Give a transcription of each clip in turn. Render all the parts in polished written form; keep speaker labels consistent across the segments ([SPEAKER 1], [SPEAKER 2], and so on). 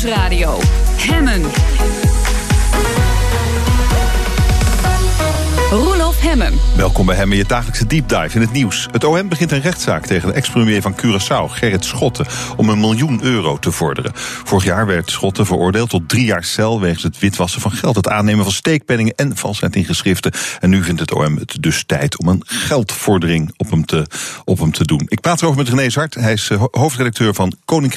[SPEAKER 1] Nieuwsradio. Hemmen. Roelof Hemmen.
[SPEAKER 2] Welkom bij Hemmen, je dagelijkse deep dive in het nieuws. Het OM begint een rechtszaak tegen de ex-premier van Curaçao, Gerrit Schotten, om €1 miljoen te vorderen. Vorig jaar werd Schotten veroordeeld tot 3 jaar cel wegens het witwassen van geld, het aannemen van steekpenningen en valsheid in geschriften. En nu vindt het OM het dus tijd om een geldvordering op hem te doen. Ik praat erover met René Zart. Hij is hoofdredacteur van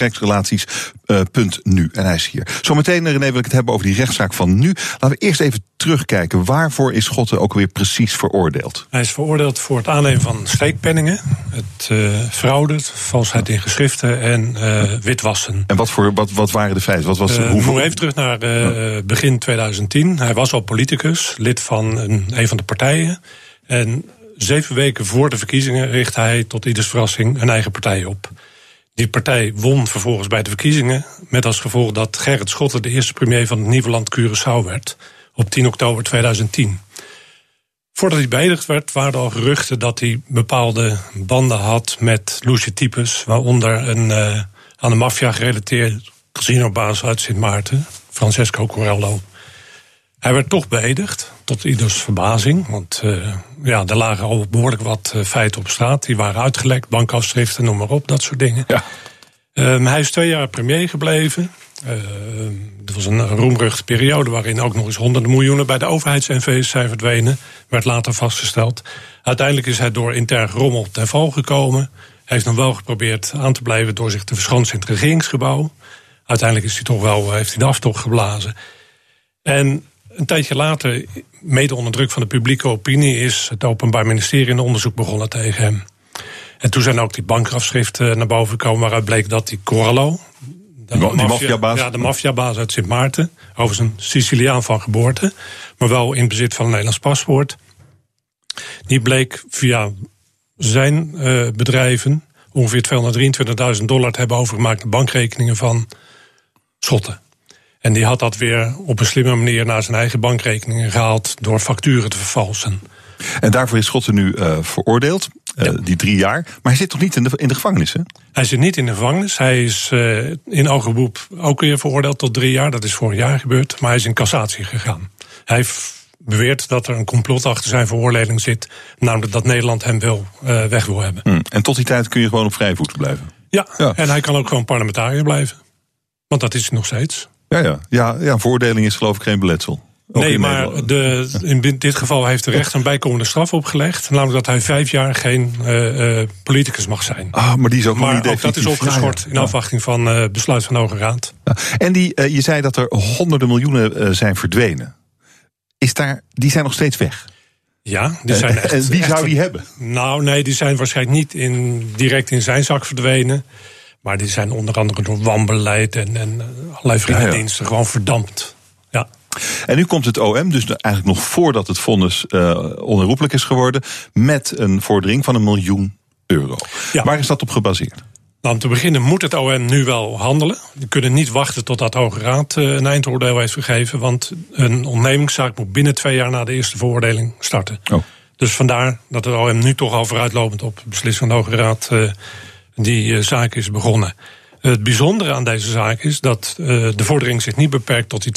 [SPEAKER 2] Koninkrijksrelaties.nu en hij is hier. Zometeen, René, wil ik het hebben over die rechtszaak van nu. Laten we eerst even terugkijken. Waarvoor is Schotten ook weer precies veroordeeld?
[SPEAKER 3] Hij is veroordeeld voor het aannemen van steekpenningen, het fraude, het valsheid in geschriften en witwassen.
[SPEAKER 2] En wat waren de feiten? Wat was
[SPEAKER 3] we moeten even terug naar begin 2010. Hij was al politicus, lid van een van de partijen. En 7 weken voor de verkiezingen richtte hij tot ieders verrassing een eigen partij op. Die partij won vervolgens bij de verkiezingen, met als gevolg dat Gerrit Schotten de eerste premier van het nieuwe land Curaçao werd op 10 oktober 2010. Voordat hij beëdigd werd, waren er al geruchten dat hij bepaalde banden had met loesje types, waaronder een aan de maffia gerelateerd casinobaas uit Sint Maarten, Francesco Corello. Hij werd toch beëdigd, tot ieders verbazing, want er lagen al behoorlijk wat feiten op straat. Die waren uitgelekt, bankafschriften, noem maar op, dat soort dingen. Ja. Hij is 2 jaar premier gebleven. Dat was een roemruchte periode waarin ook nog eens honderden miljoenen bij de overheids-NV's zijn verdwenen. Werd later vastgesteld. Uiteindelijk is hij door intern rommel ten val gekomen. Hij heeft nog wel geprobeerd aan te blijven door zich te verschansen in het regeringsgebouw. Uiteindelijk heeft hij de aftocht geblazen. En een tijdje later, mede onder druk van de publieke opinie, is het Openbaar Ministerie een onderzoek begonnen tegen hem. En toen zijn ook die bankafschriften naar boven gekomen waaruit bleek dat die Corallo, de maffiabaas uit Sint Maarten, overigens een Siciliaan van geboorte, maar wel in bezit van een Nederlands paspoort, die bleek via zijn bedrijven ongeveer $223.000 te hebben overgemaakt naar bankrekeningen van Schotten. En die had dat weer op een slimme manier naar zijn eigen bankrekeningen gehaald door facturen te vervalsen.
[SPEAKER 2] En daarvoor is Schotten nu veroordeeld, die 3 jaar. Maar hij zit toch niet in de gevangenis, hè?
[SPEAKER 3] Hij zit niet in de gevangenis. Hij is in hoger beroep ook weer veroordeeld tot 3 jaar. Dat is vorig jaar gebeurd. Maar hij is in cassatie gegaan. Hij beweert dat er een complot achter zijn veroordeling zit. Namelijk dat Nederland hem weg wil hebben.
[SPEAKER 2] En tot die tijd kun je gewoon op vrije voeten blijven?
[SPEAKER 3] Ja, en hij kan ook gewoon parlementariër blijven. Want dat is hij nog steeds.
[SPEAKER 2] Ja, veroordeling is geloof ik geen beletsel.
[SPEAKER 3] Nee, maar in dit geval heeft de rechter een bijkomende straf opgelegd. Namelijk dat hij 5 jaar geen politicus mag zijn.
[SPEAKER 2] Maar die is ook nog niet definitief.
[SPEAKER 3] Maar dat is opgeschort in afwachting van besluit van de Hoge Raad.
[SPEAKER 2] Ja. En je zei dat er honderden miljoenen zijn verdwenen. Die zijn nog steeds weg?
[SPEAKER 3] Ja, die zijn echt.
[SPEAKER 2] En wie zou die hebben?
[SPEAKER 3] Nou, nee, die zijn waarschijnlijk niet direct in zijn zak verdwenen. Maar die zijn onder andere door wanbeleid en allerlei vriendendiensten gewoon verdampt. Ja.
[SPEAKER 2] En nu komt het OM, dus eigenlijk nog voordat het vonnis onherroepelijk is geworden, met een vordering van €1 miljoen. Ja. Waar is dat op gebaseerd?
[SPEAKER 3] Nou, om te beginnen moet het OM nu wel handelen. We kunnen niet wachten totdat de Hoge Raad een eindoordeel heeft gegeven, want een ontnemingszaak moet binnen 2 jaar na de eerste veroordeling starten. Dus vandaar dat het OM nu toch al vooruitlopend op beslissing van de Hoge Raad die zaak is begonnen. Het bijzondere aan deze zaak is dat de vordering zich niet beperkt tot die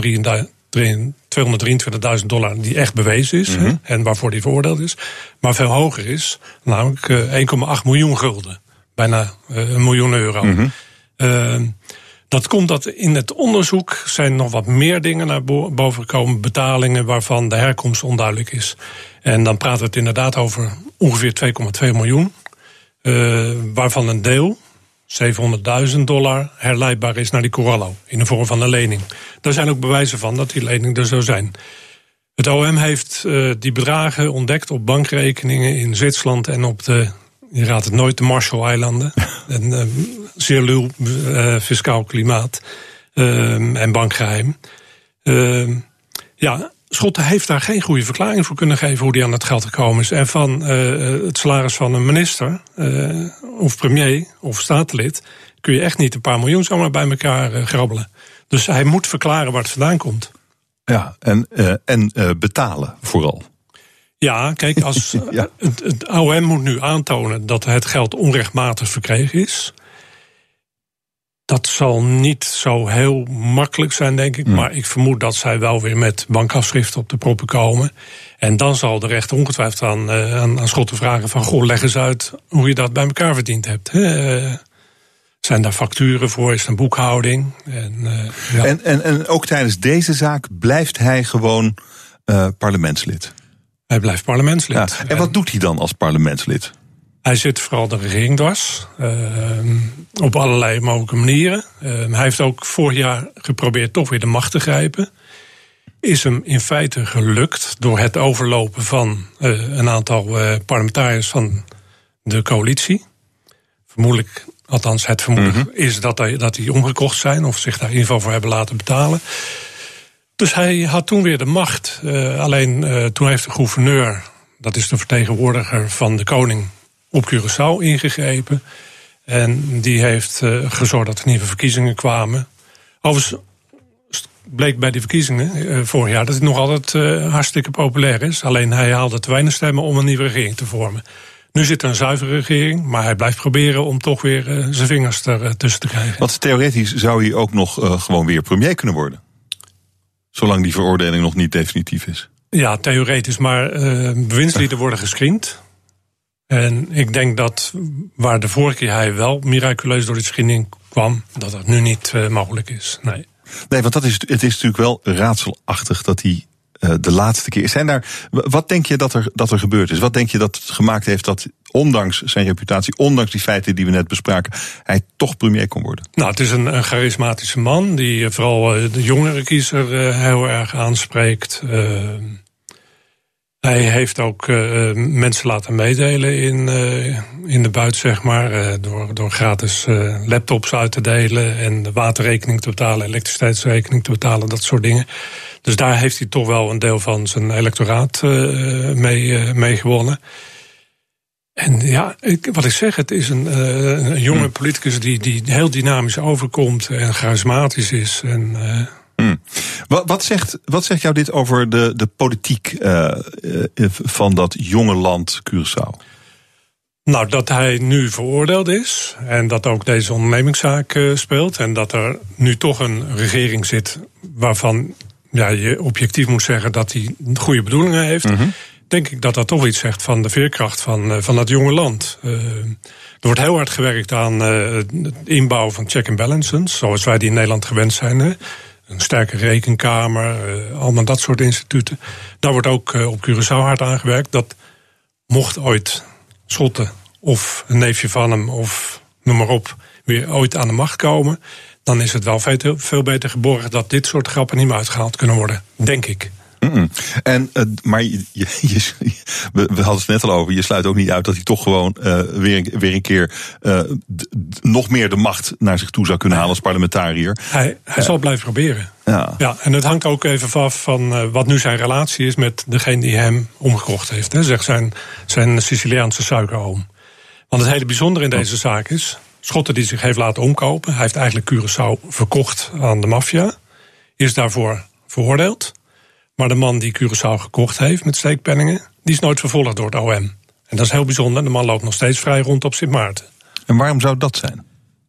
[SPEAKER 3] $223.000 die echt bewezen is, en waarvoor die veroordeeld is, maar veel hoger is, namelijk 1,8 miljoen gulden. Bijna €1 miljoen. Dat komt dat in het onderzoek zijn nog wat meer dingen naar boven gekomen, betalingen waarvan de herkomst onduidelijk is. En dan praten we het inderdaad over ongeveer $2,2 miljoen, waarvan een deel, $700.000, herleidbaar is naar die Corallo in de vorm van een lening. Daar zijn ook bewijzen van dat die lening er zou zijn. Het OM heeft die bedragen ontdekt op bankrekeningen in Zwitserland en op je raadt het nooit, de Marshall-eilanden. Een zeer luw fiscaal klimaat en bankgeheim. Schotten heeft daar geen goede verklaring voor kunnen geven hoe die aan het geld gekomen is. En van het salaris van een minister of premier of statenlid kun je echt niet een paar miljoen zomaar bij elkaar grabbelen. Dus hij moet verklaren waar het vandaan komt.
[SPEAKER 2] Ja, en betalen vooral.
[SPEAKER 3] Ja, kijk, als het OM moet nu aantonen dat het geld onrechtmatig verkregen is. Dat zal niet zo heel makkelijk zijn, denk ik. Maar ik vermoed dat zij wel weer met bankafschriften op de proppen komen. En dan zal de rechter ongetwijfeld aan Schotten vragen van... goh, leg eens uit hoe je dat bij elkaar verdiend hebt. Zijn daar facturen voor? Is er een boekhouding?
[SPEAKER 2] En ook tijdens deze zaak blijft hij gewoon parlementslid?
[SPEAKER 3] Hij blijft parlementslid.
[SPEAKER 2] Ja. En wat doet hij dan als parlementslid?
[SPEAKER 3] Hij zit vooral de regering dwars. Op allerlei mogelijke manieren. Hij heeft ook vorig jaar geprobeerd toch weer de macht te grijpen. Is hem in feite gelukt door het overlopen van een aantal parlementariërs van de coalitie. Vermoedelijk, althans het vermoeden is dat die omgekocht zijn of zich daar in ieder geval voor hebben laten betalen. Dus hij had toen weer de macht. Alleen toen heeft de gouverneur, dat is de vertegenwoordiger van de koning, op Curaçao ingegrepen. En die heeft gezorgd dat er nieuwe verkiezingen kwamen. Overigens bleek bij die verkiezingen vorig jaar dat het nog altijd hartstikke populair is. Alleen hij haalde te weinig stemmen om een nieuwe regering te vormen. Nu zit er een zuivere regering, maar hij blijft proberen om toch weer zijn vingers ertussen te krijgen.
[SPEAKER 2] Want theoretisch zou hij ook nog gewoon weer premier kunnen worden. Zolang die veroordeling nog niet definitief is. Ja,
[SPEAKER 3] theoretisch, maar bewindslieden worden gescreend. En ik denk dat waar de vorige keer hij wel miraculeus door de screening kwam, dat dat nu niet mogelijk is. Nee,
[SPEAKER 2] want het is natuurlijk wel raadselachtig dat hij de laatste keer... Wat denk je dat er gebeurd is? Wat denk je dat het gemaakt heeft dat, ondanks zijn reputatie, ondanks die feiten die we net bespraken, hij toch premier kon worden?
[SPEAKER 3] Nou, het is een charismatische man die vooral de jongere kiezer heel erg aanspreekt. Hij heeft ook mensen laten meedelen in de buit, zeg maar. Door gratis laptops uit te delen en de waterrekening te betalen, elektriciteitsrekening te betalen, dat soort dingen. Dus daar heeft hij toch wel een deel van zijn electoraat mee gewonnen. En ja, wat ik zeg, het is een jonge politicus die heel dynamisch overkomt en charismatisch is.
[SPEAKER 2] Wat zegt jou dit over de politiek van dat jonge land Curaçao?
[SPEAKER 3] Nou, dat hij nu veroordeeld is en dat ook deze ondernemingszaak speelt. En dat er nu toch een regering zit waarvan je objectief moet zeggen dat hij goede bedoelingen heeft. Denk ik dat toch iets zegt van de veerkracht van dat jonge land. Er wordt heel hard gewerkt aan het inbouwen van check and balances, zoals wij die in Nederland gewend zijn. Een sterke rekenkamer, allemaal dat soort instituten. Daar wordt ook op Curaçao hard aan gewerkt. Dat mocht ooit Schotten of een neefje van hem of noem maar op weer ooit aan de macht komen, dan is het wel veel beter geborgd dat dit soort grappen niet meer uitgehaald kunnen worden, denk ik.
[SPEAKER 2] Maar we hadden het net al over, je sluit ook niet uit dat hij toch gewoon weer een keer nog meer de macht naar zich toe zou kunnen halen als parlementariër.
[SPEAKER 3] Hij zal blijven proberen. Ja, en het hangt ook even af van wat nu zijn relatie is met degene die hem omgekocht heeft. Zegt zijn Siciliaanse suikeroom. Want het hele bijzondere in deze zaak is, Schotten die zich heeft laten omkopen, hij heeft eigenlijk Curaçao verkocht aan de maffia, is daarvoor veroordeeld. Maar de man die Curaçao gekocht heeft met steekpenningen, die is nooit vervolgd door het OM. En dat is heel bijzonder. De man loopt nog steeds vrij rond op Sint Maarten.
[SPEAKER 2] En waarom zou dat zijn?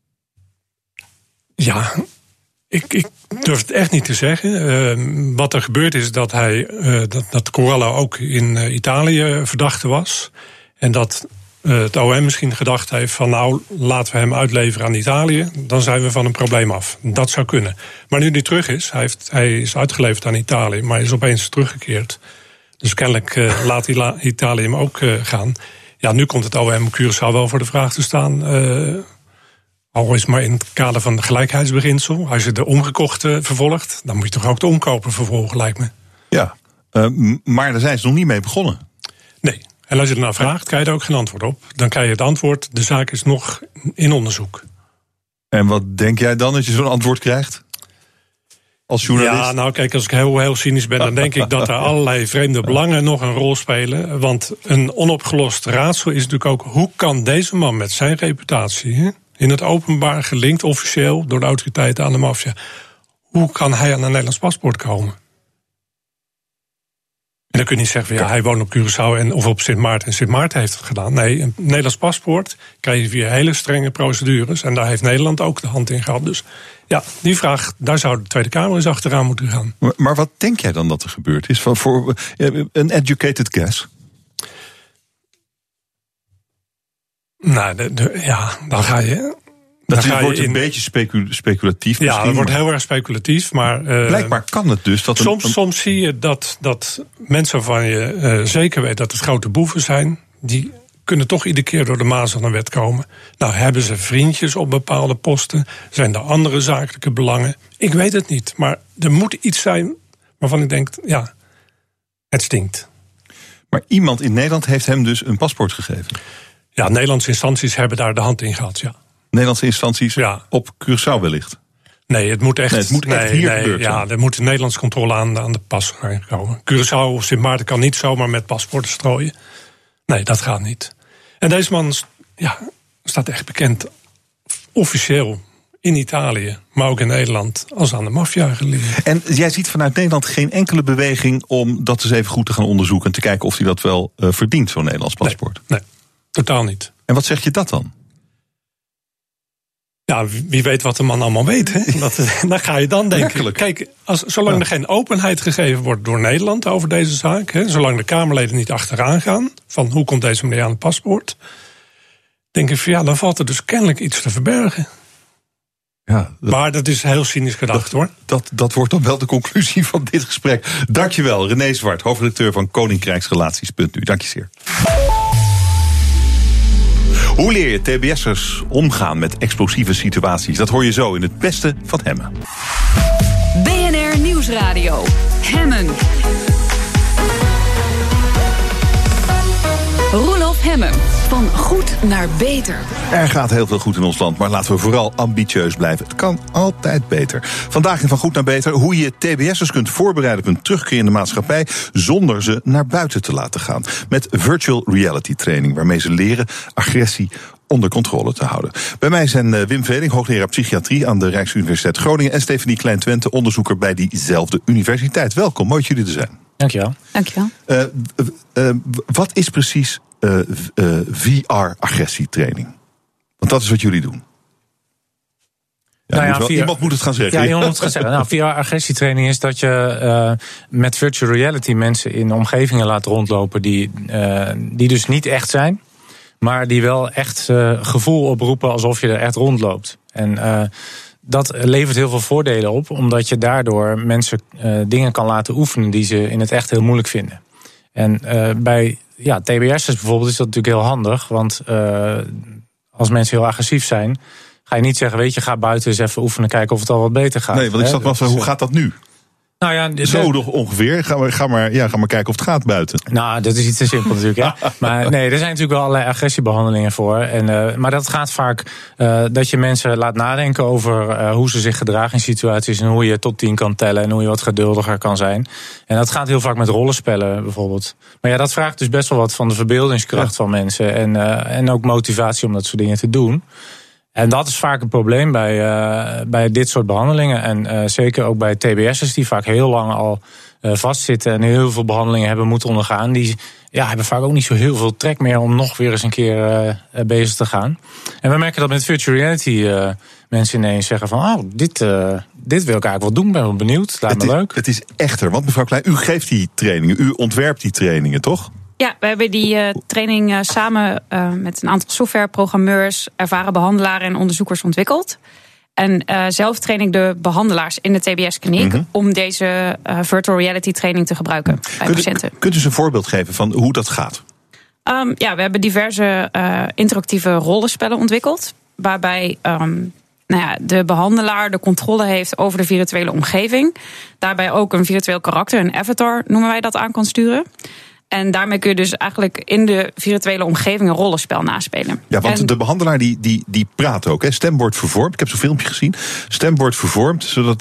[SPEAKER 3] Ja, ik durf het echt niet te zeggen. Wat er gebeurd is dat dat Corallo ook in Italië verdachte was. En dat het OM misschien gedacht heeft van nou, laten we hem uitleveren aan Italië, dan zijn we van een probleem af. Dat zou kunnen. Maar nu hij terug is, hij is uitgeleverd aan Italië, maar is opeens teruggekeerd. Dus kennelijk laat Italië hem ook gaan. Ja, nu komt het OM Curaçao wel voor de vraag te staan. Al is maar in het kader van het gelijkheidsbeginsel. Als je de omgekochte vervolgt, dan moet je toch ook de omkoper vervolgen, lijkt me.
[SPEAKER 2] Ja, maar daar zijn ze nog niet mee begonnen.
[SPEAKER 3] Nee. En als je ernaar vraagt, krijg je er ook geen antwoord op. Dan krijg je het antwoord, de zaak is nog in onderzoek.
[SPEAKER 2] En wat denk jij dan als je zo'n antwoord krijgt? Als journalist?
[SPEAKER 3] Ja, nou kijk, als ik heel cynisch ben, dan denk ik dat er allerlei vreemde belangen nog een rol spelen. Want een onopgelost raadsel is natuurlijk ook, hoe kan deze man met zijn reputatie in het openbaar gelinkt officieel door de autoriteiten aan de maffia, hoe kan hij aan een Nederlands paspoort komen? En dan kun je niet zeggen van hij woont op Curaçao of op Sint Maarten en Sint Maarten heeft het gedaan. Nee, een Nederlands paspoort krijg je via hele strenge procedures. En daar heeft Nederland ook de hand in gehad. Dus ja, die vraag, daar zou de Tweede Kamer eens achteraan moeten gaan.
[SPEAKER 2] Maar wat denk jij dan dat er gebeurd is? Voor een educated guess?
[SPEAKER 3] Nou, dan ga je...
[SPEAKER 2] Dat wordt een beetje speculatief misschien.
[SPEAKER 3] Ja, dat wordt heel erg speculatief. Maar
[SPEAKER 2] blijkbaar kan het dus. Dat
[SPEAKER 3] soms zie je dat mensen waarvan je zeker weet dat het grote boeven zijn, die kunnen toch iedere keer door de maas van een wet komen. Nou, hebben ze vriendjes op bepaalde posten? Zijn er andere zakelijke belangen? Ik weet het niet. Maar er moet iets zijn waarvan ik denk, het stinkt. Maar
[SPEAKER 2] iemand in Nederland heeft hem dus een paspoort gegeven?
[SPEAKER 3] Ja, Nederlandse instanties hebben daar de hand in gehad, ja.
[SPEAKER 2] Nederlandse instanties op Curaçao wellicht?
[SPEAKER 3] Nee, het moet echt,
[SPEAKER 2] hier gebeurd zijn.
[SPEAKER 3] Ja, er moet een Nederlandse controle aan de pas komen. Curaçao of Sint Maarten kan niet zomaar met paspoorten strooien. Nee, dat gaat niet. En deze man staat echt bekend, officieel in Italië, maar ook in Nederland, als aan de maffia gelieerd.
[SPEAKER 2] En jij ziet vanuit Nederland geen enkele beweging om dat eens even goed te gaan onderzoeken en te kijken of hij dat wel verdient, zo'n Nederlands paspoort?
[SPEAKER 3] Nee, totaal niet.
[SPEAKER 2] En wat zeg je dat dan?
[SPEAKER 3] Ja, wie weet wat de man allemaal weet. Hè? Dan ga je dan denken.
[SPEAKER 2] Werkelijk?
[SPEAKER 3] Kijk, zolang er geen openheid gegeven wordt door Nederland over deze zaak, zolang de Kamerleden niet achteraan gaan van hoe komt deze meneer aan het paspoort, denk ik van dan valt er dus kennelijk iets te verbergen. Ja, maar dat is heel cynisch gedacht, hoor.
[SPEAKER 2] Dat wordt dan wel de conclusie van dit gesprek. Dankjewel, René Zwart, hoofdredacteur van Koninkrijksrelaties.nu. Dank je zeer. Hoe leer je TBS'ers omgaan met explosieve situaties? Dat hoor je zo in het beste van Hemmen.
[SPEAKER 1] BNR Nieuwsradio. Hemmen. Roelof Hemmen. Van goed naar beter.
[SPEAKER 2] Er gaat heel veel goed in ons land, maar laten we vooral ambitieus blijven. Het kan altijd beter. Vandaag in Van Goed naar Beter hoe je TBS'ers kunt voorbereiden op een terugkeer in de maatschappij zonder ze naar buiten te laten gaan. Met virtual reality training, waarmee ze leren agressie onder controle te houden. Bij mij zijn Wim Veling, hoogleraar psychiatrie aan de Rijksuniversiteit Groningen, en Stefanie Klein-Twente, onderzoeker bij diezelfde universiteit. Welkom, mooi dat jullie er zijn.
[SPEAKER 4] Dankjewel.
[SPEAKER 2] Wat is precies VR-agressietraining? Want dat is wat jullie doen. Iemand moet het gaan zeggen.
[SPEAKER 4] Ja, iemand moet het gaan zeggen. Nou, VR-agressietraining is dat je met virtual reality mensen in omgevingen laat rondlopen die dus niet echt zijn, maar die wel echt gevoel oproepen alsof je er echt rondloopt. En dat levert heel veel voordelen op, omdat je daardoor mensen dingen kan laten oefenen die ze in het echt heel moeilijk vinden. En bij TBS'ers bijvoorbeeld is dat natuurlijk heel handig, want als mensen heel agressief zijn, ga je niet zeggen, weet je, ga buiten eens even oefenen, kijken of het al wat beter gaat.
[SPEAKER 2] Nee, want ik zat wel van, hoe gaat dat nu?
[SPEAKER 4] Nou ja,
[SPEAKER 2] zo nog ongeveer. Ga maar kijken of het gaat buiten.
[SPEAKER 4] Nou, dat is iets te simpel natuurlijk. Hè? Maar nee, er zijn natuurlijk wel allerlei agressiebehandelingen voor. Maar dat gaat vaak dat je mensen laat nadenken over hoe ze zich gedragen in situaties en hoe je tot 10 kan tellen en hoe je wat geduldiger kan zijn. En dat gaat heel vaak met rollenspellen bijvoorbeeld. Maar ja, dat vraagt dus best wel wat van de verbeeldingskracht van mensen en ook motivatie om dat soort dingen te doen. En dat is vaak een probleem bij dit soort behandelingen. En zeker ook bij TBS'ers die vaak heel lang al vastzitten en heel veel behandelingen hebben moeten ondergaan. Die hebben vaak ook niet zo heel veel trek meer om nog weer eens een keer bezig te gaan. En we merken dat met virtual reality mensen ineens zeggen van, dit wil ik eigenlijk wel doen, ben wel benieuwd, lijkt me leuk.
[SPEAKER 2] Het is echter, want mevrouw Klein, u geeft die trainingen, u ontwerpt die trainingen, toch?
[SPEAKER 5] Ja, we hebben die training samen met een aantal softwareprogrammeurs, ervaren behandelaren en onderzoekers ontwikkeld. En zelf train ik de behandelaars in de TBS-kliniek om deze virtual reality training te gebruiken bij patiënten.
[SPEAKER 2] Kunt u eens een voorbeeld geven van hoe dat gaat?
[SPEAKER 5] We hebben diverse interactieve rollenspellen ontwikkeld, waarbij de behandelaar de controle heeft over de virtuele omgeving. Daarbij ook een virtueel karakter, een avatar noemen wij dat, aan kan sturen. En daarmee kun je dus eigenlijk in de virtuele omgeving een rollenspel naspelen.
[SPEAKER 2] Ja, want de behandelaar die praat ook. Hè. Stem wordt vervormd. Ik heb zo'n filmpje gezien. Stem wordt vervormd, zodat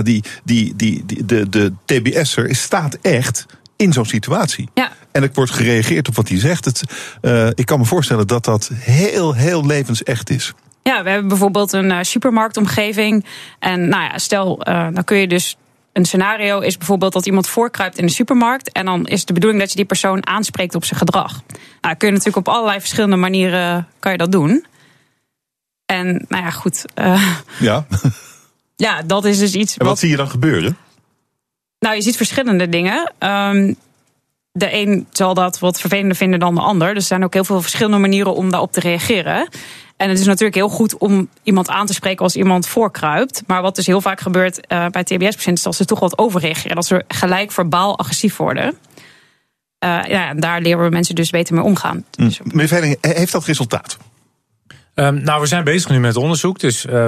[SPEAKER 2] de TBS'er staat echt in zo'n situatie. Ja. En er wordt gereageerd op wat hij zegt. Ik kan me voorstellen dat dat heel, heel levensecht is.
[SPEAKER 5] Ja, we hebben bijvoorbeeld een supermarktomgeving. En stel, dan kun je dus een scenario is bijvoorbeeld dat iemand voorkruipt in de supermarkt. En dan is de bedoeling dat je die persoon aanspreekt op zijn gedrag. Nou, kun je natuurlijk op allerlei verschillende manieren kan je dat doen. En nou ja, goed.
[SPEAKER 2] Ja.
[SPEAKER 5] Ja, dat is dus iets.
[SPEAKER 2] En wat zie je dan gebeuren?
[SPEAKER 5] Nou, je ziet verschillende dingen. De een zal dat wat vervelender vinden dan de ander. Dus er zijn ook heel veel verschillende manieren om daarop te reageren. En het is natuurlijk heel goed om iemand aan te spreken als iemand voorkruipt. Maar wat dus heel vaak gebeurt bij TBS-patiënten is dat ze toch wat overreageren. Dat ze gelijk verbaal agressief worden. En daar leren we mensen dus beter mee omgaan.
[SPEAKER 2] Meneer Veiling, heeft dat resultaat?
[SPEAKER 4] Nou, we zijn bezig nu met onderzoek.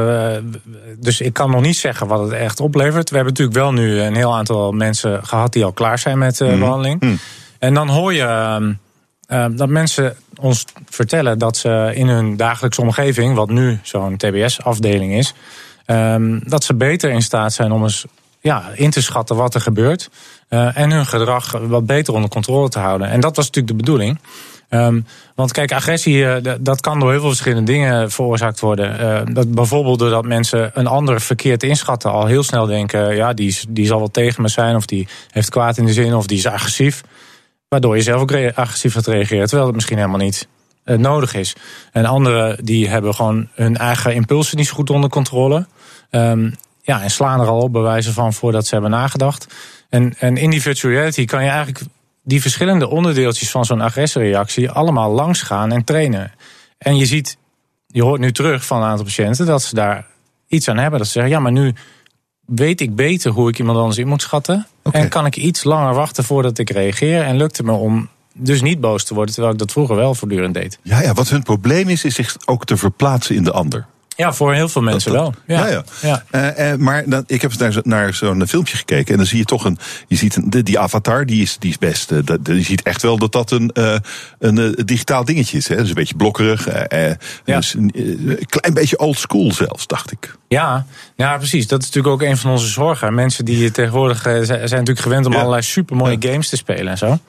[SPEAKER 4] Dus ik kan nog niet zeggen wat het echt oplevert. We hebben natuurlijk wel nu een heel aantal mensen gehad die al klaar zijn met behandeling. En dan hoor je dat mensen ons vertellen dat ze in hun dagelijkse omgeving, wat nu zo'n TBS-afdeling is, dat ze beter in staat zijn om eens in te schatten wat er gebeurt. En hun gedrag wat beter onder controle te houden. En dat was natuurlijk de bedoeling. Want kijk, agressie, dat kan door heel veel verschillende dingen veroorzaakt worden. Dat bijvoorbeeld doordat mensen een ander verkeerd inschatten, al heel snel denken, die zal wel tegen me zijn, of die heeft kwaad in de zin, of die is agressief. Waardoor je zelf ook agressief gaat reageren, terwijl het misschien helemaal niet nodig is. En anderen die hebben gewoon hun eigen impulsen niet zo goed onder controle. En slaan er al op bij wijze van voordat ze hebben nagedacht. En in die virtual reality kan je eigenlijk die verschillende onderdeeltjes van zo'n agressiereactie allemaal langs gaan en trainen. En je hoort nu terug van een aantal patiënten dat ze daar iets aan hebben. Dat ze zeggen, maar nu weet ik beter hoe ik iemand anders in moet schatten. Okay. En kan ik iets langer wachten voordat ik reageer. En lukt het me om dus niet boos te worden, terwijl ik dat vroeger wel voortdurend deed. Ja,
[SPEAKER 2] wat hun probleem is zich ook te verplaatsen in de ander.
[SPEAKER 4] Ja, voor heel veel mensen wel. Ja.
[SPEAKER 2] Maar ik heb naar zo'n filmpje gekeken en dan zie je toch die avatar, die is best. Je ziet echt wel dat een digitaal dingetje is. Hè? Dus een beetje blokkerig. Dus een klein beetje old school zelfs, dacht ik.
[SPEAKER 4] Ja, precies. Dat is natuurlijk ook een van onze zorgen. Mensen die tegenwoordig zijn natuurlijk gewend om allerlei supermooie games te spelen en zo.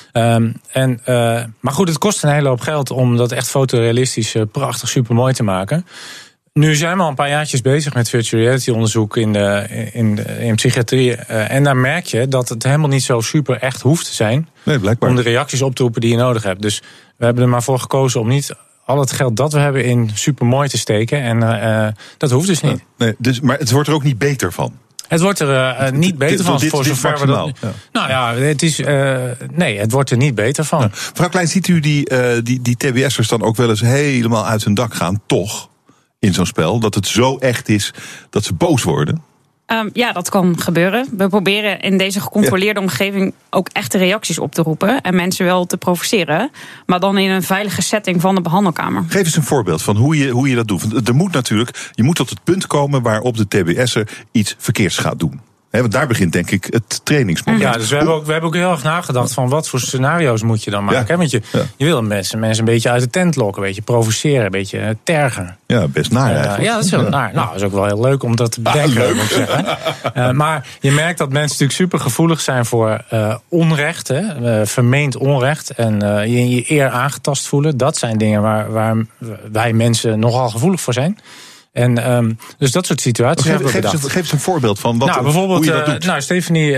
[SPEAKER 4] Maar goed, het kost een hele hoop geld om dat echt fotorealistisch prachtig supermooi te maken. Nu zijn we al een paar jaartjes bezig met virtual reality onderzoek in psychiatrie. En daar merk je dat het helemaal niet zo super echt hoeft te zijn.
[SPEAKER 2] Nee, blijkbaar.
[SPEAKER 4] Om de reacties op te roepen die je nodig hebt. Dus we hebben er maar voor gekozen om niet al het geld dat we hebben in supermooi te steken. En dat hoeft dus niet.
[SPEAKER 2] Nee, maar het wordt er ook niet beter van.
[SPEAKER 4] Het wordt er niet beter van, voor zover we dat. Het wordt er niet beter van.
[SPEAKER 2] Mevrouw Klein, ziet u die TBS'ers dan ook wel eens helemaal uit hun dak gaan, toch? In zo'n spel, dat het zo echt is dat ze boos worden?
[SPEAKER 5] Dat kan gebeuren. We proberen in deze gecontroleerde omgeving ook echte reacties op te roepen en mensen wel te provoceren, maar dan in een veilige setting van de behandelkamer.
[SPEAKER 2] Geef eens een voorbeeld van hoe je dat doet. Want je moet tot het punt komen waarop de TBS'er iets verkeerds gaat doen. Want daar begint denk ik het trainingsmoment.
[SPEAKER 4] Ja, dus we hebben ook heel erg nagedacht van wat voor scenario's moet je dan maken. Ja. Want je wil mensen een beetje uit de tent lokken, een beetje provoceren, een beetje tergen.
[SPEAKER 2] Ja, best naar eigenlijk.
[SPEAKER 4] Ja, dat is heel naar. Nou, dat is ook wel heel leuk om dat te bedenken, moet ik zeggen. Maar je merkt dat mensen natuurlijk super gevoelig zijn voor onrecht, vermeend onrecht. En je eer aangetast voelen. Dat zijn dingen waar wij mensen nogal gevoelig voor zijn. En dus dat soort situaties hebben we bedacht.
[SPEAKER 2] Geef eens een voorbeeld van bijvoorbeeld, hoe je dat doet.
[SPEAKER 4] Stephanie,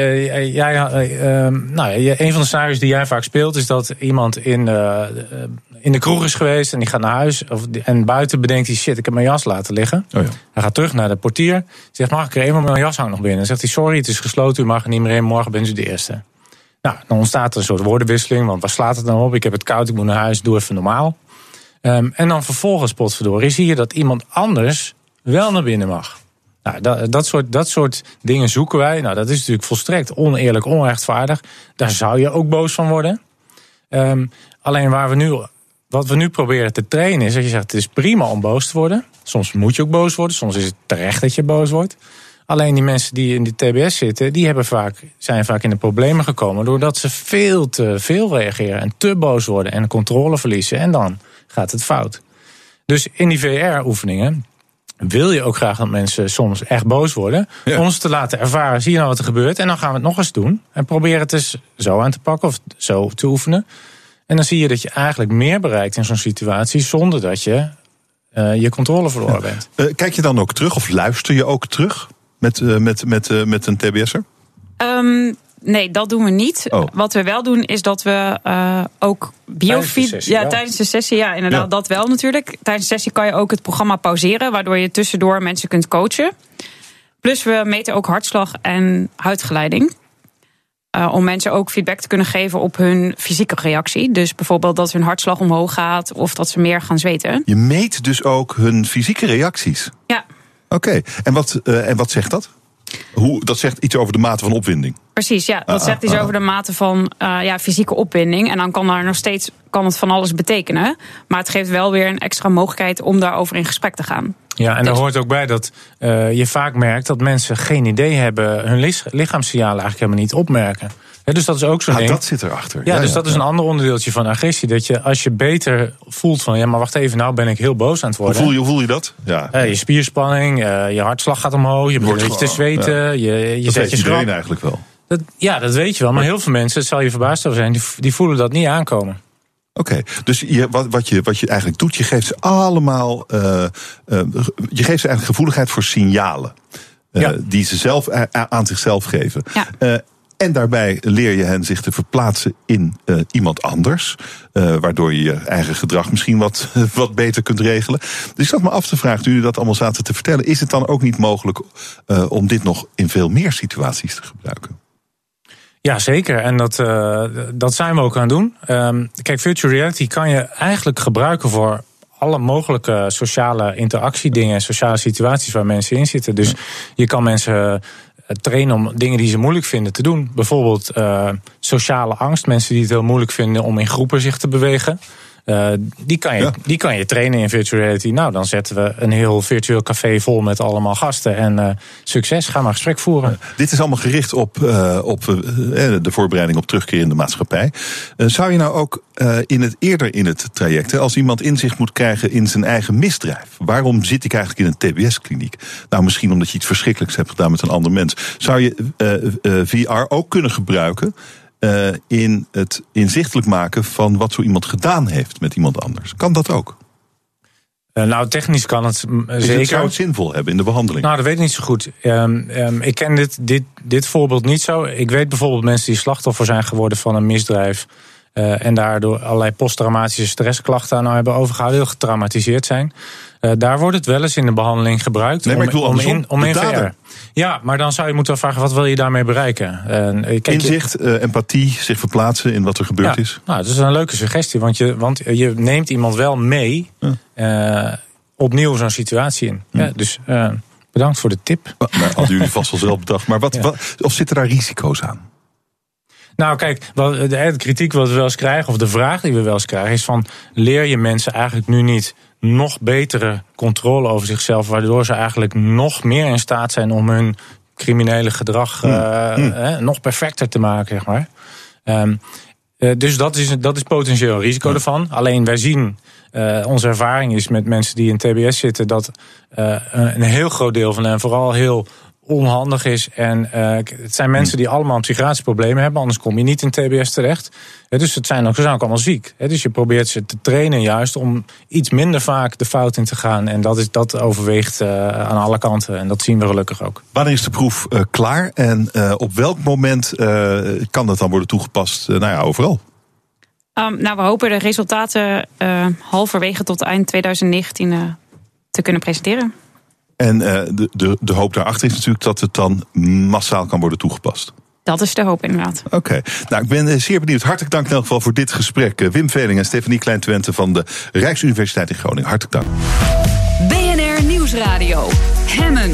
[SPEAKER 4] een van de scenario's die jij vaak speelt is dat iemand in de kroeg is geweest en die gaat naar huis. En buiten bedenkt hij, shit, ik heb mijn jas laten liggen. Oh ja. Hij gaat terug naar de portier. Zegt, mag ik er even, mijn jas hangt nog binnen. Dan zegt hij, sorry, het is gesloten, u mag er niet meer in. Morgen bent u de eerste. Nou, dan ontstaat er een soort woordenwisseling. Want waar slaat het dan op? Ik heb het koud, ik moet naar huis, doe even normaal. En dan vervolgens, potverdorie, zie je dat iemand anders wel naar binnen mag. Nou, dat soort dingen zoeken wij. Nou, dat is natuurlijk volstrekt oneerlijk, onrechtvaardig. Daar zou je ook boos van worden. Alleen wat we nu proberen te trainen is dat je zegt, het is prima om boos te worden. Soms moet je ook boos worden, soms is het terecht dat je boos wordt. Alleen die mensen die in die TBS zitten, die zijn vaak in de problemen gekomen doordat ze veel te veel reageren en te boos worden en controle verliezen. En dan gaat het fout. Dus in die VR-oefeningen wil je ook graag dat mensen soms echt boos worden. Ja. Om ze te laten ervaren, zie je nou wat er gebeurt? En dan gaan we het nog eens doen. En proberen het dus zo aan te pakken of zo te oefenen. En dan zie je dat je eigenlijk meer bereikt in zo'n situatie zonder dat je je controle verloren bent.
[SPEAKER 2] Kijk je dan ook terug of luister je ook terug? met een TBS'er?
[SPEAKER 5] Nee, dat doen we niet.
[SPEAKER 2] Oh.
[SPEAKER 5] Wat we wel doen is dat we ook biofeedback... tijdens de sessie, ja, inderdaad, ja. Dat wel natuurlijk. Tijdens de sessie kan je ook het programma pauzeren, waardoor je tussendoor mensen kunt coachen. Plus we meten ook hartslag en huidgeleiding. Om mensen ook feedback te kunnen geven op hun fysieke reactie. Dus bijvoorbeeld dat hun hartslag omhoog gaat of dat ze meer gaan zweten.
[SPEAKER 2] Je meet dus ook hun fysieke reacties?
[SPEAKER 5] Ja.
[SPEAKER 2] Oké, en wat zegt dat? Dat zegt iets over de mate van opwinding?
[SPEAKER 5] Precies, ja. Dat zegt iets over de mate van fysieke opwinding. En dan kan er nog steeds het van alles betekenen. Maar het geeft wel weer een extra mogelijkheid om daarover in gesprek te gaan.
[SPEAKER 4] Ja, en daar hoort ook bij dat je vaak merkt dat mensen geen idee hebben, hun lichaamssignalen eigenlijk helemaal niet opmerken. Dus dat is ook zo'n ding.
[SPEAKER 2] Dat zit erachter.
[SPEAKER 4] Ja, dus dat is een ander onderdeeltje van agressie. Dat je, als je beter voelt van, ja, maar wacht even, nou ben ik heel boos aan het worden.
[SPEAKER 2] Hoe voel je dat? Ja.
[SPEAKER 4] Je spierspanning, je hartslag gaat omhoog, je begint een beetje te zweten. Ja. Je
[SPEAKER 2] dat
[SPEAKER 4] zet
[SPEAKER 2] weet
[SPEAKER 4] je
[SPEAKER 2] iedereen
[SPEAKER 4] schrap.
[SPEAKER 2] eigenlijk wel.
[SPEAKER 4] Dat weet je wel. Maar heel veel mensen, het zal je verbaasd over zijn, die voelen dat niet aankomen.
[SPEAKER 2] Oké, dus wat je eigenlijk doet, je geeft ze allemaal, je geeft ze eigenlijk gevoeligheid voor signalen. Die ze zelf aan zichzelf geven. Ja. En daarbij leer je hen zich te verplaatsen in iemand anders. Waardoor je je eigen gedrag misschien wat beter kunt regelen. Dus ik zat me af te vragen, toen jullie dat allemaal zaten te vertellen, is het dan ook niet mogelijk om dit nog in veel meer situaties te gebruiken?
[SPEAKER 4] Ja, zeker. En dat zijn we ook aan het doen. Kijk, virtual reality kan je eigenlijk gebruiken voor alle mogelijke sociale interactiedingen, sociale situaties waar mensen in zitten. Dus je kan mensen trainen om dingen die ze moeilijk vinden te doen. Bijvoorbeeld sociale angst. Mensen die het heel moeilijk vinden om in groepen zich te bewegen. Die kan je trainen in virtual reality. Nou, dan zetten we een heel virtueel café vol met allemaal gasten. En succes, ga maar gesprek voeren.
[SPEAKER 2] Dit is allemaal gericht op de voorbereiding op terugkeer in de maatschappij. Zou je nou ook eerder in het traject, als iemand inzicht moet krijgen in zijn eigen misdrijf. Waarom zit ik eigenlijk in een TBS-kliniek? Nou, misschien omdat je iets verschrikkelijks hebt gedaan met een ander mens. Zou je VR ook kunnen gebruiken in het inzichtelijk maken van wat zo iemand gedaan heeft met iemand anders? Kan dat ook?
[SPEAKER 4] Nou, technisch kan het zeker.
[SPEAKER 2] Zou het zinvol hebben in de behandeling?
[SPEAKER 4] Nou, dat weet ik niet zo goed. Ik ken dit voorbeeld niet zo. Ik weet bijvoorbeeld mensen die slachtoffer zijn geworden van een misdrijf en daardoor allerlei posttraumatische stressklachten aan hebben overgehouden, heel getraumatiseerd zijn. Daar wordt het wel eens in de behandeling gebruikt.
[SPEAKER 2] Nee, maar ik bedoel om in
[SPEAKER 4] VR. Ja, maar dan zou je moeten vragen, wat wil je daarmee bereiken?
[SPEAKER 2] Inzicht, empathie, zich verplaatsen in wat er gebeurd is.
[SPEAKER 4] Nou, dat is een leuke suggestie, want je neemt iemand wel mee opnieuw zo'n situatie in. Ja, dus bedankt voor de tip.
[SPEAKER 2] Hadden jullie vast wel zelf bedacht. Maar of zitten daar risico's aan?
[SPEAKER 4] Nou, kijk, de kritiek wat we wel eens krijgen, of de vraag die we wel eens krijgen, is van, leer je mensen eigenlijk nu niet nog betere controle over zichzelf, waardoor ze eigenlijk nog meer in staat zijn om hun criminele gedrag nog perfecter te maken, zeg maar. Dus dat is potentieel een risico ervan. Alleen wij zien, onze ervaring is met mensen die in TBS zitten, dat een heel groot deel van hen vooral heel onhandig is. En het zijn mensen die allemaal psychiatrische problemen hebben, anders kom je niet in TBS terecht. Dus ze zijn ook allemaal ziek. Dus je probeert ze te trainen juist om iets minder vaak de fout in te gaan. En dat overweegt aan alle kanten. En dat zien we gelukkig ook.
[SPEAKER 2] Wanneer is de proef klaar? En op welk moment kan dat dan worden toegepast? Overal.
[SPEAKER 5] We hopen de resultaten halverwege tot eind 2019 te kunnen presenteren.
[SPEAKER 2] En de hoop daarachter is natuurlijk dat het dan massaal kan worden toegepast.
[SPEAKER 5] Dat is de hoop, inderdaad.
[SPEAKER 2] Oké. Nou, ik ben zeer benieuwd. Hartelijk dank in elk geval voor dit gesprek. Wim Veling en Stefanie Klein-Twente van de Rijksuniversiteit in Groningen. Hartelijk dank.
[SPEAKER 1] BNR Nieuwsradio. Hemmen.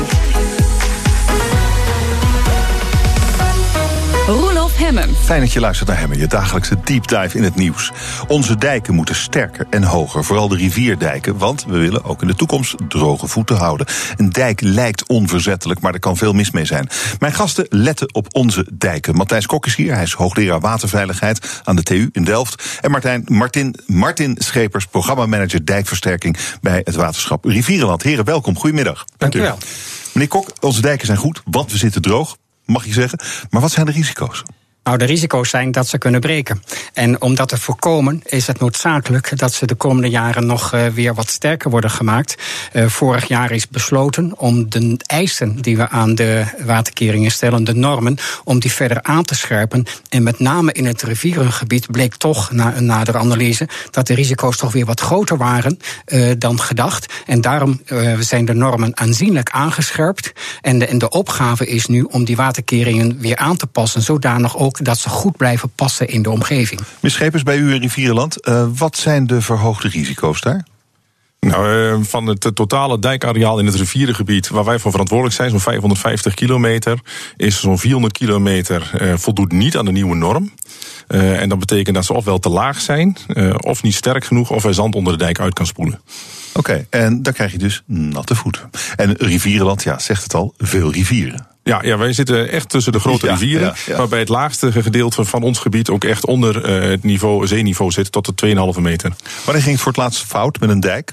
[SPEAKER 1] Roelof Hemmen.
[SPEAKER 2] Fijn dat je luistert naar Hemmen, je dagelijkse deep dive in het nieuws. Onze dijken moeten sterker en hoger, vooral de rivierdijken, want we willen ook in de toekomst droge voeten houden. Een dijk lijkt onverzettelijk, maar er kan veel mis mee zijn. Mijn gasten letten op onze dijken. Matthijs Kok is hier, hij is hoogleraar waterveiligheid aan de TU in Delft. En Martin Schepers, programmamanager dijkversterking bij het waterschap Rivierenland. Heren, welkom, goedemiddag.
[SPEAKER 4] Dank u wel.
[SPEAKER 2] Meneer Kok, onze dijken zijn goed, want we zitten droog, mag je zeggen. Maar wat zijn de risico's?
[SPEAKER 6] Nou, de risico's zijn dat ze kunnen breken. En om dat te voorkomen is het noodzakelijk dat ze de komende jaren nog weer wat sterker worden gemaakt. Vorig jaar is besloten om de eisen die we aan de waterkeringen stellen, de normen, om die verder aan te scherpen. En met name in het rivierengebied bleek toch na een nadere analyse dat de risico's toch weer wat groter waren dan gedacht. En daarom zijn de normen aanzienlijk aangescherpt. En de opgave is nu om die waterkeringen weer aan te passen, zodanig ook dat ze goed blijven passen in de omgeving.
[SPEAKER 2] Meneer Schepers, bij u in Rivierenland, wat zijn de verhoogde risico's daar?
[SPEAKER 7] Nou, van het totale dijkareaal in het rivierengebied waar wij voor verantwoordelijk zijn, zo'n 550 kilometer, is zo'n 400 kilometer voldoet niet aan de nieuwe norm. En dat betekent dat ze ofwel te laag zijn, of niet sterk genoeg, of er zand onder de dijk uit kan spoelen.
[SPEAKER 2] Oké, en dan krijg je dus natte voeten. En Rivierenland, ja, zegt het al, veel rivieren.
[SPEAKER 7] Ja, wij zitten echt tussen de grote rivieren. Ja. Waarbij het laagste gedeelte van ons gebied ook echt onder het zeeniveau zit, tot de 2,5 meter.
[SPEAKER 2] Wanneer ging het voor het laatst fout met een dijk?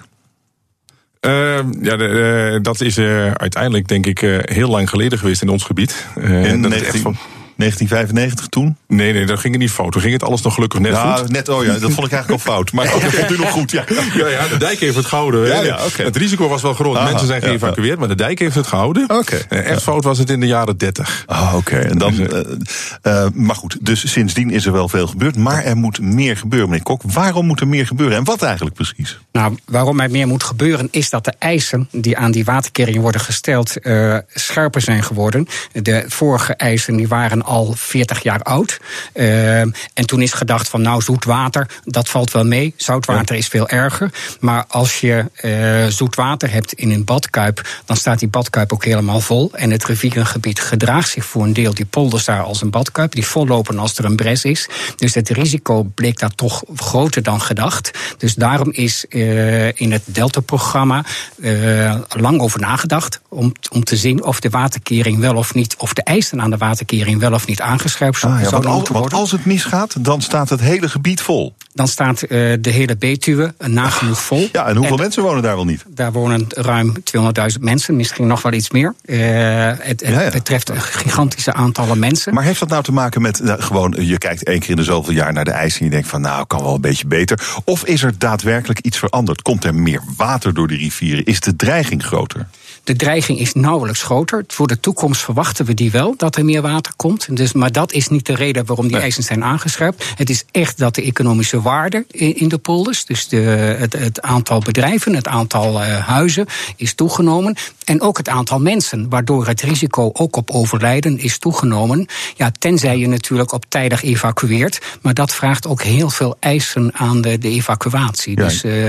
[SPEAKER 7] Dat is uiteindelijk, denk ik, heel lang geleden geweest in ons gebied.
[SPEAKER 2] In 1995 toen?
[SPEAKER 7] Nee, dat ging het niet fout. Toen ging het alles nog gelukkig net goed.
[SPEAKER 2] Dat vond ik eigenlijk al fout. Maar dat vond u nog goed, ja.
[SPEAKER 7] Ja, de dijk heeft het gehouden. Okay. Het risico was wel groot. Mensen zijn geëvacueerd, maar de dijk heeft het gehouden. Echt fout was het in de jaren 30.
[SPEAKER 2] Oké. En dan, maar goed, dus sindsdien is er wel veel gebeurd. Maar er moet meer gebeuren, meneer Kok. Waarom moet er meer gebeuren en wat eigenlijk precies?
[SPEAKER 6] Nou, waarom er meer moet gebeuren is dat de eisen die aan die waterkeringen worden gesteld scherper zijn geworden. De vorige eisen die waren al 40 jaar oud. En toen is gedacht van nou, zoet water, dat valt wel mee. Zoutwater is veel erger. Maar als je zoet water hebt in een badkuip, dan staat die badkuip ook helemaal vol. En het rivierengebied gedraagt zich voor een deel, die polders daar als een badkuip, die vollopen als er een bres is. Dus het risico bleek daar toch groter dan gedacht. Dus daarom is in het Delta-programma lang over nagedacht om te zien of de waterkering wel of niet, of de eisen aan de waterkering wel of niet aangescherpt zouden moeten worden.
[SPEAKER 2] Want als het misgaat, dan staat het hele gebied vol.
[SPEAKER 6] Dan staat de hele Betuwe nagenoeg vol.
[SPEAKER 2] Ja, en hoeveel mensen wonen daar wel niet?
[SPEAKER 6] Daar wonen ruim 200.000 mensen, misschien nog wel iets meer. Het betreft gigantische aantallen mensen.
[SPEAKER 2] Maar heeft dat nou te maken met gewoon, je kijkt 1 keer in de zoveel jaar naar de eisen en je denkt van nou, kan wel een beetje beter. Of is er daadwerkelijk iets veranderd? Komt er meer water door de rivieren? Is de dreiging groter?
[SPEAKER 6] De dreiging is nauwelijks groter. Voor de toekomst verwachten we die wel, dat er meer water komt. Dus, maar dat is niet de reden waarom die eisen zijn aangescherpt. Het is echt dat de economische waarde in de polders, dus het aantal bedrijven, het aantal huizen, is toegenomen. En ook het aantal mensen, waardoor het risico ook op overlijden is toegenomen. Ja, tenzij je natuurlijk op tijdig evacueert. Maar dat vraagt ook heel veel eisen aan de evacuatie.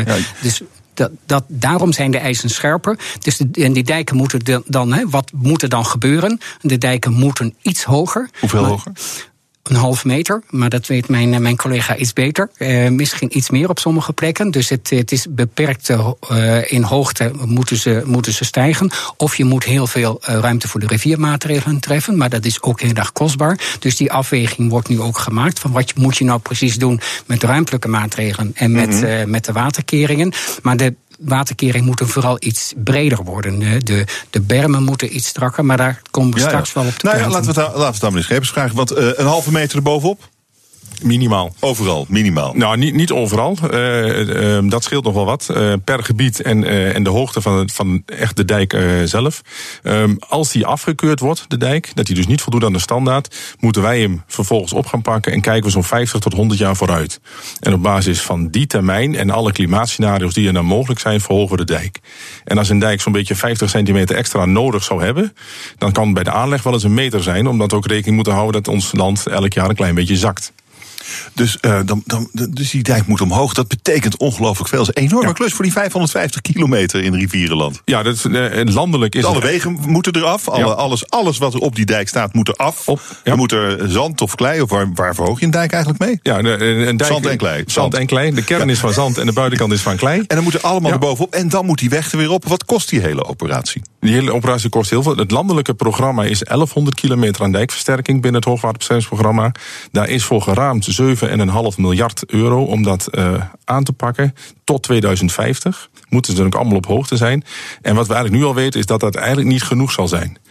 [SPEAKER 6] Daarom zijn de eisen scherper. Dus en die dijken moeten dan, wat moet er dan gebeuren? De dijken moeten iets hoger.
[SPEAKER 2] Hoeveel hoger?
[SPEAKER 6] 1,5 meter, maar dat weet mijn collega iets beter. Misschien iets meer op sommige plekken. Dus het is beperkt in hoogte moeten ze stijgen. Of je moet heel veel ruimte voor de riviermaatregelen treffen. Maar dat is ook heel erg kostbaar. Dus die afweging wordt nu ook gemaakt. Van wat moet je nou precies doen met ruimtelijke maatregelen en met de waterkeringen. Maar de waterkering moet vooral iets breder worden. De bermen moeten iets strakker, maar daar komen we straks wel op te praten.
[SPEAKER 2] Laten we het aan meneer Schepers vragen. Want 1,5 meter erbovenop?
[SPEAKER 7] Minimaal.
[SPEAKER 2] Overal, minimaal.
[SPEAKER 7] Nou, niet overal. Dat scheelt nog wel wat. Per gebied en de hoogte van echt de dijk zelf. Als die afgekeurd wordt, de dijk, dat die dus niet voldoet aan de standaard, moeten wij hem vervolgens op gaan pakken en kijken we zo'n 50 tot 100 jaar vooruit. En op basis van die termijn en alle klimaatscenario's die er dan mogelijk zijn, verhogen we de dijk. En als een dijk zo'n beetje 50 centimeter extra nodig zou hebben, dan kan bij de aanleg wel eens 1 meter zijn, omdat we ook rekening moeten houden dat ons land elk jaar een klein beetje zakt.
[SPEAKER 2] Dus die dijk moet omhoog. Dat betekent ongelooflijk veel. Dat is een enorme klus voor die 550 kilometer in Rivierenland.
[SPEAKER 7] Ja, landelijk is
[SPEAKER 2] alle wegen moeten eraf. Alles wat er op die dijk staat moet eraf. Er moet er zand of klei, of waar verhoog je een dijk eigenlijk mee?
[SPEAKER 7] Ja, een dijk,
[SPEAKER 2] zand en klei.
[SPEAKER 7] Zand en klei. De kern is van zand en de buitenkant is van klei.
[SPEAKER 2] En dan moeten allemaal erbovenop. En dan moet die weg er weer op. Wat kost die hele operatie?
[SPEAKER 7] Die hele operatie kost heel veel. Het landelijke programma is 1100 kilometer aan dijkversterking binnen het hoogwaterbeschermingsprogramma. Daar is voor geraamd 7,5 miljard euro om dat aan te pakken tot 2050. Moeten ze dan ook allemaal op hoogte zijn. En wat we eigenlijk nu al weten is dat dat eigenlijk niet genoeg zal zijn.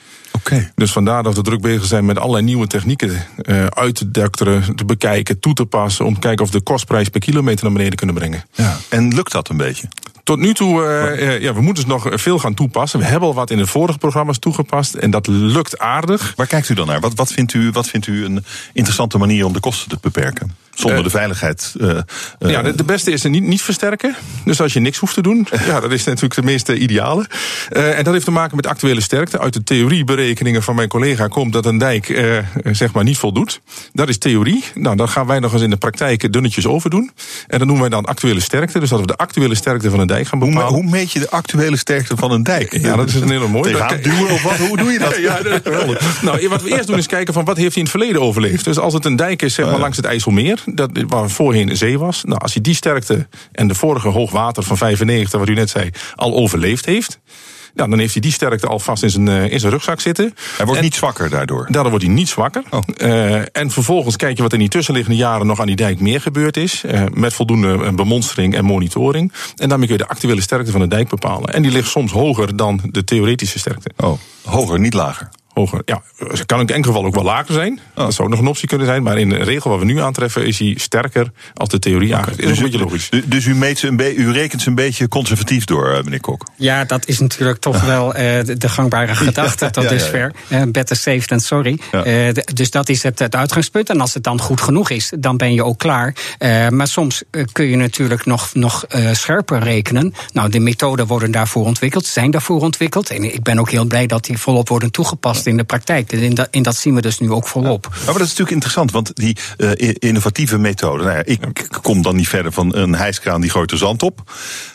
[SPEAKER 2] Okay.
[SPEAKER 7] Dus vandaar dat we druk bezig zijn met allerlei nieuwe technieken uit te dokteren, te bekijken, toe te passen, om te kijken of we de kostprijs per kilometer naar beneden kunnen brengen.
[SPEAKER 2] Ja. En lukt dat een beetje?
[SPEAKER 7] Tot nu toe, we moeten dus nog veel gaan toepassen. We hebben al wat in de vorige programma's toegepast en dat lukt aardig.
[SPEAKER 2] Waar kijkt u dan naar? Wat vindt u een interessante manier om de kosten te beperken? Zonder de veiligheid.
[SPEAKER 7] De beste is niet versterken. Dus als je niks hoeft te doen, dat is natuurlijk de meest ideale. En dat heeft te maken met actuele sterkte. Uit de theorieberekeningen van mijn collega komt dat een dijk niet voldoet. Dat is theorie. Nou, dan gaan wij nog eens in de praktijk dunnetjes overdoen. En dan noemen wij dan actuele sterkte. Dus dat we de actuele sterkte van een dijk gaan bepalen.
[SPEAKER 2] Hoe meet je de actuele sterkte van een dijk?
[SPEAKER 7] Ja, dat is een hele mooie.
[SPEAKER 2] Tegenaan duwen of wat? Hoe doe je dat?
[SPEAKER 7] Nou, wat we eerst doen is kijken van wat heeft hij in het verleden overleefd. Dus als het een dijk is langs het IJsselmeer, waar voorheen een zee was. Nou, als hij die sterkte en de vorige hoogwater van 95, wat u net zei, al overleefd heeft, dan heeft hij die sterkte al vast in zijn rugzak zitten.
[SPEAKER 2] Hij wordt niet zwakker daardoor?
[SPEAKER 7] Daardoor wordt hij niet zwakker. En vervolgens kijk je wat in die tussenliggende jaren nog aan die dijk meer gebeurd is. Met voldoende bemonstering en monitoring. En daarmee kun je de actuele sterkte van de dijk bepalen. En die ligt soms hoger dan de theoretische sterkte.
[SPEAKER 2] Oh, hoger, niet lager?
[SPEAKER 7] Hoger. Ja, het kan in enkel geval ook wel lager zijn. Dat zou ook nog een optie kunnen zijn. Maar in de regel wat we nu aantreffen is hij sterker als de theorie aangeeft. Is dus een beetje logisch.
[SPEAKER 2] Dus u rekent ze een beetje conservatief door, meneer Kok?
[SPEAKER 6] Ja, dat is natuurlijk toch wel de gangbare gedachte tot dusver. Better safe than sorry. Ja. Dus dat is het uitgangspunt. En als het dan goed genoeg is, dan ben je ook klaar. Maar soms kun je natuurlijk nog scherper rekenen. Nou, de methoden worden daarvoor ontwikkeld, zijn daarvoor ontwikkeld. En ik ben ook heel blij dat die volop worden toegepast in de praktijk. En dat zien we dus nu ook volop.
[SPEAKER 2] Maar dat is natuurlijk interessant, want die innovatieve methode, ik kom dan niet verder van een hijskraan die gooit er zand op.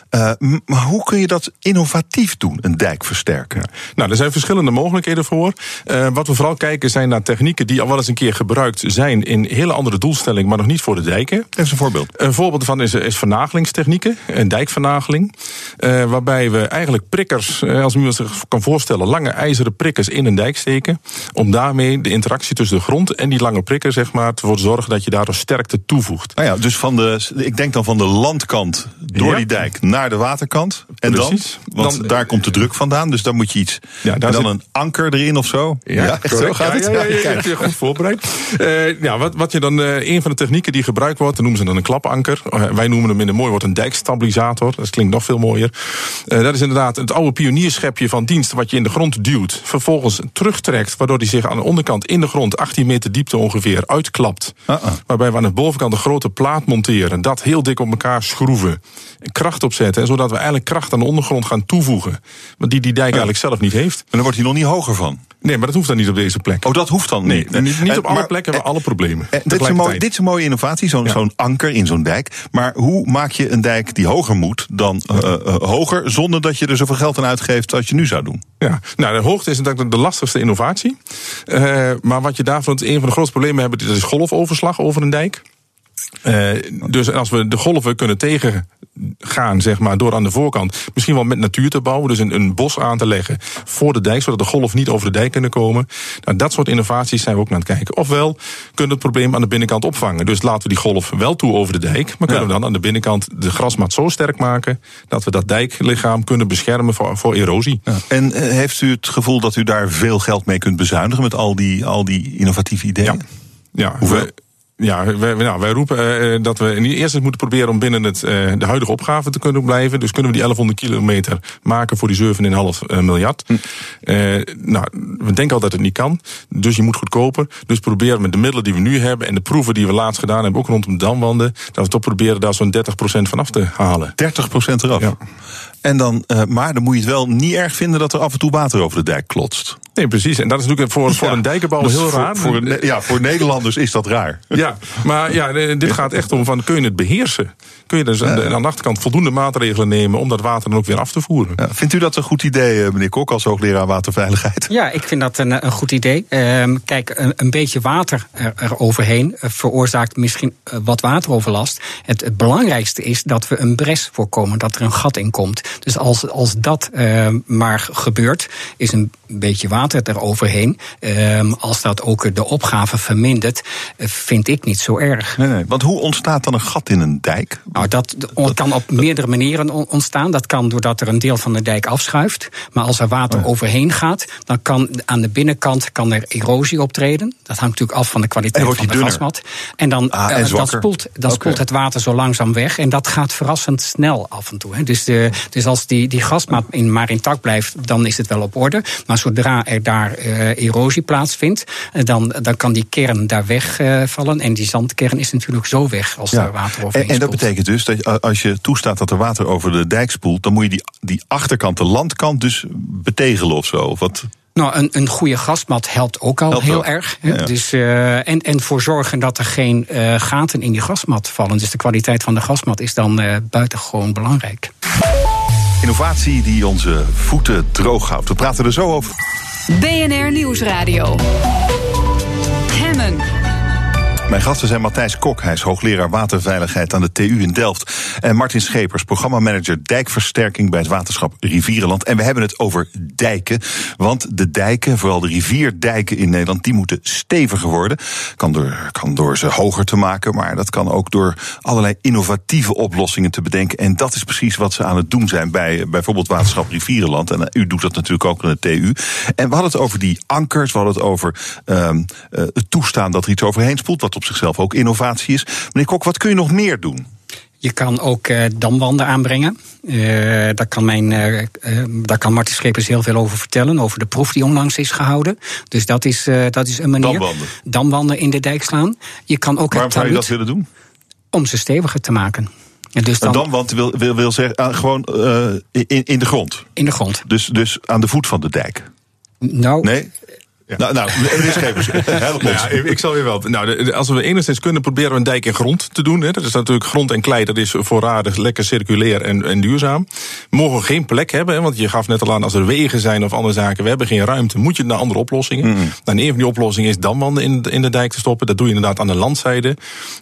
[SPEAKER 2] Maar hoe kun je dat innovatief doen, een dijk versterken?
[SPEAKER 7] Ja. Nou, er zijn verschillende mogelijkheden voor. Wat we vooral kijken zijn naar technieken die al wel eens een keer gebruikt zijn in hele andere doelstelling, maar nog niet voor de dijken.
[SPEAKER 2] Dat is een voorbeeld.
[SPEAKER 7] Een voorbeeld daarvan is vernagelingstechnieken, een dijkvernageling. Waarbij we eigenlijk prikkers, als u zich kan voorstellen, lange ijzeren prikkers in een dijk steken. Om daarmee de interactie tussen de grond en die lange prikker, ervoor te zorgen dat je daardoor sterkte toevoegt.
[SPEAKER 2] Nou ja, dus ik denk dan van de landkant door die dijk naar de waterkant. En precies. Want daar komt de druk vandaan, dus dan moet je iets. Ja, daar dan een anker erin of zo.
[SPEAKER 7] Ja, echt zo gaat het. Ja, heb je goed voorbereid. Wat je dan, een van de technieken die gebruikt wordt, dan noemen ze dan een klapanker. Wij noemen hem in een mooi woord een dijkstabilisator. Dat klinkt nog veel mooier. Dat is inderdaad het oude pionierschepje van dienst wat je in de grond duwt. Vervolgens terugtrekt, waardoor die zich aan de onderkant in de grond 18 meter diepte ongeveer uitklapt. Waarbij we aan de bovenkant een grote plaat monteren. Dat heel dik op elkaar schroeven. Kracht opzetten, zodat we eigenlijk kracht aan de ondergrond gaan toevoegen. Want die dijk eigenlijk zelf niet heeft.
[SPEAKER 2] En dan wordt hij nog niet hoger van.
[SPEAKER 7] Nee, maar dat hoeft dan niet op deze plek.
[SPEAKER 2] Oh, dat hoeft dan niet?
[SPEAKER 7] Nee, niet op alle plekken hebben we alle problemen.
[SPEAKER 2] Dit is een mooie innovatie, zo'n anker in zo'n dijk. Maar hoe maak je een dijk die hoger moet dan hoger, zonder dat je er zoveel geld aan uitgeeft als je nu zou doen?
[SPEAKER 7] Ja, nou, de hoogte is natuurlijk de lastigste innovatie. Maar wat je daarvan, een van de grootste problemen hebben, dat is golfoverslag over een dijk. Dus als we de golven kunnen tegengaan, door aan de voorkant, misschien wel met natuur te bouwen, dus een bos aan te leggen voor de dijk, zodat de golven niet over de dijk kunnen komen. Nou, dat soort innovaties zijn we ook naar het kijken. Ofwel kunnen we het probleem aan de binnenkant opvangen. Dus laten we die golf wel toe over de dijk, maar kunnen we dan aan de binnenkant de grasmat zo sterk maken dat we dat dijklichaam kunnen beschermen voor erosie.
[SPEAKER 2] Ja. En heeft u het gevoel dat u daar veel geld mee kunt bezuinigen met al die innovatieve ideeën?
[SPEAKER 7] Ja. Hoeveel? Wij roepen dat we eerst eens moeten proberen om binnen de huidige opgave te kunnen blijven. Dus kunnen we die 1100 kilometer maken voor die 7,5 miljard. We denken al dat het niet kan. Dus je moet goedkoper. Dus proberen met de middelen die we nu hebben en de proeven die we laatst gedaan hebben, ook rondom de damwanden, dat we toch proberen daar zo'n 30% van af te halen.
[SPEAKER 2] 30% eraf? Ja. En dan, maar dan moet je het wel niet erg vinden dat er af en toe water over de dijk klotst.
[SPEAKER 7] Nee, precies. En dat is natuurlijk voor een dijkenbouw heel raar.
[SPEAKER 2] Voor Nederlanders is dat raar.
[SPEAKER 7] Ja, maar dit gaat echt om kun je het beheersen? Kun je dus aan de achterkant voldoende maatregelen nemen om dat water dan ook weer af te voeren? Ja,
[SPEAKER 2] vindt u dat een goed idee, meneer Kok, als hoogleraar waterveiligheid?
[SPEAKER 6] Ja, ik vind dat een goed idee. Kijk, een beetje water eroverheen veroorzaakt misschien wat wateroverlast. Het belangrijkste is dat we een bres voorkomen, dat er een gat in komt. Dus als dat maar gebeurt, is een beetje water water eroverheen. Als dat ook de opgave vermindert, vind ik niet zo erg.
[SPEAKER 2] Nee. Want hoe ontstaat dan een gat in een dijk?
[SPEAKER 6] Nou, dat kan op meerdere manieren ontstaan. Dat kan doordat er een deel van de dijk afschuift. Maar als er water overheen gaat, dan kan aan de binnenkant er erosie optreden. Dat hangt natuurlijk af van de kwaliteit van de gasmat. En dan spoelt het water zo langzaam weg. En dat gaat verrassend snel af en toe. Hè. Dus als die gasmat maar intact blijft, dan is het wel op orde. Maar zodra er daar erosie plaatsvindt, dan kan die kern daar wegvallen. En die zandkern is natuurlijk zo weg als er water overheen spoelt.
[SPEAKER 2] En dat betekent dus dat als je toestaat dat er water over de dijk spoelt, dan moet je die achterkant, de landkant, dus betegelen of zo? Wat?
[SPEAKER 6] Nou, een goede gasmat helpt ook al heel erg. Ja. Dus, en voor zorgen dat er geen gaten in die gasmat vallen. Dus de kwaliteit van de gasmat is dan buitengewoon belangrijk.
[SPEAKER 2] Innovatie die onze voeten droog houdt. We praten er zo over.
[SPEAKER 1] BNR Nieuwsradio. Hemmen.
[SPEAKER 2] Mijn gasten zijn Matthijs Kok, hij is hoogleraar waterveiligheid aan de TU in Delft. En Martin Schepers, programmamanager dijkversterking bij het waterschap Rivierenland. En we hebben het over dijken, want de dijken, vooral de rivierdijken in Nederland, die moeten steviger worden. Kan door ze hoger te maken, maar dat kan ook door allerlei innovatieve oplossingen te bedenken. En dat is precies wat ze aan het doen zijn bij bijvoorbeeld waterschap Rivierenland. En u doet dat natuurlijk ook aan de TU. En we hadden het over die ankers, we hadden het over het toestaan dat er iets overheen spoelt, wat op zichzelf ook innovatie is. Meneer Kok, wat kun je nog meer doen?
[SPEAKER 6] Je kan ook damwanden aanbrengen. Daar kan Martin Schepers heel veel over vertellen. Over de proef die onlangs is gehouden. Dus dat is een manier. Damwanden in de dijk slaan. Je kan ook
[SPEAKER 2] waarom zou je dat willen doen?
[SPEAKER 6] Om ze steviger te maken. Dus
[SPEAKER 2] een damwand wil zeggen gewoon in de grond?
[SPEAKER 6] In de grond.
[SPEAKER 2] Dus aan de voet van de dijk?
[SPEAKER 6] Nou...
[SPEAKER 2] Nee? Ja. Nou,
[SPEAKER 7] ik zal weer wel. Nou, als we enigszins kunnen, proberen we een dijk in grond te doen. Hè. Dat is natuurlijk grond en klei, dat is voorradig, lekker circulair en duurzaam. We mogen geen plek hebben, hè, want je gaf net al aan, als er wegen zijn of andere zaken, we hebben geen ruimte, moet je naar andere oplossingen. Nou, en een van die oplossingen is damwanden in de dijk te stoppen. Dat doe je inderdaad aan de landzijde,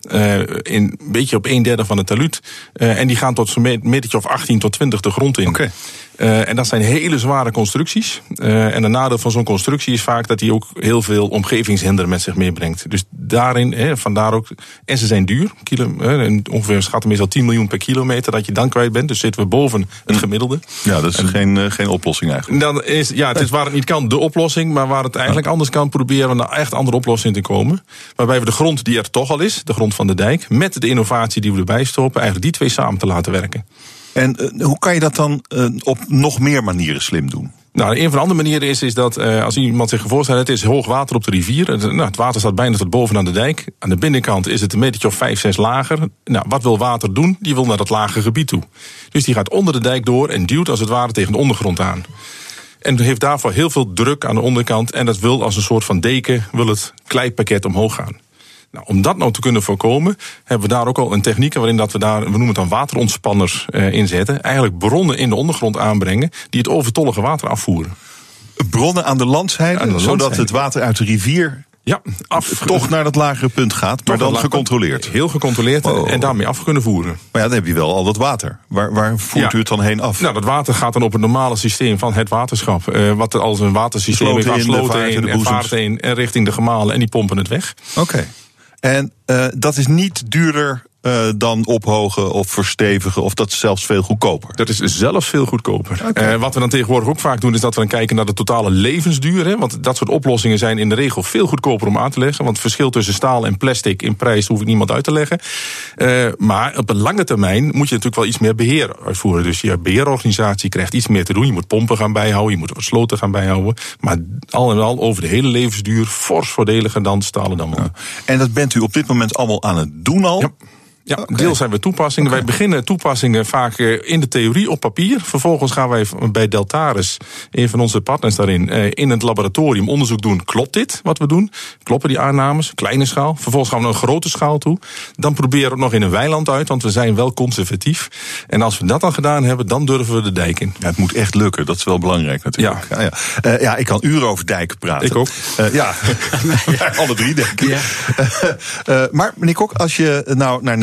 [SPEAKER 7] een beetje op 1/3 van het taluut. En die gaan tot zo'n metertje of 18 tot 20 de grond in.
[SPEAKER 2] Okay.
[SPEAKER 7] En dat zijn hele zware constructies. En een nadeel van zo'n constructie is vaak dat die ook heel veel omgevingshinder met zich meebrengt. Dus daarin, vandaar ook, en ze zijn duur. Ongeveer schatten meestal 10 miljoen per kilometer dat je dan kwijt bent. Dus zitten we boven het gemiddelde.
[SPEAKER 2] Ja, dat is geen oplossing eigenlijk.
[SPEAKER 7] Dan is, het is waar het niet kan de oplossing, maar waar het eigenlijk anders kan, proberen we naar echt andere oplossingen te komen. Waarbij we de grond die er toch al is, de grond van de dijk, met de innovatie die we erbij stoppen, eigenlijk die twee samen te laten werken.
[SPEAKER 2] En hoe kan je dat dan op nog meer manieren slim doen?
[SPEAKER 7] Nou, een van de andere manieren is dat als iemand zich voorstelt, het is hoog water op de rivier. Het water staat bijna tot bovenaan de dijk. Aan de binnenkant is het een metertje of 5, 6 lager. Nou, wat wil water doen? Die wil naar dat lage gebied toe. Dus die gaat onder de dijk door en duwt als het ware tegen de ondergrond aan. En heeft daarvoor heel veel druk aan de onderkant. En dat wil als een soort van deken, wil het kleipakket omhoog gaan. Nou, om dat nou te kunnen voorkomen, hebben we daar ook al een techniek waarin dat we noemen het dan waterontspanners inzetten. Eigenlijk bronnen in de ondergrond aanbrengen die het overtollige water afvoeren.
[SPEAKER 2] Bronnen aan de landzijde, zodat het water uit de rivier toch naar dat lagere punt gaat, maar dan gecontroleerd.
[SPEAKER 7] Heel gecontroleerd en daarmee af kunnen voeren.
[SPEAKER 2] Maar dan heb je wel al dat water. Waar voert u het dan heen af?
[SPEAKER 7] Nou, dat water gaat dan op het normale systeem van het waterschap. Wat er als een watersysteem is, afsloten in, vaart in en richting de gemalen en die pompen het weg.
[SPEAKER 2] Oké. En dat is niet duurder dan ophogen of verstevigen, of dat is zelfs veel goedkoper?
[SPEAKER 7] Dat is zelfs veel goedkoper. Okay. Wat we dan tegenwoordig ook vaak doen, is dat we dan kijken naar de totale levensduur. Hè? Want dat soort oplossingen zijn in de regel veel goedkoper om aan te leggen. Want het verschil tussen staal en plastic in prijs hoef ik niemand uit te leggen. Maar op een lange termijn moet je natuurlijk wel iets meer beheer uitvoeren. Dus je beheerorganisatie krijgt iets meer te doen. Je moet pompen gaan bijhouden, je moet wat sloten gaan bijhouden. Maar al en al over de hele levensduur fors voordeliger dan stalen dan wel.
[SPEAKER 2] En dat bent u op dit moment allemaal aan het doen al?
[SPEAKER 7] Ja. Ja, deels zijn we toepassingen. Wij beginnen toepassingen vaak in de theorie op papier. Vervolgens gaan wij bij Deltares, een van onze partners daarin, in het laboratorium onderzoek doen. Klopt dit wat we doen? Kloppen die aannames? Kleine schaal. Vervolgens gaan we naar een grote schaal toe. Dan proberen we het nog in een weiland uit, want we zijn wel conservatief. En als we dat dan gedaan hebben, dan durven we de dijk in.
[SPEAKER 2] Ja, het moet echt lukken, dat is wel belangrijk natuurlijk. Ja, ik kan uren over dijken praten.
[SPEAKER 7] Ik ook.
[SPEAKER 2] Alle drie denk ik. Ja. Maar meneer Kok, als je nou naar Nederland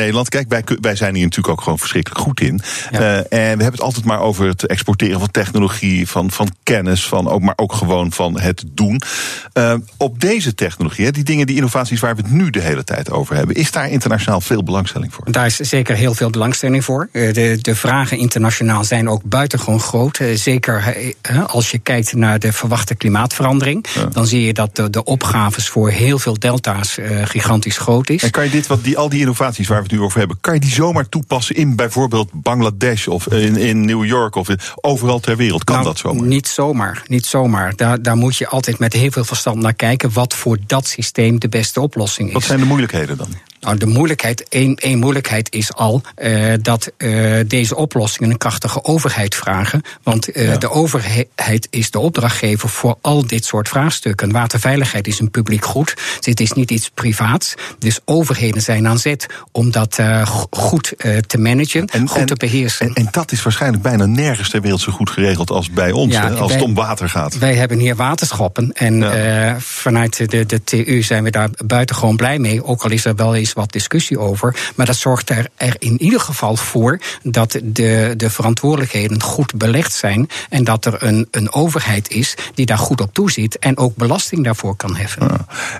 [SPEAKER 2] Nederland. Kijk, wij zijn hier natuurlijk ook gewoon verschrikkelijk goed in.
[SPEAKER 6] Ja.
[SPEAKER 2] En we hebben het altijd maar over het exporteren van technologie, van kennis, maar ook gewoon van het doen. Op deze technologie, die dingen, die innovaties waar we het nu de hele tijd over hebben, is daar internationaal veel belangstelling voor?
[SPEAKER 6] Daar is zeker heel veel belangstelling voor. De vragen internationaal zijn ook buitengewoon groot. Zeker als je kijkt naar de verwachte klimaatverandering. Ja. Dan zie je dat de opgaves voor heel veel delta's gigantisch groot is.
[SPEAKER 2] En kan je al die innovaties waar we het nu over hebben, kan je die zomaar toepassen in bijvoorbeeld Bangladesh of in New York of overal ter wereld? Kan dat zomaar?
[SPEAKER 6] Niet zomaar. Daar moet je altijd met heel veel verstand naar kijken wat voor dat systeem de beste oplossing is.
[SPEAKER 2] Wat zijn de moeilijkheden dan?
[SPEAKER 6] Nou, de moeilijkheid, één moeilijkheid is al dat deze oplossingen een krachtige overheid vragen. Want de overheid is de opdrachtgever voor al dit soort vraagstukken. Waterveiligheid is een publiek goed. Dit is niet iets privaats. Dus overheden zijn aan zet om dat goed te managen, goed te beheersen.
[SPEAKER 2] En dat is waarschijnlijk bijna nergens ter wereld zo goed geregeld als bij ons, als het om water gaat.
[SPEAKER 6] Wij hebben hier waterschappen. En vanuit de TU zijn we daar buitengewoon blij mee. Ook al is er wel eens wat discussie over. Maar dat zorgt er in ieder geval voor dat de verantwoordelijkheden goed belegd zijn. En dat er een overheid is die daar goed op toeziet. En ook belasting daarvoor kan heffen.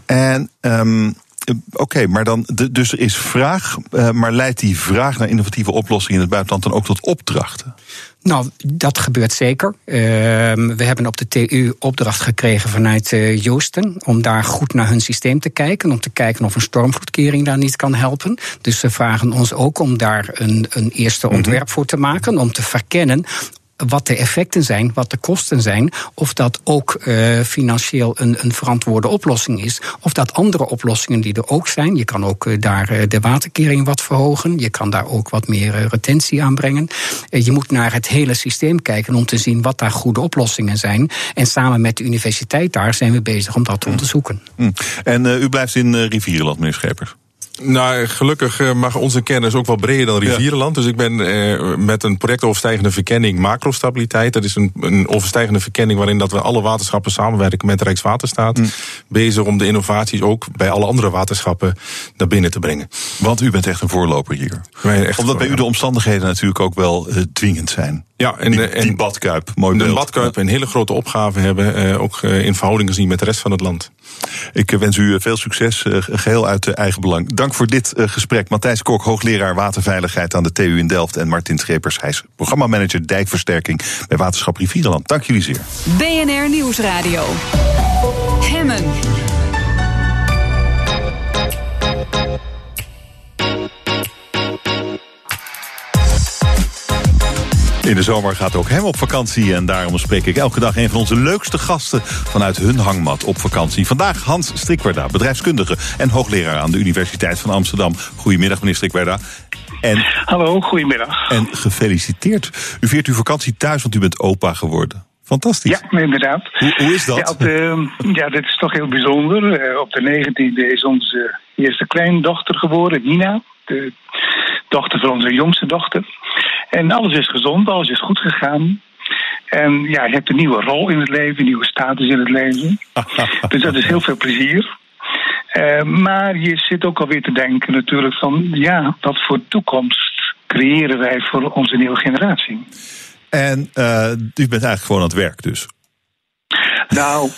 [SPEAKER 2] Oké, maar dan, dus er is vraag. Maar leidt die vraag naar innovatieve oplossingen in het buitenland dan ook tot opdrachten?
[SPEAKER 6] Nou, dat gebeurt zeker. We hebben op de TU opdracht gekregen vanuit Houston om daar goed naar hun systeem te kijken. Om te kijken of een stormvloedkering daar niet kan helpen. Dus ze vragen ons ook om daar een eerste ontwerp voor te maken. Om te verkennen wat de effecten zijn, wat de kosten zijn. Of dat ook financieel een verantwoorde oplossing is. Of dat andere oplossingen die er ook zijn. Je kan ook daar de waterkering wat verhogen. Je kan daar ook wat meer retentie aanbrengen. Je moet naar het hele systeem kijken om te zien wat daar goede oplossingen zijn. En samen met de universiteit daar zijn we bezig om dat te onderzoeken.
[SPEAKER 2] En u blijft in Rivierenland, meneer Schepers?
[SPEAKER 7] Nou, gelukkig mag onze kennis ook wel breder dan Rivierenland. Dus ik ben met een project overstijgende verkenning macrostabiliteit. Dat is een overstijgende verkenning waarin dat we alle waterschappen samenwerken met Rijkswaterstaat. Bezig om de innovaties ook bij alle andere waterschappen naar binnen te brengen.
[SPEAKER 2] Want u bent echt een voorloper hier. Omdat bij u de omstandigheden natuurlijk ook wel dwingend zijn.
[SPEAKER 7] Ja,
[SPEAKER 2] die badkuip, mooi beeld.
[SPEAKER 7] Een badkuip, een hele grote opgave hebben, ook in verhouding gezien met de rest van het land.
[SPEAKER 2] Ik wens u veel succes, geheel uit eigen belang. Dank voor dit gesprek. Matthijs Kok, hoogleraar waterveiligheid aan de TU in Delft. En Martin Schepers, hij is programmamanager dijkversterking bij Waterschap Rivierenland. Dank jullie zeer.
[SPEAKER 1] BNR Nieuwsradio. Hemmen.
[SPEAKER 2] In de zomer gaat ook hem op vakantie en daarom spreek ik elke dag een van onze leukste gasten vanuit hun hangmat op vakantie. Vandaag Hans Strikwerda, bedrijfskundige en hoogleraar aan de Universiteit van Amsterdam. Goedemiddag, meneer Strikwerda.
[SPEAKER 8] Hallo, goedemiddag.
[SPEAKER 2] En gefeliciteerd. U viert uw vakantie thuis, want u bent opa geworden. Fantastisch.
[SPEAKER 8] Ja, inderdaad.
[SPEAKER 2] Hoe is dat?
[SPEAKER 8] Dit is toch heel bijzonder. Op de 19e is onze eerste kleindochter geboren, Nina. De dochter van onze jongste dochter. En alles is gezond, alles is goed gegaan. En je hebt een nieuwe rol in het leven, een nieuwe status in het leven. Dus dat is heel veel plezier. Maar je zit ook alweer te denken natuurlijk van, wat voor toekomst creëren wij voor onze nieuwe generatie?
[SPEAKER 2] En u bent eigenlijk gewoon aan het werk dus?
[SPEAKER 8] Nou,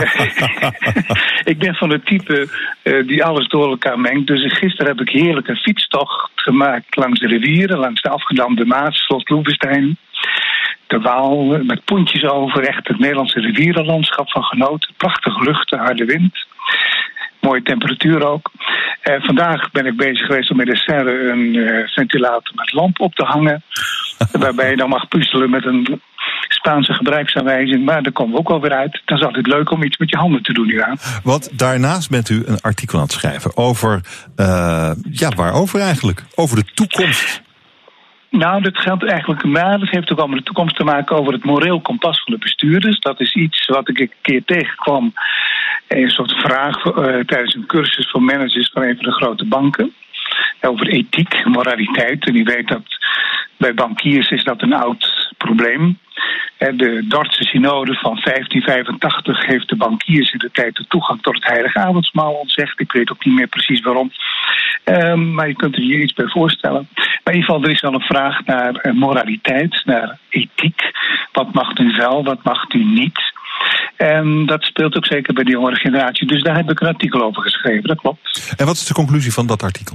[SPEAKER 8] ik ben van het type die alles door elkaar mengt. Dus gisteren heb ik heerlijk een fietstocht gemaakt langs de rivieren, langs de afgedamde Maas, Slot Loevestein, de Waal, met pontjes over. Echt het Nederlandse rivierenlandschap van genoten. Prachtige lucht, harde wind. Mooie temperatuur ook. Vandaag ben ik bezig geweest om in de serre een ventilator met lamp op te hangen. Waarbij je dan mag puzzelen met een Spaanse gebruiksaanwijzing. Maar daar komen we ook wel weer uit. Dan is het altijd leuk om iets met je handen te doen nu aan.
[SPEAKER 2] Want daarnaast bent u een artikel aan het schrijven over, waarover eigenlijk? Over de toekomst.
[SPEAKER 8] Nou, dat geldt eigenlijk, maar dat heeft ook allemaal met de toekomst te maken over het moreel kompas van de bestuurders. Dat is iets wat ik een keer tegenkwam. Een soort vraag tijdens een cursus voor managers van een van de grote banken. Over ethiek, moraliteit. En die weet dat bij bankiers is dat een oud probleem. De Dordtse synode van 1585 heeft de bankiers in de tijd de toegang tot het heilige avondmaal ontzegd. Ik weet ook niet meer precies waarom. Maar je kunt er je iets bij voorstellen. Maar in ieder geval, er is wel een vraag naar moraliteit, naar ethiek. Wat mag u wel, wat mag u niet? En dat speelt ook zeker bij de jongere generatie. Dus daar heb ik een artikel over geschreven, dat klopt.
[SPEAKER 2] En wat is de conclusie van dat artikel?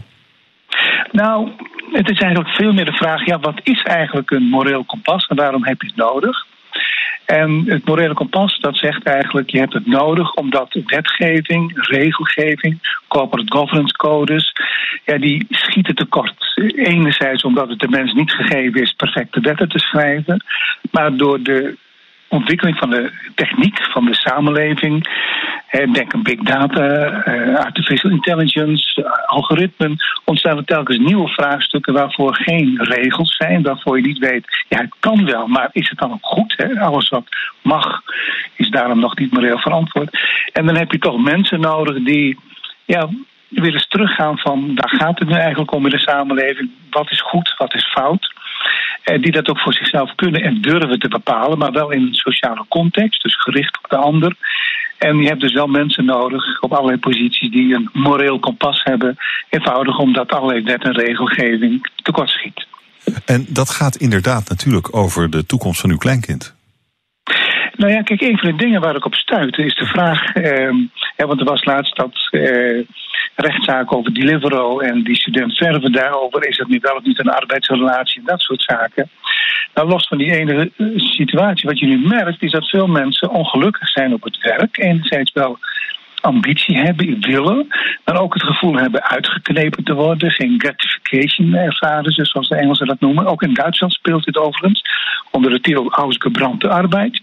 [SPEAKER 8] Nou, het is eigenlijk veel meer de vraag, wat is eigenlijk een moreel kompas en waarom heb je het nodig? En het morele kompas, dat zegt eigenlijk, je hebt het nodig omdat wetgeving, regelgeving, corporate governance codes, die schieten tekort. Enerzijds omdat het de mens niet gegeven is perfecte wetten te schrijven, maar door de ontwikkeling van de techniek, van de samenleving, denk aan big data, artificial intelligence, algoritmen, ontstaan er telkens nieuwe vraagstukken waarvoor geen regels zijn, waarvoor je niet weet, het kan wel, maar is het dan ook goed? Alles wat mag is daarom nog niet moreel verantwoord. En dan heb je toch mensen nodig die weer eens teruggaan van, waar gaat het nu eigenlijk om in de samenleving? Wat is goed, wat is fout? Die dat ook voor zichzelf kunnen en durven te bepalen, maar wel in een sociale context, dus gericht op de ander. En je hebt dus wel mensen nodig op allerlei posities die een moreel kompas hebben, eenvoudig omdat allerlei wet en regelgeving tekortschiet.
[SPEAKER 2] En dat gaat inderdaad natuurlijk over de toekomst van uw kleinkind.
[SPEAKER 8] Nou ja, kijk, een van de dingen waar ik op stuitte is de vraag, want er was laatst dat rechtszaak over Deliveroo en die student Verve daarover, is het nu wel of niet een arbeidsrelatie en dat soort zaken. Nou, los van die ene situatie, wat je nu merkt, is dat veel mensen ongelukkig zijn op het werk. Enerzijds wel ambitie hebben, willen, maar ook het gevoel hebben uitgeknepen te worden, geen gratification ervaren, zoals de Engelsen dat noemen. Ook in Duitsland speelt dit overigens, onder de titel Ausgebrannte Arbeid.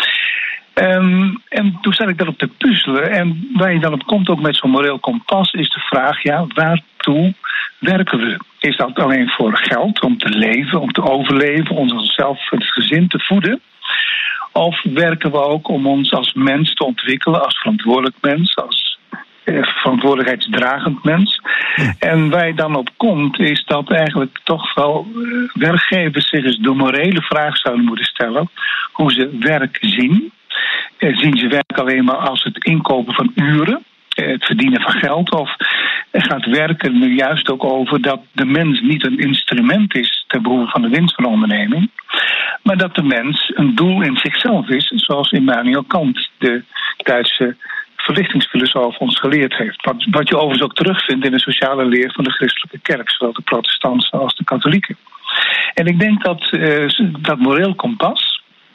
[SPEAKER 8] En toen zat ik daarop te puzzelen. En waar je dan op komt, ook met zo'n moreel kompas, is de vraag, waartoe werken we? Is dat alleen voor geld, om te leven, om te overleven, onszelf en het gezin te voeden? Of werken we ook om ons als mens te ontwikkelen, als verantwoordelijk mens, als verantwoordelijkheidsdragend mens? En waar je dan op komt, is dat eigenlijk toch wel werkgevers zich eens de morele vraag zouden moeten stellen hoe ze werk zien. Zien ze werk alleen maar als het inkopen van uren, het verdienen van geld? Of gaat werken nu juist ook over dat de mens niet een instrument is ter behoeve van de winst van de onderneming, maar dat de mens een doel in zichzelf is, zoals Immanuel Kant, de Duitse verlichtingsfilosoof, ons geleerd heeft. Wat je overigens ook terugvindt in de sociale leer van de christelijke kerk, zowel de protestanten als de katholieken. En ik denk dat moreel kompas,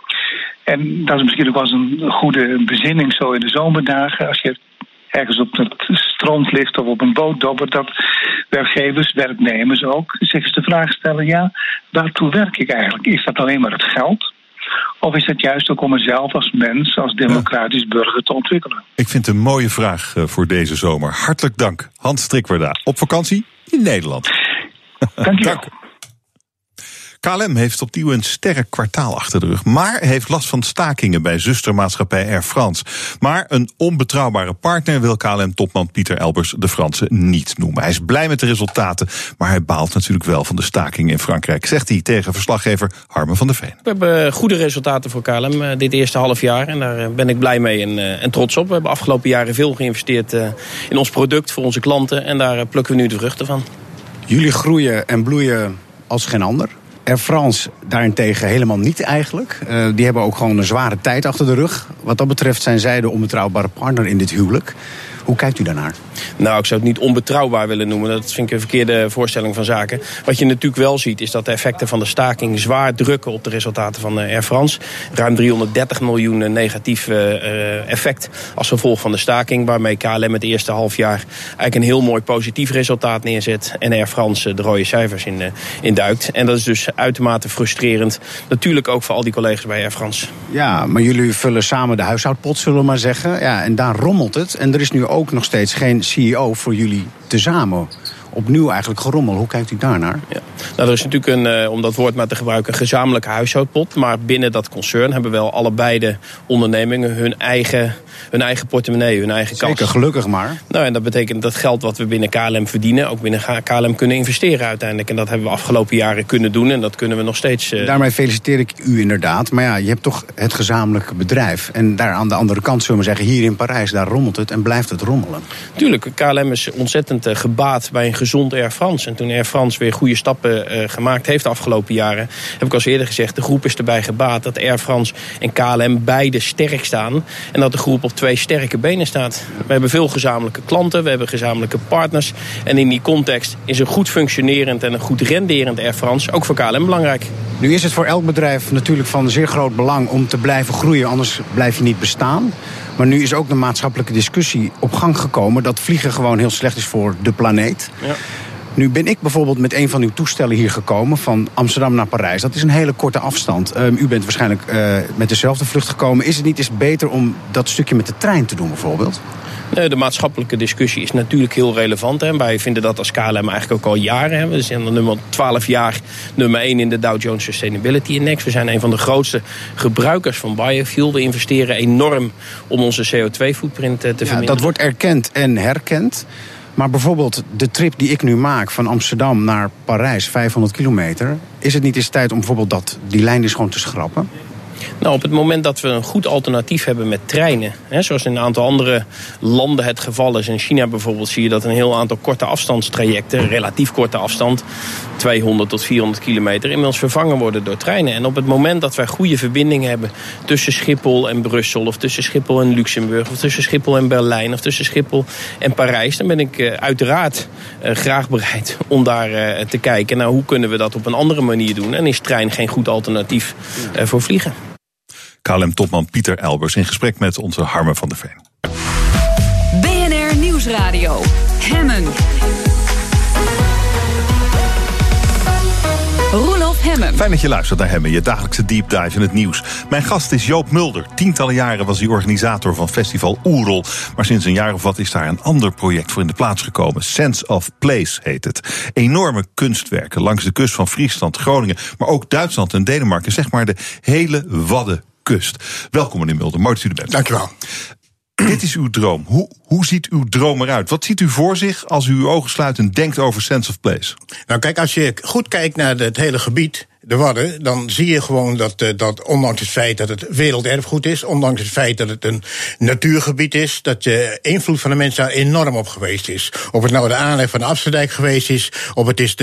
[SPEAKER 8] en dat is misschien ook wel eens een goede bezinning zo in de zomerdagen, als je ergens op het strand ligt of op een boot dobbert, dat werkgevers, werknemers ook zich eens de vraag stellen, waartoe werk ik eigenlijk? Is dat alleen maar het geld? Of is het juist ook om mezelf als mens, als democratisch burger te ontwikkelen?
[SPEAKER 2] Ik vind het een mooie vraag voor deze zomer. Hartelijk dank, Hans Strikwerda. Op vakantie in Nederland.
[SPEAKER 8] Dank je wel.
[SPEAKER 2] KLM heeft opnieuw een sterk kwartaal achter de rug, maar heeft last van stakingen bij zustermaatschappij Air France. Maar een onbetrouwbare partner wil KLM-topman Pieter Elbers de Fransen niet noemen. Hij is blij met de resultaten, maar hij baalt natuurlijk wel van de stakingen in Frankrijk, zegt hij tegen verslaggever Harmen van der Veen.
[SPEAKER 9] We hebben goede resultaten voor KLM dit eerste half jaar en daar ben ik blij mee en trots op. We hebben afgelopen jaren veel geïnvesteerd in ons product voor onze klanten en daar plukken we nu de vruchten van.
[SPEAKER 10] Jullie groeien en bloeien als geen ander. Air France daarentegen helemaal niet eigenlijk. Die hebben ook gewoon een zware tijd achter de rug. Wat dat betreft zijn zij de onbetrouwbare partner in dit huwelijk. Hoe kijkt u daarnaar?
[SPEAKER 9] Nou, ik zou het niet onbetrouwbaar willen noemen. Dat vind ik een verkeerde voorstelling van zaken. Wat je natuurlijk wel ziet, is dat de effecten van de staking zwaar drukken op de resultaten van Air France. Ruim 330 miljoen negatief effect als gevolg van de staking. Waarmee KLM het eerste half jaar eigenlijk een heel mooi positief resultaat neerzet. En Air France de rode cijfers in duikt. En dat is dus uitermate frustrerend. Natuurlijk ook voor al die collega's bij Air France.
[SPEAKER 10] Ja, maar jullie vullen samen de huishoudpot, zullen we maar zeggen. Ja, en daar rommelt het. En er is nu ook nog steeds geen CEO voor jullie tezamen opnieuw eigenlijk gerommel. Hoe kijkt u daarnaar?
[SPEAKER 9] Ja. Nou, er is natuurlijk om dat woord maar te gebruiken, een gezamenlijke huishoudpot. Maar binnen dat concern hebben wel allebei de ondernemingen hun eigen portemonnee, hun eigen kas.
[SPEAKER 10] Zeker, gelukkig maar.
[SPEAKER 9] Nou, en dat betekent dat geld wat we binnen KLM verdienen, ook binnen KLM kunnen investeren uiteindelijk. En dat hebben we afgelopen jaren kunnen doen en dat kunnen we nog steeds.
[SPEAKER 10] Daarmee feliciteer ik u inderdaad. Maar ja, je hebt toch het gezamenlijke bedrijf. En daar aan de andere kant zullen we zeggen, hier in Parijs, daar rommelt het en blijft het rommelen.
[SPEAKER 9] Tuurlijk, KLM is ontzettend gebaat bij een gezond Air France. En toen Air France weer goede stappen gemaakt heeft de afgelopen jaren, heb ik al eerder gezegd, de groep is erbij gebaat dat Air France en KLM beide sterk staan. En dat de groep op 2 sterke benen staat. We hebben veel gezamenlijke klanten, we hebben gezamenlijke partners. En in die context is een goed functionerend en een goed renderend Air France ook voor KLM belangrijk.
[SPEAKER 10] Nu is het voor elk bedrijf natuurlijk van zeer groot belang om te blijven groeien, anders blijf je niet bestaan. Maar nu is ook de maatschappelijke discussie op gang gekomen dat vliegen gewoon heel slecht is voor de planeet. Ja. Nu ben ik bijvoorbeeld met een van uw toestellen hier gekomen, van Amsterdam naar Parijs. Dat is een hele korte afstand. U bent waarschijnlijk met dezelfde vlucht gekomen. Is het niet eens beter om dat stukje met de trein te doen bijvoorbeeld?
[SPEAKER 9] De maatschappelijke discussie is natuurlijk heel relevant. Hè. Wij vinden dat als KLM eigenlijk ook al jaren. Hè. We zijn al nummer 12 jaar nummer 1 in de Dow Jones Sustainability Index. We zijn een van de grootste gebruikers van biofuel. We investeren enorm om onze CO2-footprint te verminderen.
[SPEAKER 10] Dat wordt erkend en herkend. Maar bijvoorbeeld de trip die ik nu maak van Amsterdam naar Parijs, 500 kilometer. Is het niet eens tijd om bijvoorbeeld die lijn dus gewoon te schrappen?
[SPEAKER 9] Nou, op het moment dat we een goed alternatief hebben met treinen, hè, zoals in een aantal andere landen het geval is. In China bijvoorbeeld zie je dat een heel aantal korte afstandstrajecten, relatief korte afstand, 200 tot 400 kilometer, inmiddels vervangen worden door treinen. En op het moment dat wij goede verbindingen hebben tussen Schiphol en Brussel, of tussen Schiphol en Luxemburg, of tussen Schiphol en Berlijn, of tussen Schiphol en Parijs, dan ben ik uiteraard graag bereid om daar te kijken naar hoe kunnen we dat op een andere manier doen. En is trein geen goed alternatief voor vliegen.
[SPEAKER 2] KLM-topman Pieter Elbers in gesprek met onze Harmen van der Veen.
[SPEAKER 1] BNR Nieuwsradio. Hemmen. Roelof Hemmen.
[SPEAKER 2] Fijn dat je luistert naar Hemmen, je dagelijkse deep dive in het nieuws. Mijn gast is Joop Mulder. Tientallen jaren was hij organisator van festival Oerol. Maar sinds een jaar of wat is daar een ander project voor in de plaats gekomen. Sense of Place heet het. Enorme kunstwerken langs de kust van Friesland, Groningen, maar ook Duitsland en Denemarken. Zeg maar de hele Waddenkust. Welkom meneer Mulder, mooi dat u er bent.
[SPEAKER 11] Dank u wel.
[SPEAKER 2] Dit is uw droom. Hoe ziet uw droom eruit? Wat ziet u voor zich als u uw ogen sluit en denkt over Sense of Place?
[SPEAKER 11] Nou kijk, als je goed kijkt naar het hele gebied, de Wadden, dan zie je gewoon dat ondanks het feit dat het werelderfgoed is, ondanks het feit dat het een natuurgebied is, dat de invloed van de mensen daar enorm op geweest is. Of het nou de aanleg van de Afsterdijk geweest is, of het is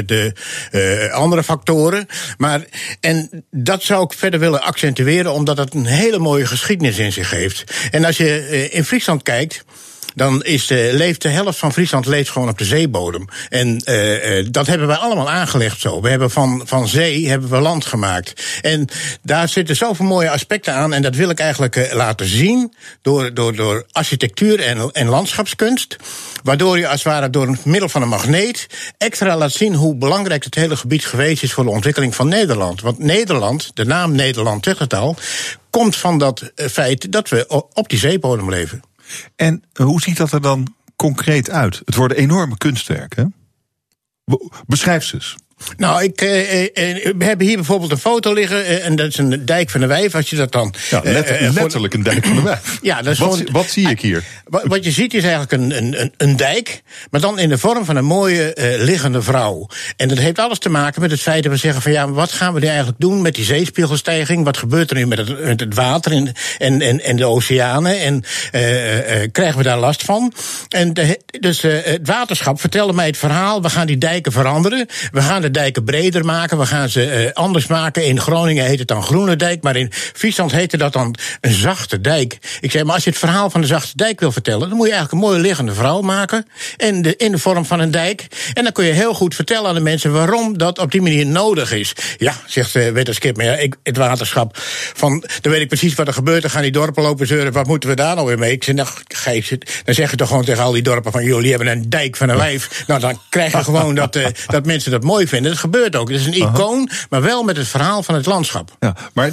[SPEAKER 11] de andere factoren. En dat zou ik verder willen accentueren, omdat het een hele mooie geschiedenis in zich heeft. En als je in Friesland kijkt, dan leeft de helft van Friesland gewoon op de zeebodem. En dat hebben wij allemaal aangelegd zo. We hebben van zee hebben we land gemaakt. En daar zitten zoveel mooie aspecten aan. En dat wil ik eigenlijk laten zien door architectuur en landschapskunst. Waardoor je als het ware door middel van een magneet extra laat zien hoe belangrijk het hele gebied geweest is voor de ontwikkeling van Nederland. Want Nederland, de naam Nederland zegt het al, komt van dat feit dat we op die zeebodem leven.
[SPEAKER 2] En hoe ziet dat er dan concreet uit? Het worden enorme kunstwerken. Beschrijf ze eens.
[SPEAKER 11] Nou, we hebben hier bijvoorbeeld een foto liggen, en dat is een dijk van de Wijf. Als je dat dan
[SPEAKER 2] letterlijk een dijk van de Wijf.
[SPEAKER 11] Ja, dat is
[SPEAKER 2] wat zie ik hier?
[SPEAKER 11] Wat je ziet is eigenlijk een dijk, maar dan in de vorm van een mooie liggende vrouw. En dat heeft alles te maken met het feit dat we zeggen van ja, wat gaan we nu eigenlijk doen met die zeespiegelstijging? Wat gebeurt er nu met het water en de oceanen? En krijgen we daar last van? En dus het waterschap vertelde mij het verhaal, we gaan die dijken veranderen. We gaan de dijken breder maken, we gaan ze anders maken. In Groningen heet het dan Groene Dijk, maar in Friesland heette dat dan een zachte dijk. Ik zei, maar als je het verhaal van de zachte dijk wil vertellen, dan moet je eigenlijk een mooie liggende vrouw maken. En in de vorm van een dijk. En dan kun je heel goed vertellen aan de mensen waarom dat op die manier nodig is. Ja, zegt Wetterskip, maar ja, het waterschap. Dan weet ik precies wat er gebeurt. Dan gaan die dorpen lopen zeuren, wat moeten we daar nou weer mee? Ik zei, nou, dan zeg je toch gewoon tegen al die dorpen van jullie hebben een dijk van een wijf. Nou, dan krijg je gewoon dat mensen dat mooi vinden. vinden. Dat gebeurt ook. Het is een icoon, maar wel met het verhaal van het landschap.
[SPEAKER 2] Ja, maar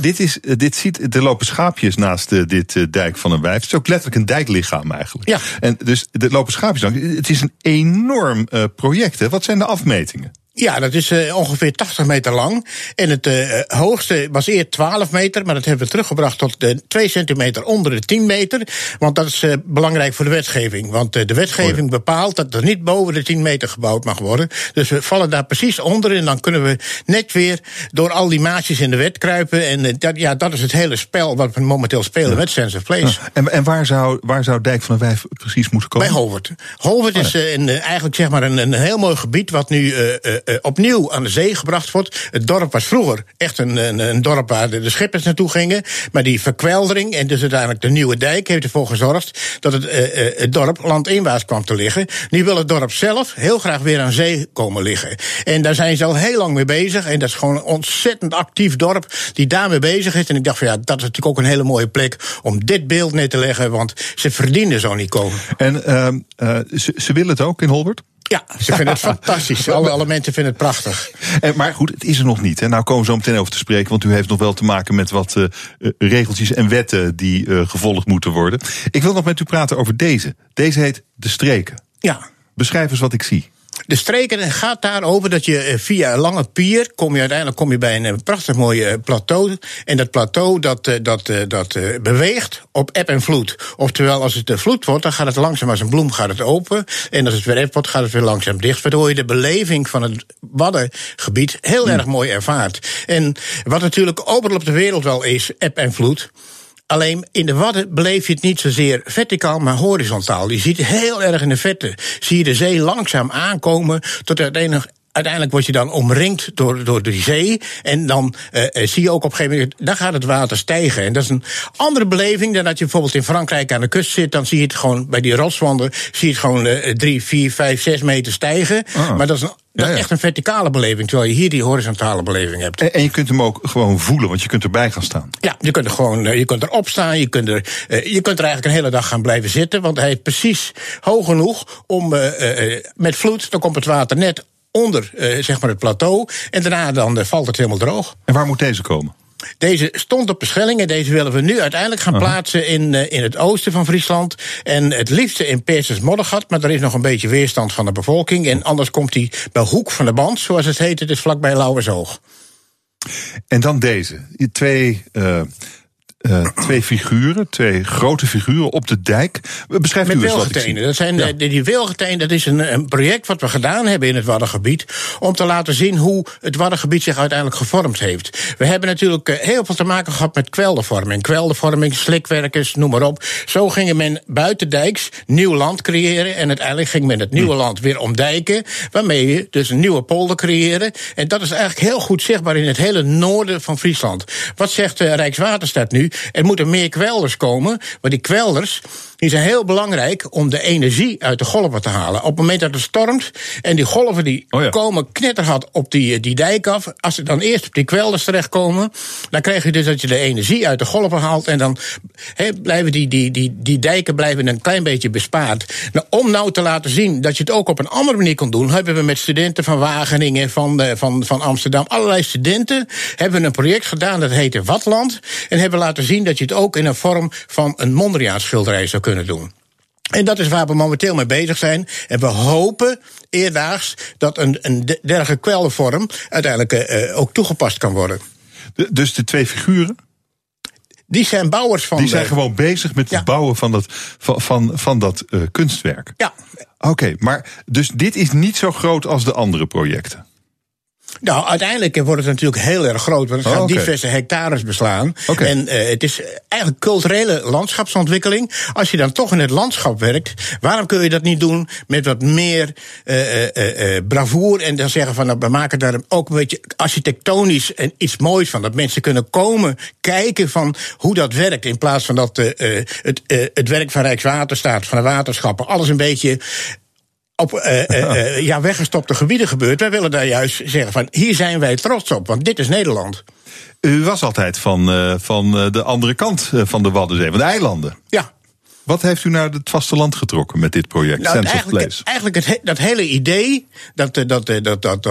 [SPEAKER 2] er lopen schaapjes naast dit dijk van een wijf. Het is ook letterlijk een dijklichaam eigenlijk. Ja. En dus er lopen schaapjes langs. Het is een enorm project. Hè? Wat zijn de afmetingen?
[SPEAKER 11] Ja, dat is ongeveer 80 meter lang. En het hoogste was eerst 12 meter, maar dat hebben we teruggebracht tot 2 centimeter onder de 10 meter. Want dat is belangrijk voor de wetgeving. Want de wetgeving bepaalt dat er niet boven de 10 meter gebouwd mag worden. Dus we vallen daar precies onder en dan kunnen we net weer door al die maatjes in de wet kruipen. En dat is het hele spel wat we momenteel spelen met Sense of Place.
[SPEAKER 2] Ja. En waar zou Dijk van der Wijf precies moeten komen?
[SPEAKER 11] Bij Hovert. Hovert is eigenlijk zeg maar een heel mooi gebied wat nu opnieuw aan de zee gebracht wordt. Het dorp was vroeger echt een dorp waar de schippers naartoe gingen. Maar die verkweldering en dus uiteindelijk de nieuwe dijk heeft ervoor gezorgd dat het dorp landinwaarts kwam te liggen. Nu wil het dorp zelf heel graag weer aan zee komen liggen. En daar zijn ze al heel lang mee bezig. En dat is gewoon een ontzettend actief dorp die daarmee bezig is. En ik dacht van dat is natuurlijk ook een hele mooie plek om dit beeld neer te leggen. Want ze verdienen zo'n icoon.
[SPEAKER 2] En ze willen het ook in Holbert?
[SPEAKER 11] Ja, ze vinden het fantastisch. Alle mensen vinden het prachtig.
[SPEAKER 2] Maar goed, het is er nog niet. Hè. Nou komen we zo meteen over te spreken, want u heeft nog wel te maken met wat regeltjes en wetten die gevolgd moeten worden. Ik wil nog met u praten over deze. Deze heet De Streken. Ja. Beschrijf eens wat ik zie.
[SPEAKER 11] De Streken gaat daarover dat je via een lange pier uiteindelijk kom je bij een prachtig mooi plateau. En dat plateau dat beweegt op eb en vloed. Oftewel, als het vloed wordt, dan gaat het langzaam als een bloem gaat het open. En als het weer eb wordt, gaat het weer langzaam dicht. Waardoor je de beleving van het Waddengebied heel erg mooi ervaart. En wat natuurlijk overal op de wereld wel is, eb en vloed. Alleen in de Wadden beleef je het niet zozeer verticaal, maar horizontaal. Je ziet heel erg in de verte. Zie je de zee langzaam aankomen tot uiteindelijk word je dan omringd door die zee. En dan zie je ook op een gegeven moment, dan gaat het water stijgen. En dat is een andere beleving dan dat je bijvoorbeeld in Frankrijk aan de kust zit. Dan zie je het gewoon bij die rotswanden, zie je het gewoon 3, 4, 5, 6 meter stijgen. Maar dat is echt een verticale beleving, terwijl je hier die horizontale beleving hebt.
[SPEAKER 2] En je kunt hem ook gewoon voelen, want je kunt erbij gaan staan.
[SPEAKER 11] Ja, je kunt erop staan, je kunt er eigenlijk een hele dag gaan blijven zitten. Want hij is precies hoog genoeg om met vloed, dan komt het water net onder zeg maar het plateau. En daarna dan valt het helemaal droog.
[SPEAKER 2] En waar moet deze komen?
[SPEAKER 11] Deze stond op de Schelling en deze willen we nu uiteindelijk gaan plaatsen in het oosten van Friesland. En het liefste in Peersens Moddergat, maar er is nog een beetje weerstand van de bevolking. En anders komt hij bij Hoek van de Band, zoals het heet. Het is vlakbij Lauwersoog.
[SPEAKER 2] En dan deze. Twee figuren, 2 grote figuren op de dijk. Beschrijf u eens wat ik zie.
[SPEAKER 11] Dat zijn die wilgetenen, dat is een project wat we gedaan hebben in het Waddengebied, om te laten zien hoe het Waddengebied zich uiteindelijk gevormd heeft. We hebben natuurlijk heel veel te maken gehad met kweldervorming, slikwerkers, noem maar op. Zo ging men buitendijks nieuw land creëren en uiteindelijk ging men het nieuwe land weer omdijken, waarmee je dus een nieuwe polder creëren. En dat is eigenlijk heel goed zichtbaar in het hele noorden van Friesland. Wat zegt Rijkswaterstaat nu? Er moeten meer kwelders komen, maar die kwelders die zijn heel belangrijk om de energie uit de golven te halen. Op het moment dat het stormt en die golven die komen knetterhard op die dijk af. Als ze dan eerst op die kwelders terechtkomen, dan krijg je dus dat je de energie uit de golven haalt. En dan blijven die dijken blijven een klein beetje bespaard. Nou, om nou te laten zien dat je het ook op een andere manier kon doen, hebben we met studenten van Wageningen, van Amsterdam, allerlei studenten, hebben we een project gedaan dat heette Watland. En hebben laten zien dat je het ook in een vorm van een Mondriaan-schilderij zou kunnen doen. En dat is waar we momenteel mee bezig zijn. En we hopen eerdaags dat een dergelijke kweldervorm uiteindelijk ook toegepast kan worden.
[SPEAKER 2] Dus de 2 figuren?
[SPEAKER 11] Die zijn bouwers van.
[SPEAKER 2] Die zijn gewoon bezig met het bouwen van dat kunstwerk.
[SPEAKER 11] Ja.
[SPEAKER 2] Oké, maar dus dit is niet zo groot als de andere projecten?
[SPEAKER 11] Nou, uiteindelijk wordt het natuurlijk heel erg groot, want het gaat diverse hectares beslaan. En het is eigenlijk culturele landschapsontwikkeling. Als je dan toch in het landschap werkt, waarom kun je dat niet doen met wat meer bravoure en dan zeggen van, nou, we maken daar ook een beetje architectonisch en iets moois van. Dat mensen kunnen komen kijken van hoe dat werkt, in plaats van dat het werk van Rijkswaterstaat, van de waterschappen, alles een beetje op weggestopte gebieden gebeurt. Wij willen daar juist zeggen van, hier zijn wij trots op, want dit is Nederland.
[SPEAKER 2] U was altijd van de andere kant van de Waddenzee, van de eilanden.
[SPEAKER 11] Ja.
[SPEAKER 2] Wat heeft u naar het vasteland getrokken met dit project, Sense of Place?
[SPEAKER 11] Eigenlijk dat hele idee, dat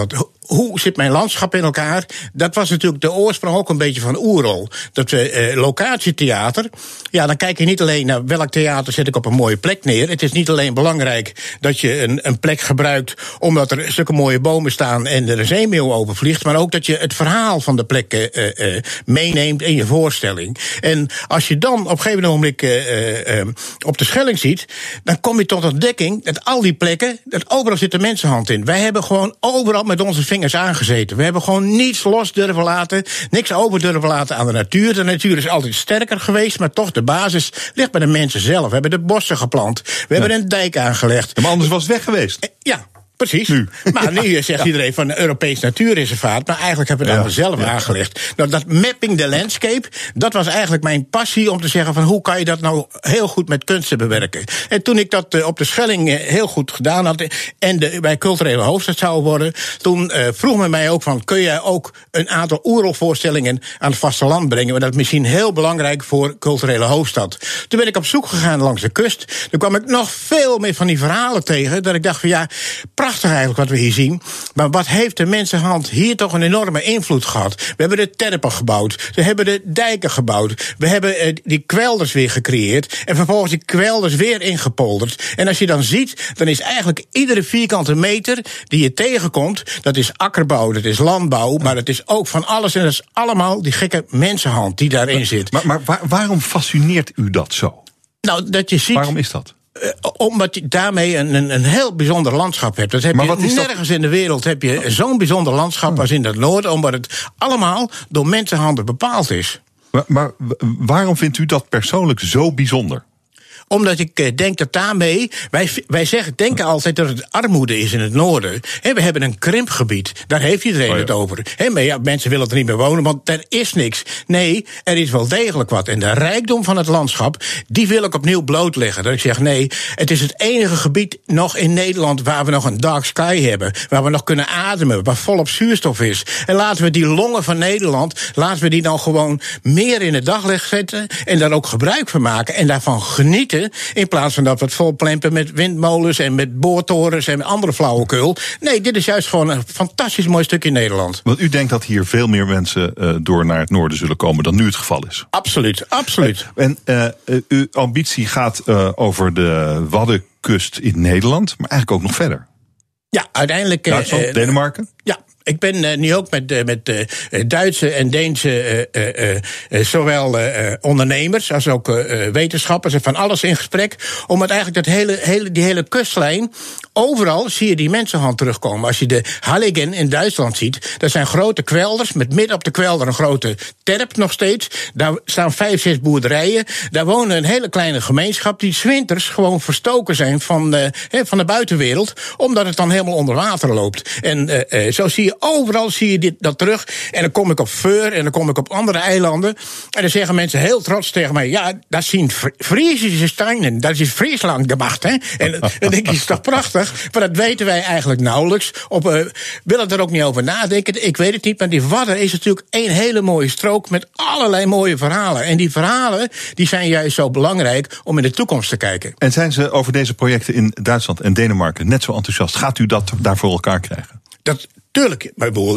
[SPEAKER 11] hoe zit mijn landschap in elkaar? Dat was natuurlijk de oorsprong ook een beetje van Oerol. Dat locatietheater, ja, dan kijk je niet alleen naar welk theater zet ik op een mooie plek neer. Het is niet alleen belangrijk dat je een plek gebruikt omdat er stukken mooie bomen staan en er een zeemeeuw overvliegt, maar ook dat je het verhaal van de plek meeneemt in je voorstelling. En als je dan op een gegeven moment op de Schelling ziet, dan kom je tot ontdekking dat al die plekken, dat overal zit de mensenhand in. Wij hebben gewoon overal met onze vingers aangezeten. We hebben gewoon niets los durven laten, niks over durven laten aan de natuur. De natuur is altijd sterker geweest, maar toch de basis ligt bij de mensen zelf. We hebben de bossen geplant, we hebben een dijk aangelegd.
[SPEAKER 2] Ja, maar anders was het weg geweest.
[SPEAKER 11] Ja. Precies.
[SPEAKER 2] Nu.
[SPEAKER 11] Maar nu zegt iedereen van een Europees natuurreservaat. Maar eigenlijk hebben we het zelf aangelegd. Nou, dat mapping the landscape, dat was eigenlijk mijn passie om te zeggen van hoe kan je dat nou heel goed met kunsten bewerken. En toen ik dat op de Schelling heel goed gedaan had en bij culturele hoofdstad zou worden, toen vroeg men mij ook van kun je ook een aantal oerolvoorstellingen aan het vasteland brengen. Want dat is misschien heel belangrijk voor culturele hoofdstad. Toen ben ik op zoek gegaan langs de kust. Toen kwam ik nog veel meer van die verhalen tegen, dat ik dacht van ja, prachtig eigenlijk wat we hier zien. Maar wat heeft de mensenhand hier toch een enorme invloed gehad? We hebben de terpen gebouwd. We hebben de dijken gebouwd. We hebben die kwelders weer gecreëerd. En vervolgens die kwelders weer ingepolderd. En als je dan ziet, dan is eigenlijk iedere vierkante meter die je tegenkomt, dat is akkerbouw, dat is landbouw, maar het is ook van alles. En dat is allemaal die gekke mensenhand die daarin zit.
[SPEAKER 2] Maar waarom fascineert u dat zo?
[SPEAKER 11] Nou, dat je ziet.
[SPEAKER 2] Waarom is dat?
[SPEAKER 11] Omdat je daarmee een heel bijzonder landschap hebt. Dat heb je nergens in de wereld heb je zo'n bijzonder landschap als in het noorden, omdat het allemaal door mensenhanden bepaald is.
[SPEAKER 2] Maar waarom vindt u dat persoonlijk zo bijzonder?
[SPEAKER 11] Omdat ik denk dat daarmee, wij denken altijd dat het armoede is in het noorden. We hebben een krimpgebied, daar heeft iedereen het over. Maar ja, mensen willen er niet meer wonen, want er is niks. Nee, er is wel degelijk wat. En de rijkdom van het landschap, die wil ik opnieuw blootleggen. Dat ik zeg, nee, het is het enige gebied nog in Nederland waar we nog een dark sky hebben. Waar we nog kunnen ademen, waar volop zuurstof is. En laten we die longen van Nederland, laten we die dan gewoon meer in het daglicht zetten en daar ook gebruik van maken en daarvan genieten. In plaats van dat we het volplempen met windmolens en met boortorens en met andere flauwekul. Nee, dit is juist gewoon een fantastisch mooi stukje Nederland.
[SPEAKER 2] Want u denkt dat hier veel meer mensen door naar het noorden zullen komen dan nu het geval is?
[SPEAKER 11] Absoluut, absoluut.
[SPEAKER 2] En uw ambitie gaat over de Waddenkust in Nederland, maar eigenlijk ook nog verder.
[SPEAKER 11] Ja, uiteindelijk.
[SPEAKER 2] Duitsland, Denemarken?
[SPEAKER 11] Ja. Ik ben nu ook met Duitse en Deense zowel ondernemers als ook wetenschappers en van alles in gesprek. Omdat eigenlijk die hele kustlijn, overal zie je die mensenhand terugkomen. Als je de Halligen in Duitsland ziet, dat zijn grote kwelders met midden op de kwelder een grote terp nog steeds. Daar staan 5, 6 boerderijen. Daar wonen een hele kleine gemeenschap die 's winters gewoon verstoken zijn van de buitenwereld, omdat het dan helemaal onder water loopt. En zo zie je overal dat terug. En dan kom ik op Föhr en dan kom ik op andere eilanden. En dan zeggen mensen heel trots tegen mij, ja, dat zijn Friesische steinen. Dat is Friesland gemaakt, hè? En dan denk ik, is toch prachtig? Maar dat weten wij eigenlijk nauwelijks. Willen er ook niet over nadenken. Ik weet het niet, maar die Wadden is natuurlijk een hele mooie strook met allerlei mooie verhalen. En die verhalen die zijn juist zo belangrijk om in de toekomst te kijken.
[SPEAKER 2] En zijn ze over deze projecten in Duitsland en Denemarken net zo enthousiast? Gaat u dat daar voor elkaar krijgen?
[SPEAKER 11] Tuurlijk,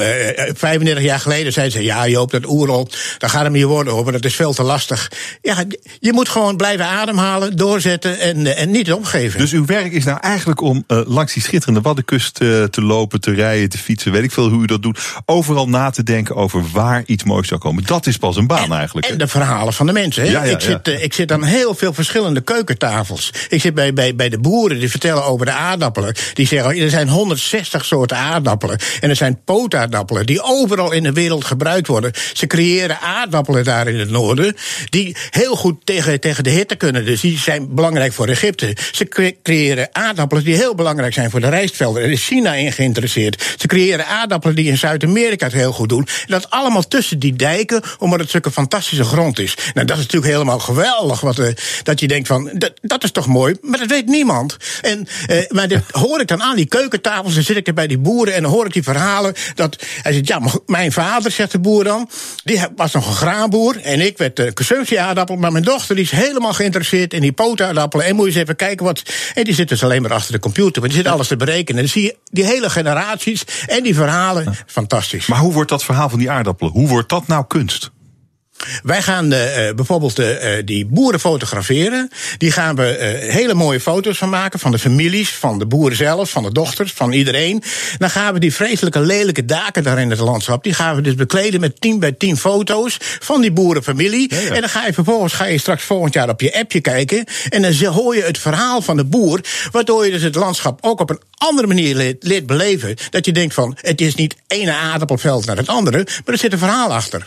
[SPEAKER 11] 35 jaar geleden zei ze, ja Joop, dat Oerol, daar gaat het niet worden hoor, dat is veel te lastig. Ja, je moet gewoon blijven ademhalen, doorzetten en niet opgeven.
[SPEAKER 2] Dus uw werk is nou eigenlijk om langs die schitterende Waddenkust te lopen, te rijden, te fietsen, weet ik veel hoe u dat doet. Overal na te denken over waar iets moois zou komen. Dat is pas een baan eigenlijk.
[SPEAKER 11] En de verhalen van de mensen. Hè? Ja, ik zit aan heel veel verschillende keukentafels. Ik zit bij de boeren, die vertellen over de aardappelen. Die zeggen, er zijn 160 soorten aardappelen. En er zijn pootaardappelen die overal in de wereld gebruikt worden. Ze creëren aardappelen daar in het noorden die heel goed tegen de hitte kunnen. Dus die zijn belangrijk voor Egypte. Ze creëren aardappelen die heel belangrijk zijn voor de rijstvelden. Er is China in geïnteresseerd. Ze creëren aardappelen die in Zuid-Amerika het heel goed doen. En dat allemaal tussen die dijken, omdat het zulke fantastische grond is. Nou, dat is natuurlijk helemaal geweldig. Dat je denkt van, dat is toch mooi, maar dat weet niemand. Maar dat hoor ik dan aan die keukentafels, dan zit ik er bij die boeren en dan hoor ik die verhalen verhalen. Hij zegt, ja, maar mijn vader, zegt de boer dan, die was nog een graanboer. En ik werd consumptieaardappel. Maar mijn dochter die is helemaal geïnteresseerd in die pootaardappelen. En moet je eens even kijken wat. En die zit dus alleen maar achter de computer. Maar die zit alles te berekenen. En dan zie je die hele generaties en die verhalen. Fantastisch.
[SPEAKER 2] Maar hoe wordt dat verhaal van die aardappelen? Hoe wordt dat nou kunst?
[SPEAKER 11] Wij gaan bijvoorbeeld die boeren fotograferen. Die gaan we hele mooie foto's van maken. Van de families, van de boeren zelf, van de dochters, van iedereen. Dan gaan we die vreselijke lelijke daken daar in het landschap. Die gaan we dus bekleden met 10 bij 10 foto's van die boerenfamilie. Ja. En dan ga je straks volgend jaar op je appje kijken. En dan hoor je het verhaal van de boer. Waardoor je dus het landschap ook op een andere manier leert beleven. Dat je denkt van, het is niet ene aardappelveld naar het andere. Maar er zit een verhaal achter.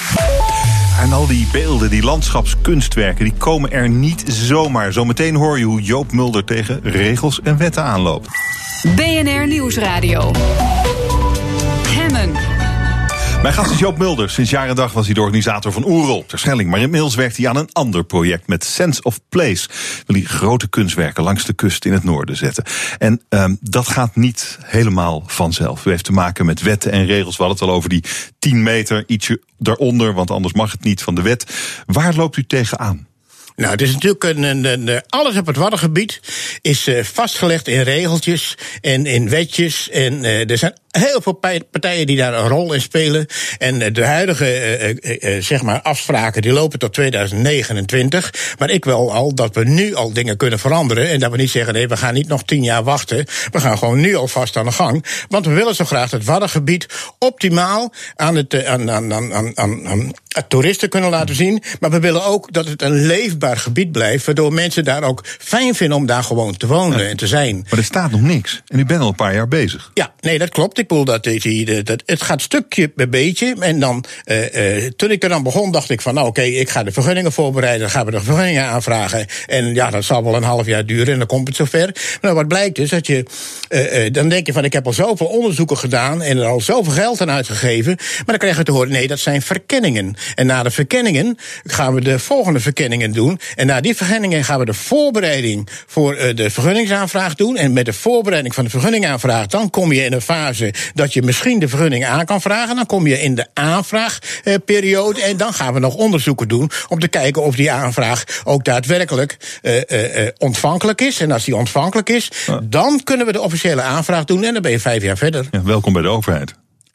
[SPEAKER 2] En al die beelden, die landschapskunstwerken, die komen er niet zomaar. Zometeen hoor je hoe Joop Mulder tegen regels en wetten aanloopt.
[SPEAKER 1] BNR Nieuwsradio. Hemmen.
[SPEAKER 2] Mijn gast is Joop Mulder. Sinds jaar en dag was hij de organisator van Oerol ter Schelling. Maar inmiddels werkt hij aan een ander project met Sense of Place. Wil hij grote kunstwerken langs de kust in het noorden zetten. En dat gaat niet helemaal vanzelf. U heeft te maken met wetten en regels. We hadden het al over die 10 meter, ietsje daaronder, want anders mag het niet van de wet. Waar loopt u tegenaan?
[SPEAKER 11] Nou, het is natuurlijk alles op het Waddengebied is vastgelegd in regeltjes en in wetjes. En er zijn heel veel partijen die daar een rol in spelen. En de huidige afspraken die lopen tot 2029. Maar ik wil al dat we nu al dingen kunnen veranderen. En dat we niet zeggen, nee, we gaan niet nog 10 jaar wachten. We gaan gewoon nu alvast aan de gang. Want we willen zo graag het Waddengebied optimaal aan toeristen kunnen laten zien. Maar we willen ook dat het een leefbaar gebied blijft, waardoor mensen daar ook fijn vinden om daar gewoon te wonen en te zijn.
[SPEAKER 2] Maar er staat nog niks. En u bent al een paar jaar bezig.
[SPEAKER 11] Ja, nee, dat klopt. Ik bedoel, dat het gaat stukje bij beetje. En dan, toen ik er dan begon, dacht ik van, nou oké, ik ga de vergunningen voorbereiden. Dan gaan we de vergunningen aanvragen. En ja, dat zal wel een half jaar duren en dan komt het zover. Maar wat blijkt is dat je, dan denk je van, ik heb al zoveel onderzoeken gedaan en er al zoveel geld aan uitgegeven. Maar dan krijg je te horen, nee, dat zijn verkenningen. En na de verkenningen gaan we de volgende verkenningen doen. En na die vergunningen gaan we de voorbereiding voor de vergunningsaanvraag doen. En met de voorbereiding van de vergunningaanvraag, dan kom je in een fase dat je misschien de vergunning aan kan vragen. Dan kom je in de aanvraagperiode. En dan gaan we nog onderzoeken doen om te kijken of die aanvraag ook daadwerkelijk ontvankelijk is. En als die ontvankelijk is, dan kunnen we de officiële aanvraag doen. En dan ben je 5 jaar verder.
[SPEAKER 2] Ja, welkom bij de overheid.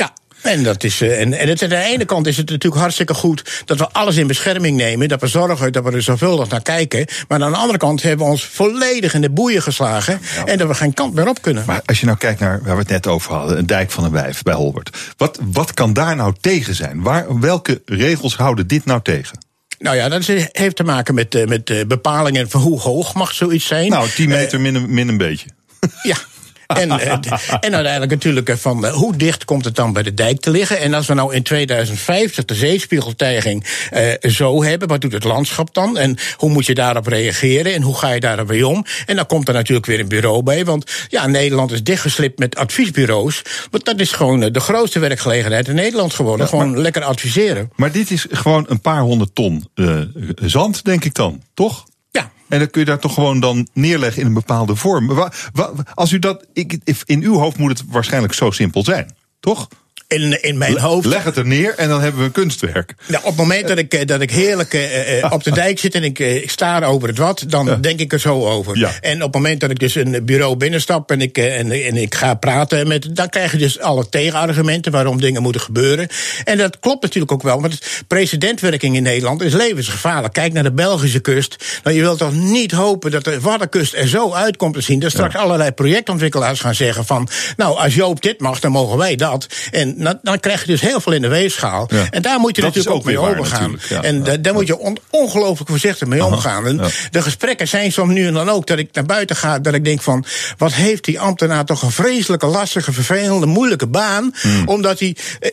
[SPEAKER 11] En dat is, aan de ene kant is het natuurlijk hartstikke goed dat we alles in bescherming nemen. Dat we zorgen dat we er zorgvuldig naar kijken. Maar aan de andere kant hebben we ons volledig in de boeien geslagen. Ja. En dat we geen kant meer op kunnen. Maar
[SPEAKER 2] als je nou kijkt naar waar we het net over hadden, een dijk van een wijf bij Holwert. Wat kan daar nou tegen zijn? Welke regels houden dit nou tegen?
[SPEAKER 11] Nou ja, dat heeft te maken met bepalingen van hoe hoog mag zoiets zijn.
[SPEAKER 2] Nou, 10 meter min een beetje.
[SPEAKER 11] Ja. En uiteindelijk natuurlijk van hoe dicht komt het dan bij de dijk te liggen. En als we nou in 2050 de zeespiegelstijging zo hebben, wat doet het landschap dan? En hoe moet je daarop reageren? En hoe ga je daarop mee om? En dan komt er natuurlijk weer een bureau bij. Want ja, Nederland is dichtgeslipt met adviesbureaus. Want dat is gewoon de grootste werkgelegenheid in Nederland geworden. Ja, gewoon lekker adviseren.
[SPEAKER 2] Maar dit is gewoon een paar 100 ton zand, denk ik dan, toch? En dan kun je daar toch gewoon dan neerleggen in een bepaalde vorm. Als u dat, in uw hoofd moet het waarschijnlijk zo simpel zijn, toch?
[SPEAKER 11] In mijn hoofd.
[SPEAKER 2] Leg het er neer en dan hebben we een kunstwerk.
[SPEAKER 11] Nou, op het moment dat ik heerlijk op de dijk zit en ik sta over het wat, dan denk ik er zo over. Ja. En op het moment dat ik dus een bureau binnenstap en ik ga praten dan krijg je dus alle tegenargumenten waarom dingen moeten gebeuren. En dat klopt natuurlijk ook wel, want precedentwerking in Nederland is levensgevaarlijk. Kijk naar de Belgische kust. Nou, je wilt toch niet hopen dat de Waddenkust er zo uit komt te zien dat straks allerlei projectontwikkelaars gaan zeggen van, nou, als Joop dit mag, dan mogen wij dat. En dan krijg je dus heel veel in de weegschaal. Ja. En daar moet je dat natuurlijk ook mee omgaan. Ja. En daar moet je ongelooflijk voorzichtig mee omgaan. En de gesprekken zijn soms nu en dan ook dat ik naar buiten ga, dat ik denk van, wat heeft die ambtenaar toch een vreselijke, lastige, vervelende, moeilijke baan. Omdat hij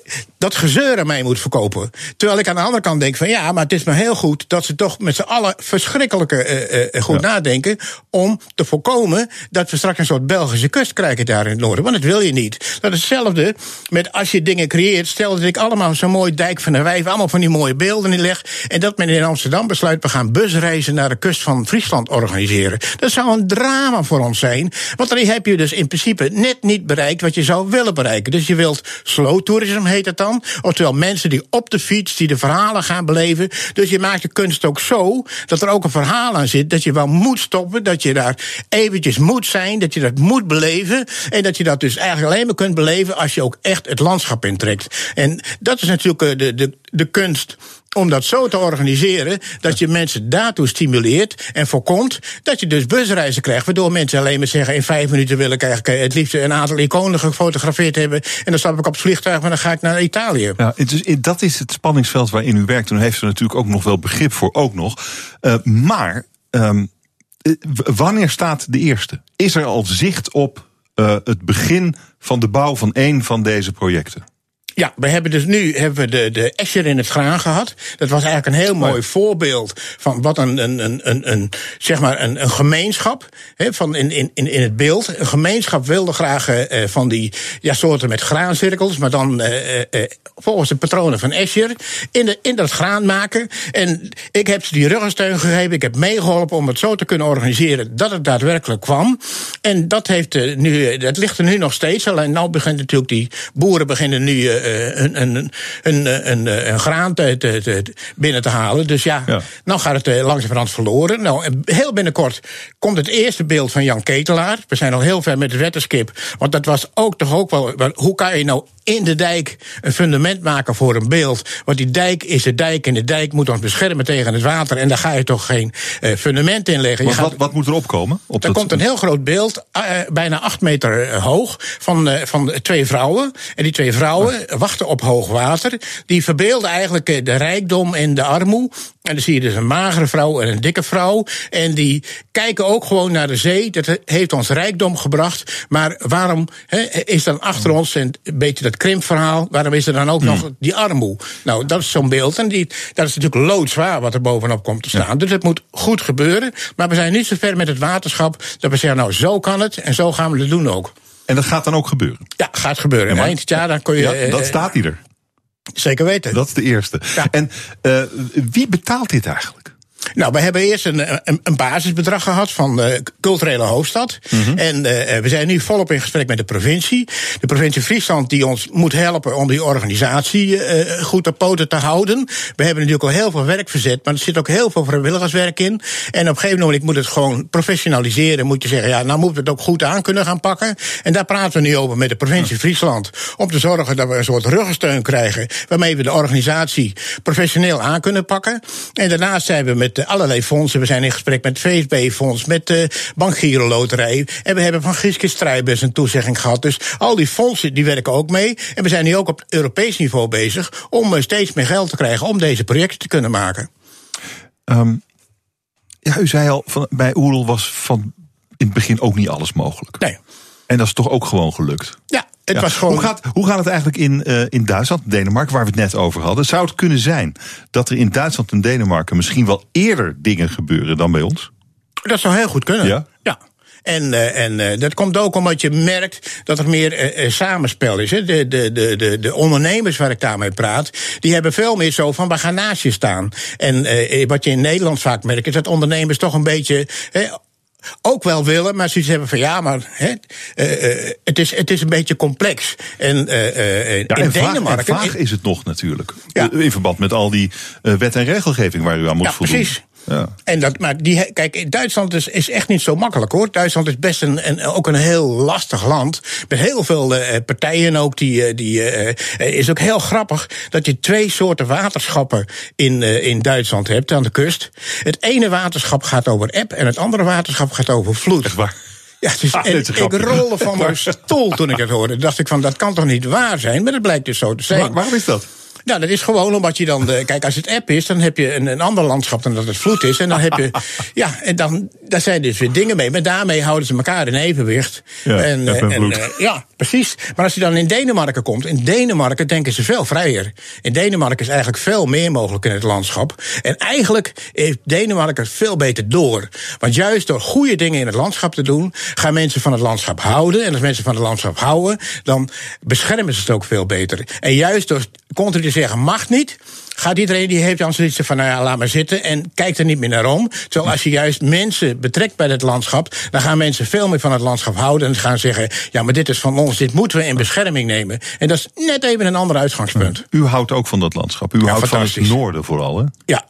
[SPEAKER 11] dat gezeur aan mij moet verkopen. Terwijl ik aan de andere kant denk van ja, maar het is maar heel goed dat ze toch met z'n allen verschrikkelijke goed nadenken om te voorkomen dat we straks een soort Belgische kust krijgen daar in het noorden. Want dat wil je niet. Dat is hetzelfde met als je dingen creëert. Stel dat ik allemaal zo'n mooi Dijk van de Wijf, allemaal van die mooie beelden in leg, en dat men in Amsterdam besluit we gaan busreizen naar de kust van Friesland organiseren. Dat zou een drama voor ons zijn. Want dan heb je dus in principe net niet bereikt wat je zou willen bereiken. Dus je wilt slow tourism, heet het dan. Oftewel mensen die op de fiets, die de verhalen gaan beleven. Dus je maakt de kunst ook zo dat er ook een verhaal aan zit. Dat je wel moet stoppen, dat je daar eventjes moet zijn, dat je dat moet beleven. En dat je dat dus eigenlijk alleen maar kunt beleven als je ook echt het landschap intrekt. En dat is natuurlijk de kunst om dat zo te organiseren dat je mensen daartoe stimuleert en voorkomt dat je dus busreizen krijgt, waardoor mensen alleen maar zeggen in 5 minuten wil ik eigenlijk het liefst een aantal iconen gefotografeerd hebben en dan stap ik op het vliegtuig en dan ga ik naar Italië.
[SPEAKER 2] Ja, dus dat is het spanningsveld waarin u werkt en u heeft er natuurlijk ook nog wel begrip voor ook nog. Maar wanneer staat de eerste? Is er al zicht op het begin van de bouw van één van deze projecten?
[SPEAKER 11] Ja, we hebben dus nu de Escher in het Graan gehad. Dat was eigenlijk een heel mooi voorbeeld van wat een gemeenschap, van in het beeld. Een gemeenschap wilde graag van die soorten met graancirkels, maar dan volgens de patronen van Escher in dat graan maken. En ik heb ze die ruggensteun gegeven. Ik heb meegeholpen om het zo te kunnen organiseren dat het daadwerkelijk kwam. En dat ligt er nu nog steeds. Alleen nou begint natuurlijk die boeren beginnen nu een graan binnen te halen. Dus nou gaat het langzamerhand verloren. Nou, heel binnenkort komt het eerste beeld van Jan Ketelaar. We zijn al heel ver met het wetterskip. Want dat was toch ook wel. Hoe kan je nou in de dijk een fundament maken voor een beeld? Want die dijk is de dijk en de dijk moet ons beschermen tegen het water. En daar ga je toch geen fundament in leggen.
[SPEAKER 2] Wat moet er opkomen?
[SPEAKER 11] Er komt een heel groot beeld, bijna 8 meter hoog, van 2 vrouwen. En die 2 vrouwen wachten op hoog water. Die verbeelden eigenlijk de rijkdom en de armoede. En dan zie je dus een magere vrouw en een dikke vrouw. En die kijken ook gewoon naar de zee. Dat heeft ons rijkdom gebracht. Maar waarom is dan achter ons een beetje dat krimpverhaal? Waarom is er dan ook nog die armoede? Nou, dat is zo'n beeld. En dat is natuurlijk loodzwaar wat er bovenop komt te staan. Ja. Dus het moet goed gebeuren. Maar we zijn niet zo ver met het waterschap dat we zeggen, nou, zo kan het en zo gaan we het doen ook.
[SPEAKER 2] En dat gaat dan ook gebeuren?
[SPEAKER 11] Ja, gaat gebeuren. Eind het jaar dan kun je.
[SPEAKER 2] Dat staat hier.
[SPEAKER 11] Zeker weten.
[SPEAKER 2] Dat is de eerste. Ja. En wie betaalt dit eigenlijk?
[SPEAKER 11] Nou, we hebben eerst een basisbedrag gehad van de culturele hoofdstad. Mm-hmm. En we zijn nu volop in gesprek met de provincie. De provincie Friesland die ons moet helpen om die organisatie goed op poten te houden. We hebben natuurlijk al heel veel werk verzet, maar er zit ook heel veel vrijwilligerswerk in. En op een gegeven moment moet het gewoon professionaliseren. Moet je zeggen, nou moeten we het ook goed aan kunnen gaan pakken. En daar praten we nu over met de provincie Friesland. Om te zorgen dat we een soort ruggensteun krijgen waarmee we de organisatie professioneel aan kunnen pakken. En daarnaast zijn we met allerlei fondsen. We zijn in gesprek met het VSB-fonds, met de Bank Giro Loterij. En we hebben van Giske Strijbers een toezegging gehad. Dus al die fondsen die werken ook mee. En we zijn nu ook op Europees niveau bezig om steeds meer geld te krijgen om deze projecten te kunnen maken.
[SPEAKER 2] U zei al, bij Oerol was van in het begin ook niet alles mogelijk.
[SPEAKER 11] Nee.
[SPEAKER 2] En dat is toch ook gewoon gelukt?
[SPEAKER 11] Ja. Het was gewoon.
[SPEAKER 2] Hoe gaat het eigenlijk in Duitsland, Denemarken, waar we het net over hadden? Zou het kunnen zijn dat er in Duitsland en Denemarken misschien wel eerder dingen gebeuren dan bij ons?
[SPEAKER 11] Dat zou heel goed kunnen.
[SPEAKER 2] Ja.
[SPEAKER 11] En dat komt ook omdat je merkt dat er meer samenspel is. Hè. De ondernemers waar ik daarmee praat, die hebben veel meer zo van, we gaan naast je staan. En wat je in Nederland vaak merkt, is dat ondernemers toch een beetje ook wel willen, maar ze hebben van het is een beetje complex. En in Denemarken.
[SPEAKER 2] Vaag is het nog natuurlijk. Ja. In verband met al die wet en regelgeving waar u aan moet voldoen.
[SPEAKER 11] Precies. Ja. En kijk, Duitsland is echt niet zo makkelijk hoor. Duitsland is best ook een heel lastig land. Met heel veel partijen ook. Is ook heel grappig dat je 2 soorten waterschappen in Duitsland hebt aan de kust. Het ene waterschap gaat over eb en het andere waterschap gaat over vloed.
[SPEAKER 2] Echt waar?
[SPEAKER 11] Ja, ik rolde van mijn stoel toen ik dat hoorde. Dacht ik van, dat kan toch niet waar zijn? Maar dat blijkt dus zo te zijn.
[SPEAKER 2] Waarom is dat?
[SPEAKER 11] Nou, dat is gewoon omdat je dan... Kijk, als het eb is, dan heb je een ander landschap dan dat het vloed is. En dan heb je... Ja, en daar zijn dus weer dingen mee. Maar daarmee houden ze elkaar in evenwicht. Ja, precies. Maar als je dan in Denemarken komt... In Denemarken denken ze veel vrijer. In Denemarken is eigenlijk veel meer mogelijk in het landschap. En eigenlijk heeft Denemarken veel beter door. Want juist door goede dingen in het landschap te doen... gaan mensen van het landschap houden. En als mensen van het landschap houden... dan beschermen ze het ook veel beter. En juist door continu te zeggen, mag niet... gaat iedereen, die heeft dan zoiets van, nou ja, laat maar zitten... en kijkt er niet meer naar om. Terwijl als je juist mensen betrekt bij het landschap... dan gaan mensen veel meer van het landschap houden... en gaan zeggen, ja, maar dit is van ons, dit moeten we in bescherming nemen. En dat is net even een ander uitgangspunt.
[SPEAKER 2] U houdt ook van dat landschap. U houdt van het noorden vooral, hè? Ja,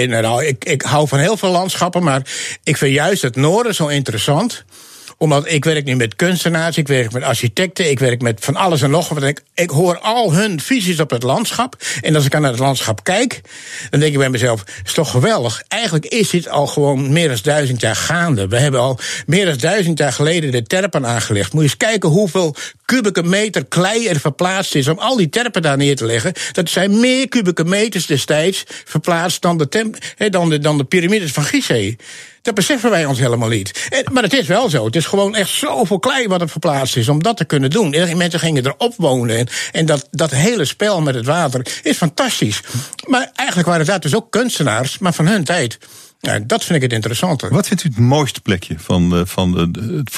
[SPEAKER 11] ik hou van heel veel landschappen... maar ik vind juist het noorden zo interessant... Omdat ik werk nu met kunstenaars, ik werk met architecten... ik werk met van alles en nog wat. Ik hoor al hun visies op het landschap. En als ik naar het landschap kijk, dan denk ik bij mezelf... is toch geweldig. Eigenlijk is dit al gewoon meer dan 1000 jaar gaande. We hebben al meer dan 1000 jaar geleden de terpen aangelegd. Moet je eens kijken hoeveel kubieke meter klei er verplaatst is... om al die terpen daar neer te leggen. Dat zijn meer kubieke meters destijds verplaatst... dan de piramides van Gizeh. Dat beseffen wij ons helemaal niet. Maar het is wel zo. Het is gewoon echt zoveel klei wat er verplaatst is om dat te kunnen doen. En mensen gingen erop wonen. En dat hele spel met het water is fantastisch. Maar eigenlijk waren dat dus ook kunstenaars, maar van hun tijd. Ja, dat vind ik het interessante.
[SPEAKER 2] Wat vindt u het mooiste plekje van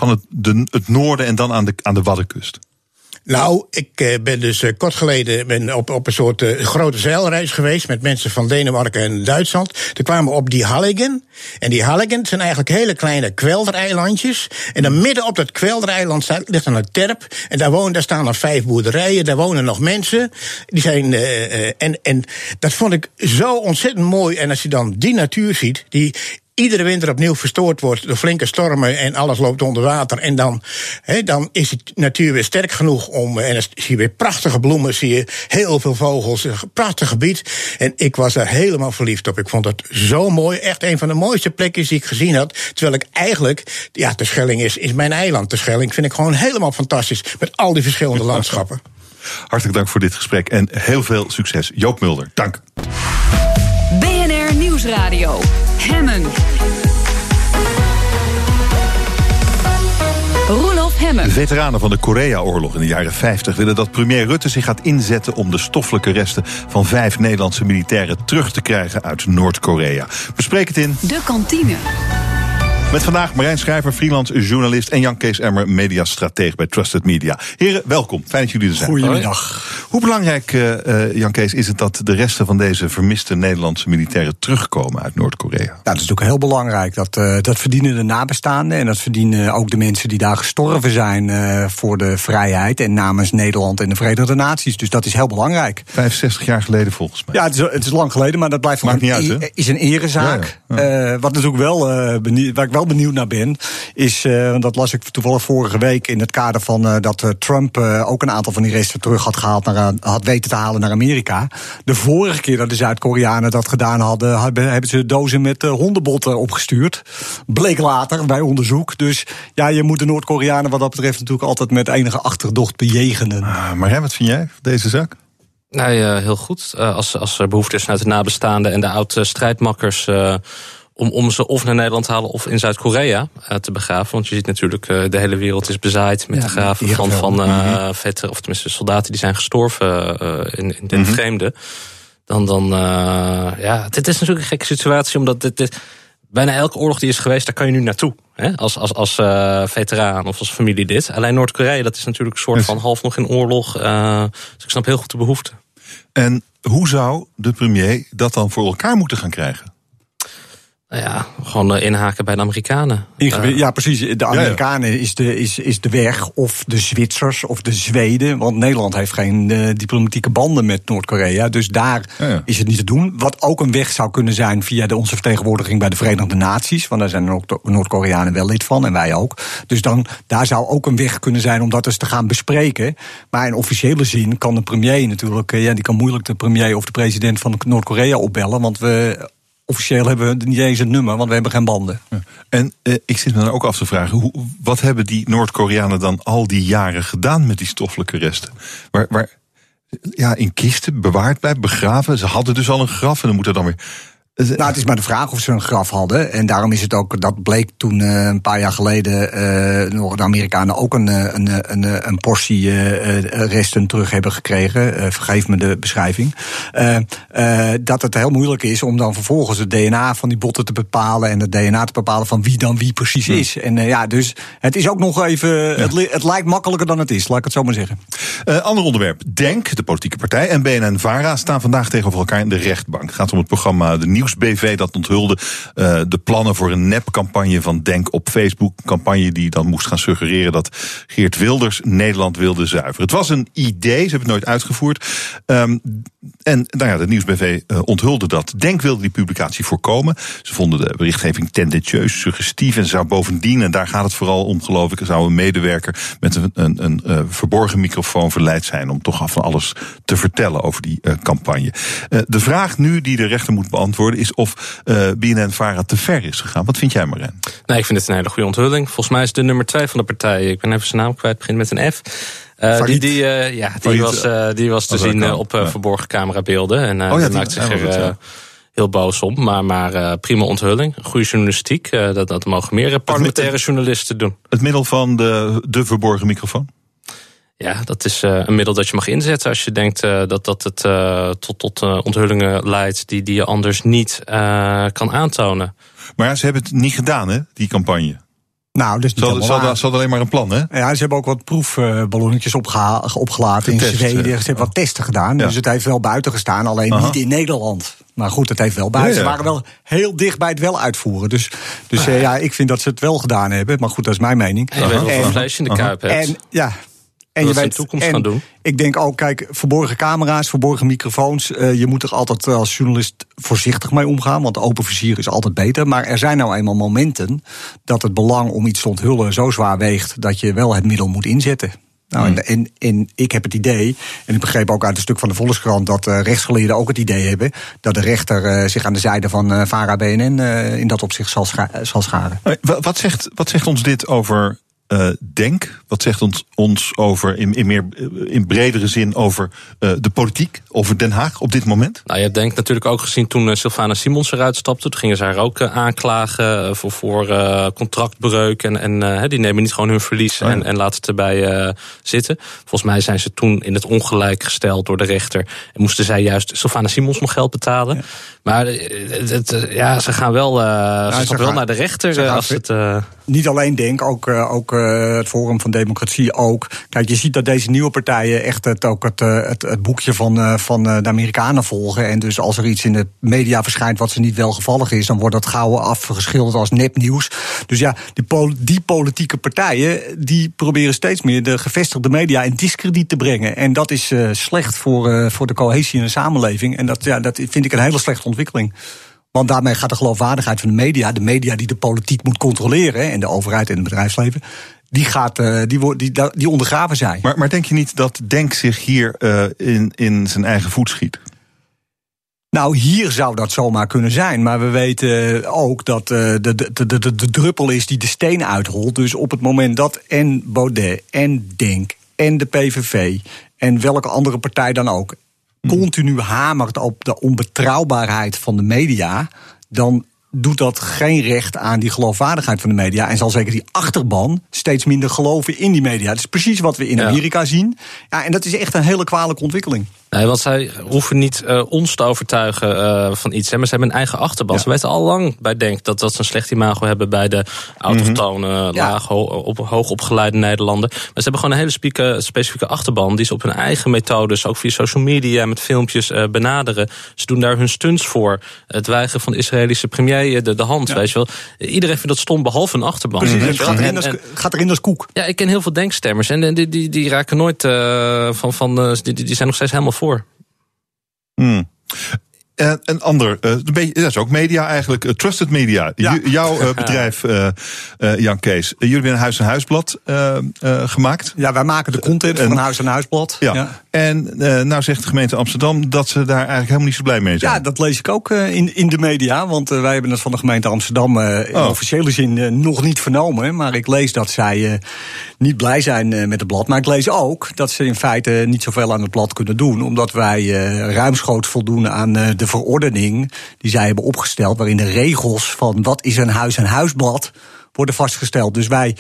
[SPEAKER 2] het noorden en dan aan de Waddenkust?
[SPEAKER 11] Nou, ik ben dus kort geleden op een soort grote zeilreis geweest... met mensen van Denemarken en Duitsland. Toen kwamen we op die Halligen. En die Halligen zijn eigenlijk hele kleine kweldereilandjes. En dan midden op dat kweldereiland ligt dan een terp. En daar staan dan 5 boerderijen, daar wonen nog mensen. Die zijn, en dat vond ik zo ontzettend mooi. En als je dan die natuur ziet... die iedere winter opnieuw verstoord wordt door flinke stormen... en alles loopt onder water. En dan is de natuur weer sterk genoeg om... en dan zie je weer prachtige bloemen, zie je heel veel vogels. Een prachtig gebied. En ik was daar helemaal verliefd op. Ik vond het zo mooi. Echt een van de mooiste plekjes die ik gezien had. Terwijl ik eigenlijk... Ja, Terschelling is mijn eiland. Terschelling vind ik gewoon helemaal fantastisch. Met al die verschillende landschappen.
[SPEAKER 2] Hartelijk dank voor dit gesprek en heel veel succes. Joop Mulder, dank.
[SPEAKER 1] BNR Nieuwsradio. Hemmen. Roelof Hemmen.
[SPEAKER 2] De veteranen van de Korea-oorlog in de jaren 50 willen dat premier Rutte zich gaat inzetten om de stoffelijke resten van 5 Nederlandse militairen terug te krijgen uit Noord-Korea. Bespreek het in
[SPEAKER 1] De Kantine.
[SPEAKER 2] Met vandaag Marijn Schrijver, freelance journalist... en Jan Kees Emmer, mediastratege bij Trusted Media. Heren, welkom. Fijn dat jullie er zijn.
[SPEAKER 12] Goedemiddag.
[SPEAKER 2] Hoe belangrijk, Jan Kees, is het dat de resten van deze vermiste Nederlandse militairen terugkomen uit Noord-Korea?
[SPEAKER 12] Nou, dat is natuurlijk heel belangrijk. Dat verdienen de nabestaanden en dat verdienen ook de mensen die daar gestorven zijn voor de vrijheid en namens Nederland en de Verenigde Naties. Dus dat is heel belangrijk.
[SPEAKER 2] 65 jaar geleden volgens mij.
[SPEAKER 12] Ja, het is lang geleden, maar dat blijft is een erezaak. Ja. Wat natuurlijk wel waar ik wel benieuwd naar ben, is, dat las ik toevallig vorige week in het kader van dat Trump ook een aantal van die resten terug had weten te halen naar Amerika. De vorige keer dat de Zuid-Koreanen dat gedaan hadden, hebben ze dozen met hondenbotten opgestuurd. Bleek later bij onderzoek. Dus ja, je moet de Noord-Koreanen wat dat betreft natuurlijk altijd met enige achterdocht bejegenen.
[SPEAKER 2] Maar wat vind jij van deze zaak?
[SPEAKER 13] Nou ja, heel goed. Als er behoefte is vanuit de nabestaanden en de oud-strijdmakkers... om ze of naar Nederland te halen of in Zuid-Korea te begraven. Want je ziet natuurlijk, de hele wereld is bezaaid met de graven van veterans, of tenminste soldaten die zijn gestorven in den vreemde. Dit is natuurlijk een gekke situatie, omdat bijna elke oorlog die is geweest, daar kan je nu naartoe. Hè? Als veteraan of als familie dit. Alleen Noord-Korea, dat is natuurlijk een soort van half nog in oorlog. Dus ik snap heel goed de behoefte.
[SPEAKER 2] En hoe zou de premier dat dan voor elkaar moeten gaan krijgen?
[SPEAKER 13] Nou ja, gewoon inhaken bij de Amerikanen.
[SPEAKER 12] Ja, precies. De Amerikanen is de weg, of de Zwitsers of de Zweden. Want Nederland heeft geen diplomatieke banden met Noord-Korea. Dus daar is het niet te doen. Wat ook een weg zou kunnen zijn via onze vertegenwoordiging bij de Verenigde Naties. Want daar zijn Noord-Koreanen wel lid van en wij ook. Dus daar zou ook een weg kunnen zijn om dat eens te gaan bespreken. Maar in officiële zin kan de premier natuurlijk... die kan moeilijk de premier of de president van Noord-Korea opbellen. Want officieel hebben we niet eens een nummer, want we hebben geen banden.
[SPEAKER 2] Ja. En ik zit me dan ook af te vragen, wat hebben die Noord-Koreanen dan al die jaren gedaan met die stoffelijke resten? in kisten bewaard blijft, begraven. Ze hadden dus al een graf en dan moet er dan weer...
[SPEAKER 12] Nou, het is maar de vraag of ze een graf hadden. En daarom is het ook, dat bleek toen een paar jaar geleden... nog de Amerikanen ook een portie resten terug hebben gekregen. Vergeef me de beschrijving. Dat het heel moeilijk is om dan vervolgens het DNA van die botten te bepalen... en het DNA te bepalen van wie dan wie precies is. En dus het is ook nog even... Ja. Het lijkt makkelijker dan het is, laat ik het zo maar zeggen.
[SPEAKER 2] Ander onderwerp. DENK, de politieke partij, en BNN-VARA staan vandaag tegenover elkaar in de rechtbank. Het gaat om het programma De Nieuwsbv dat onthulde de plannen voor een nepcampagne van DENK op Facebook. Een campagne die dan moest gaan suggereren dat Geert Wilders Nederland wilde zuiveren. Het was een idee, ze hebben het nooit uitgevoerd. De Nieuwsbv onthulde dat. DENK wilde die publicatie voorkomen. Ze vonden de berichtgeving tendentieus, suggestief en zou bovendien, en daar gaat het vooral om geloof ik, zou een medewerker met een verborgen microfoon verleid zijn om toch van alles te vertellen over die campagne. De vraag nu die de rechter moet beantwoorden is of BNN-VARA te ver is gegaan. Wat vind jij, Marijn?
[SPEAKER 13] Nee, ik vind het een hele goede onthulling. Volgens mij is de nummer 2 van de partij, ik ben even zijn naam kwijt, begint met een F. Die was te zien op verborgen camerabeelden. En die maakt zich er heel boos om. Maar prima onthulling. Goede journalistiek. Dat mogen meer parlementaire journalisten doen.
[SPEAKER 2] Het middel van de verborgen microfoon?
[SPEAKER 13] Ja, dat is een middel dat je mag inzetten als je denkt dat het tot onthullingen leidt die je anders niet kan aantonen.
[SPEAKER 2] Maar ja, ze hebben het niet gedaan, hè, die campagne.
[SPEAKER 12] Nou, dus
[SPEAKER 2] ze hadden alleen maar een plan, hè?
[SPEAKER 12] Ja, ze hebben ook wat proefballonnetjes opgelaten in Zweden. Ze hebben wat testen gedaan, dus het heeft wel buiten gestaan. Alleen niet in Nederland. Maar goed, het heeft wel buiten. Ze waren wel heel dicht bij het wel uitvoeren. Dus ik vind dat ze het wel gedaan hebben. Maar goed, dat is mijn mening.
[SPEAKER 13] En je weet wel een vlees in de kuip hebt.
[SPEAKER 12] En je weet
[SPEAKER 13] in de toekomst gaan doen.
[SPEAKER 12] Ik denk ook, kijk, verborgen camera's, verborgen microfoons. Je moet er altijd als journalist voorzichtig mee omgaan. Want open vizier is altijd beter. Maar er zijn nou eenmaal momenten dat het belang om iets te onthullen zo zwaar weegt dat je wel het middel moet inzetten. Nou, en ik heb het idee, en ik begreep ook uit een stuk van de Volkskrant dat rechtsgeleerden ook het idee hebben dat de rechter zich aan de zijde van VARA-BNN in dat opzicht zal scharen.
[SPEAKER 2] Wat zegt ons dit over DENK? Wat zegt ons over in bredere zin over de politiek, over Den Haag op dit moment?
[SPEAKER 13] Nou, je hebt DENK natuurlijk ook gezien toen Sylvana Simons eruit stapte. Toen gingen ze haar ook aanklagen voor contractbreuk. En die nemen niet gewoon hun verlies en laten het erbij zitten. Volgens mij zijn ze toen in het ongelijk gesteld door de rechter. En moesten zij juist Sylvana Simons nog geld betalen. Ja. Maar ze gaan wel, wel naar de rechter. Als het
[SPEAKER 12] niet alleen DENK, ook het Forum van Democratie ook. Kijk, je ziet dat deze nieuwe partijen echt het boekje van de Amerikanen volgen. En dus als er iets in de media verschijnt wat ze niet welgevallig is, dan wordt dat gauw afgeschilderd als nepnieuws. Dus ja, die politieke partijen die proberen steeds meer de gevestigde media in diskrediet te brengen. En dat is slecht voor de cohesie in de samenleving. En dat vind ik een hele slechte ontwikkeling. Want daarmee gaat de geloofwaardigheid van de media die de politiek moet controleren, en de overheid en het bedrijfsleven, die ondergraven zij.
[SPEAKER 2] Maar denk je niet dat DENK zich hier in zijn eigen voet schiet?
[SPEAKER 12] Nou, hier zou dat zomaar kunnen zijn. Maar we weten ook dat de druppel is die de steen uitholt. Dus op het moment dat en Baudet en DENK en de PVV en welke andere partij dan ook continu hamert op de onbetrouwbaarheid van de media, dan doet dat geen recht aan die geloofwaardigheid van de media. En zal zeker die achterban steeds minder geloven in die media. Dat is precies wat we in Amerika zien. Ja, en dat is echt een hele kwalijke ontwikkeling.
[SPEAKER 13] Nee, want zij hoeven niet ons te overtuigen van iets. Maar ze hebben een eigen achterban. Ja. Ze weten al lang bij DENK dat ze een slecht imago hebben bij de autochtone, hoogopgeleide Nederlanden. Maar ze hebben gewoon een hele specifieke achterban die ze op hun eigen methodes, ook via social media, met filmpjes benaderen. Ze doen daar hun stunts voor. Het weigeren van de Israëlische premier de hand, weet je wel. Iedereen vindt dat stom, behalve een achterban.
[SPEAKER 12] Precies, het gaat erin als koek.
[SPEAKER 13] Ja, ik ken heel veel DENK-stemmers en die raken nooit die zijn nog steeds helemaal voor.
[SPEAKER 2] Een ander, dat is ook media eigenlijk, Trusted Media. Ja. Jouw bedrijf, Jan Kees. Jullie hebben een Huis en Huisblad gemaakt.
[SPEAKER 12] Ja, wij maken de content van een Huis en Huisblad.
[SPEAKER 2] Ja. En nou zegt de gemeente Amsterdam dat ze daar eigenlijk helemaal niet zo blij mee zijn.
[SPEAKER 12] Ja, dat lees ik ook in de media. Want wij hebben het van de gemeente Amsterdam in officiële zin nog niet vernomen. Maar ik lees dat zij niet blij zijn met het blad. Maar ik lees ook dat ze in feite niet zoveel aan het blad kunnen doen. Omdat wij ruimschoots voldoen aan de verordening die zij hebben opgesteld. Waarin de regels van wat is een Huis en Huisblad worden vastgesteld. Dus wij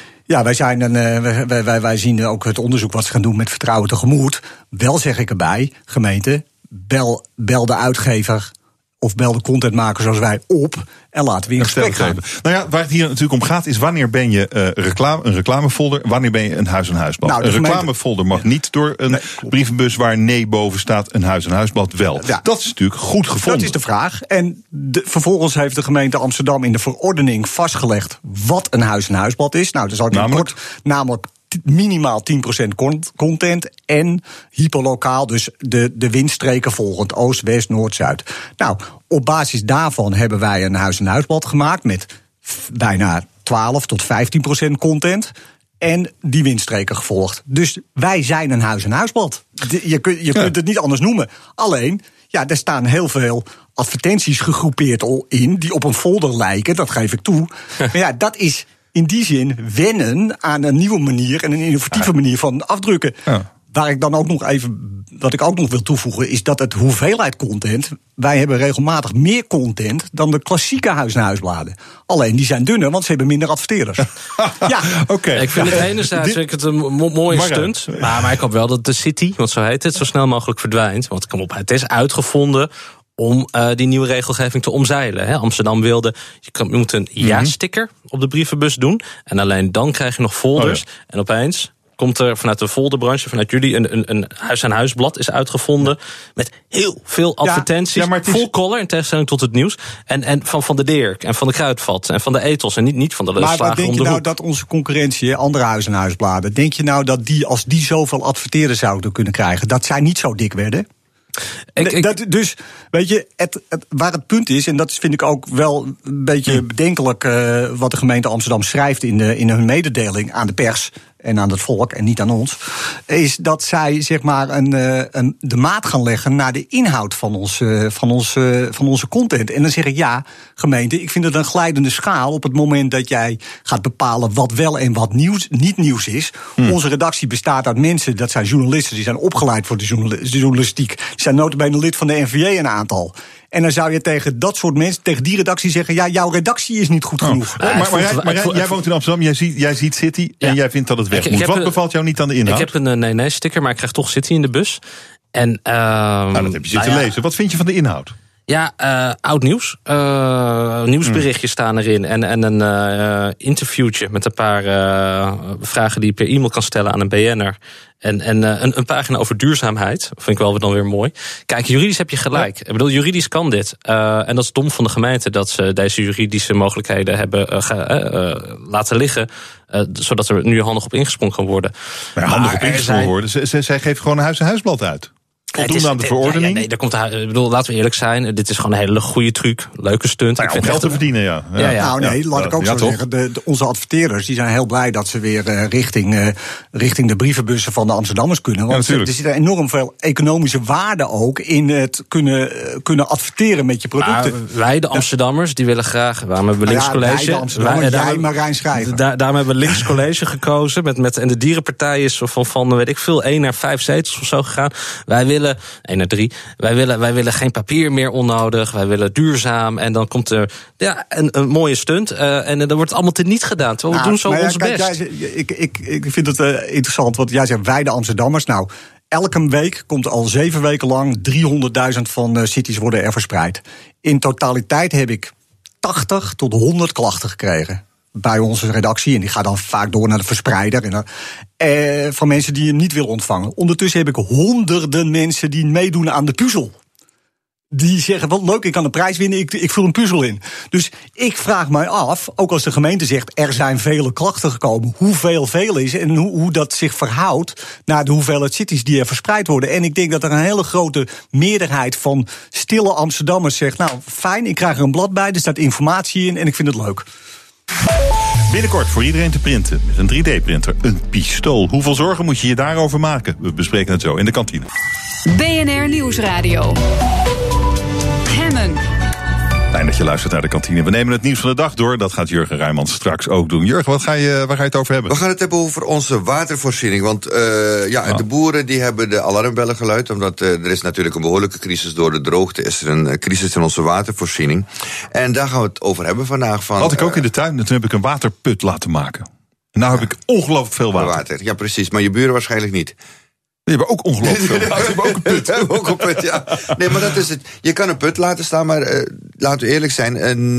[SPEAKER 12] zien ook het onderzoek wat ze gaan doen met Vertrouwen Tegemoet. Wel zeg ik erbij, gemeente, bel de uitgever of bel de contentmaker zoals wij op en laten we in gesprek gaan.
[SPEAKER 2] Nou ja, waar het hier natuurlijk om gaat is wanneer ben je een reclamefolder, wanneer ben je een Huis en Huisblad. Nou, een reclamefolder mag niet door een brievenbus waar nee boven staat, een Huis en Huisblad wel. Ja. Dat is natuurlijk goed gevonden.
[SPEAKER 12] Dat is de vraag. En vervolgens heeft de gemeente Amsterdam in de verordening vastgelegd wat een Huis en Huisblad is. Nou, dat zal ik namelijk minimaal 10% content en hyperlokaal, dus de windstreken volgend, oost, west, noord, zuid. Nou, op basis daarvan hebben wij een Huis en Huisblad gemaakt met bijna 12 tot 15% content en die windstreken gevolgd. Dus wij zijn een Huis en Huisblad. Je kunt het niet anders noemen. Alleen, ja, er staan heel veel advertenties gegroepeerd in die op een folder lijken, dat geef ik toe. Maar ja, dat is in die zin wennen aan een nieuwe manier en een innovatieve manier van afdrukken. Ja. Waar ik dan ook nog even, wat ik ook nog wil toevoegen, is dat het hoeveelheid content, wij hebben regelmatig meer content dan de klassieke Huis en Huisbladen. Alleen die zijn dunner, want ze hebben minder adverteerders.
[SPEAKER 13] Ja, okay. Ik vind het enerzijds een mooie stunt. Maar ik hoop wel dat de City, want zo heet het, zo snel mogelijk verdwijnt. Want kom op, het is uitgevonden om die nieuwe regelgeving te omzeilen. Amsterdam wilde, je moet een ja-sticker op de brievenbus doen. En alleen dan krijg je nog folders. En opeens komt er vanuit de folderbranche, vanuit jullie, een Huis aan Huisblad is uitgevonden met heel veel advertenties, full color in tegenstelling tot het nieuws. En van de Dirk en van de Kruidvat en van de Ethos en niet van de Slager om de hoek.
[SPEAKER 12] Maar denk je nou dat onze concurrentie, andere Huis en Huisbladen, denk je nou dat als die zoveel adverteerders zouden kunnen krijgen, dat zij niet zo dik werden? Dus, weet je, waar het punt is, en dat vind ik ook wel een beetje bedenkelijk wat de gemeente Amsterdam schrijft in hun mededeling aan de pers en aan het volk en niet aan ons, is dat zij zeg maar de maat gaan leggen naar de inhoud van onze content. En dan zeg ik, ja, gemeente, ik vind het een glijdende schaal op het moment dat jij gaat bepalen wat wel en wat niet nieuws is. Onze redactie bestaat uit mensen, dat zijn journalisten, die zijn opgeleid voor de journalistiek. Die zijn nota bene lid van de NVJ een aantal. En dan zou je tegen dat soort mensen, tegen die redactie zeggen, ja, jouw redactie is niet goed genoeg.
[SPEAKER 2] Maar jij woont in Amsterdam, jij ziet City en jij vindt dat het weg moet. Wat bevalt jou niet aan de inhoud?
[SPEAKER 13] Ik heb een nee-sticker, maar ik krijg toch City in de bus. En,
[SPEAKER 2] dat heb je zitten lezen. Wat vind je van de inhoud?
[SPEAKER 13] Ja, oud nieuws. Nieuwsberichtjes staan erin. En een interviewtje met een paar vragen die je per e-mail kan stellen aan een BN'er. En een pagina over duurzaamheid. Vind ik wel dan weer mooi. Kijk, juridisch heb je gelijk. Ja. Ik bedoel, juridisch kan dit. En dat is dom van de gemeente dat ze deze juridische mogelijkheden hebben laten liggen. Zodat er nu handig op ingesprongen kan worden.
[SPEAKER 2] Maar handig op ingesprongen worden? Zij geeft gewoon een Huis en Huisblad uit. Voldoen aan de verordening?
[SPEAKER 13] Nee, daar komt ik bedoel, laten we eerlijk zijn. Dit is gewoon een hele goede truc. Leuke stunt.
[SPEAKER 2] Om geld te verdienen, ja.
[SPEAKER 12] Nou nee, laat ik ook zo zeggen. Onze adverteerders die zijn heel blij dat ze weer richting de brievenbussen van de Amsterdammers kunnen. Want er zit enorm veel economische waarde ook in het kunnen adverteren met je producten.
[SPEAKER 13] Wij, de Amsterdammers, die willen graag. Waarom hebben we Links College?
[SPEAKER 12] Wij, de Amsterdammers, jij, Marijn Schrijver.
[SPEAKER 13] Daarom hebben we Links College gekozen. En de dierenpartij is van weet ik veel, 1 naar 5 zetels of zo gegaan. Wij willen 1 naar 3. Wij willen geen papier meer onnodig. Wij willen duurzaam. En dan komt er een mooie stunt. En dan wordt het allemaal teniet gedaan. Terwijl we doen zo ons best.
[SPEAKER 12] Ik vind het interessant. Want jij zegt wij de Amsterdammers. Nou, elke week komt al 7 weken lang 300.000 van cities worden er verspreid. In totaliteit heb ik 80 tot 100 klachten gekregen bij onze redactie. En die gaat dan vaak door naar de verspreider. Van mensen die hem niet willen ontvangen. Ondertussen heb ik honderden mensen die meedoen aan de puzzel. Die zeggen, wat leuk, ik kan een prijs winnen, ik vul een puzzel in. Dus ik vraag mij af, ook als de gemeente zegt, er zijn vele klachten gekomen, hoeveel veel is en hoe dat zich verhoudt naar de hoeveelheid cities die er verspreid worden. En ik denk dat er een hele grote meerderheid van stille Amsterdammers zegt, nou fijn, ik krijg er een blad bij, er staat informatie in en ik vind het leuk.
[SPEAKER 2] Binnenkort voor iedereen te printen met een 3D-printer, een pistool. Hoeveel zorgen moet je je daarover maken? We bespreken het zo in de kantine.
[SPEAKER 1] BNR Nieuwsradio. Hemmen.
[SPEAKER 2] Fijn dat je luistert naar de kantine. We nemen het nieuws van de dag door. Dat gaat Jurgen Rijmans straks ook doen. Jurgen, waar ga je het over hebben?
[SPEAKER 14] We gaan het hebben over onze watervoorziening. Want de boeren die hebben de alarmbellen geluid. Omdat er is natuurlijk een behoorlijke crisis door de droogte. Is er een crisis in onze watervoorziening. En daar gaan we het over hebben vandaag.
[SPEAKER 2] Had ik ook in de tuin. En toen heb ik een waterput laten maken. En nou heb ik ongelooflijk veel water.
[SPEAKER 14] Ja, precies. Maar je buren waarschijnlijk niet.
[SPEAKER 2] Die hebben ook ongelooflijk veel. Die hebben ook een put.
[SPEAKER 14] Die hebben ook een put, ja. Nee, maar dat is het. Je kan een put laten staan, maar laten we eerlijk zijn.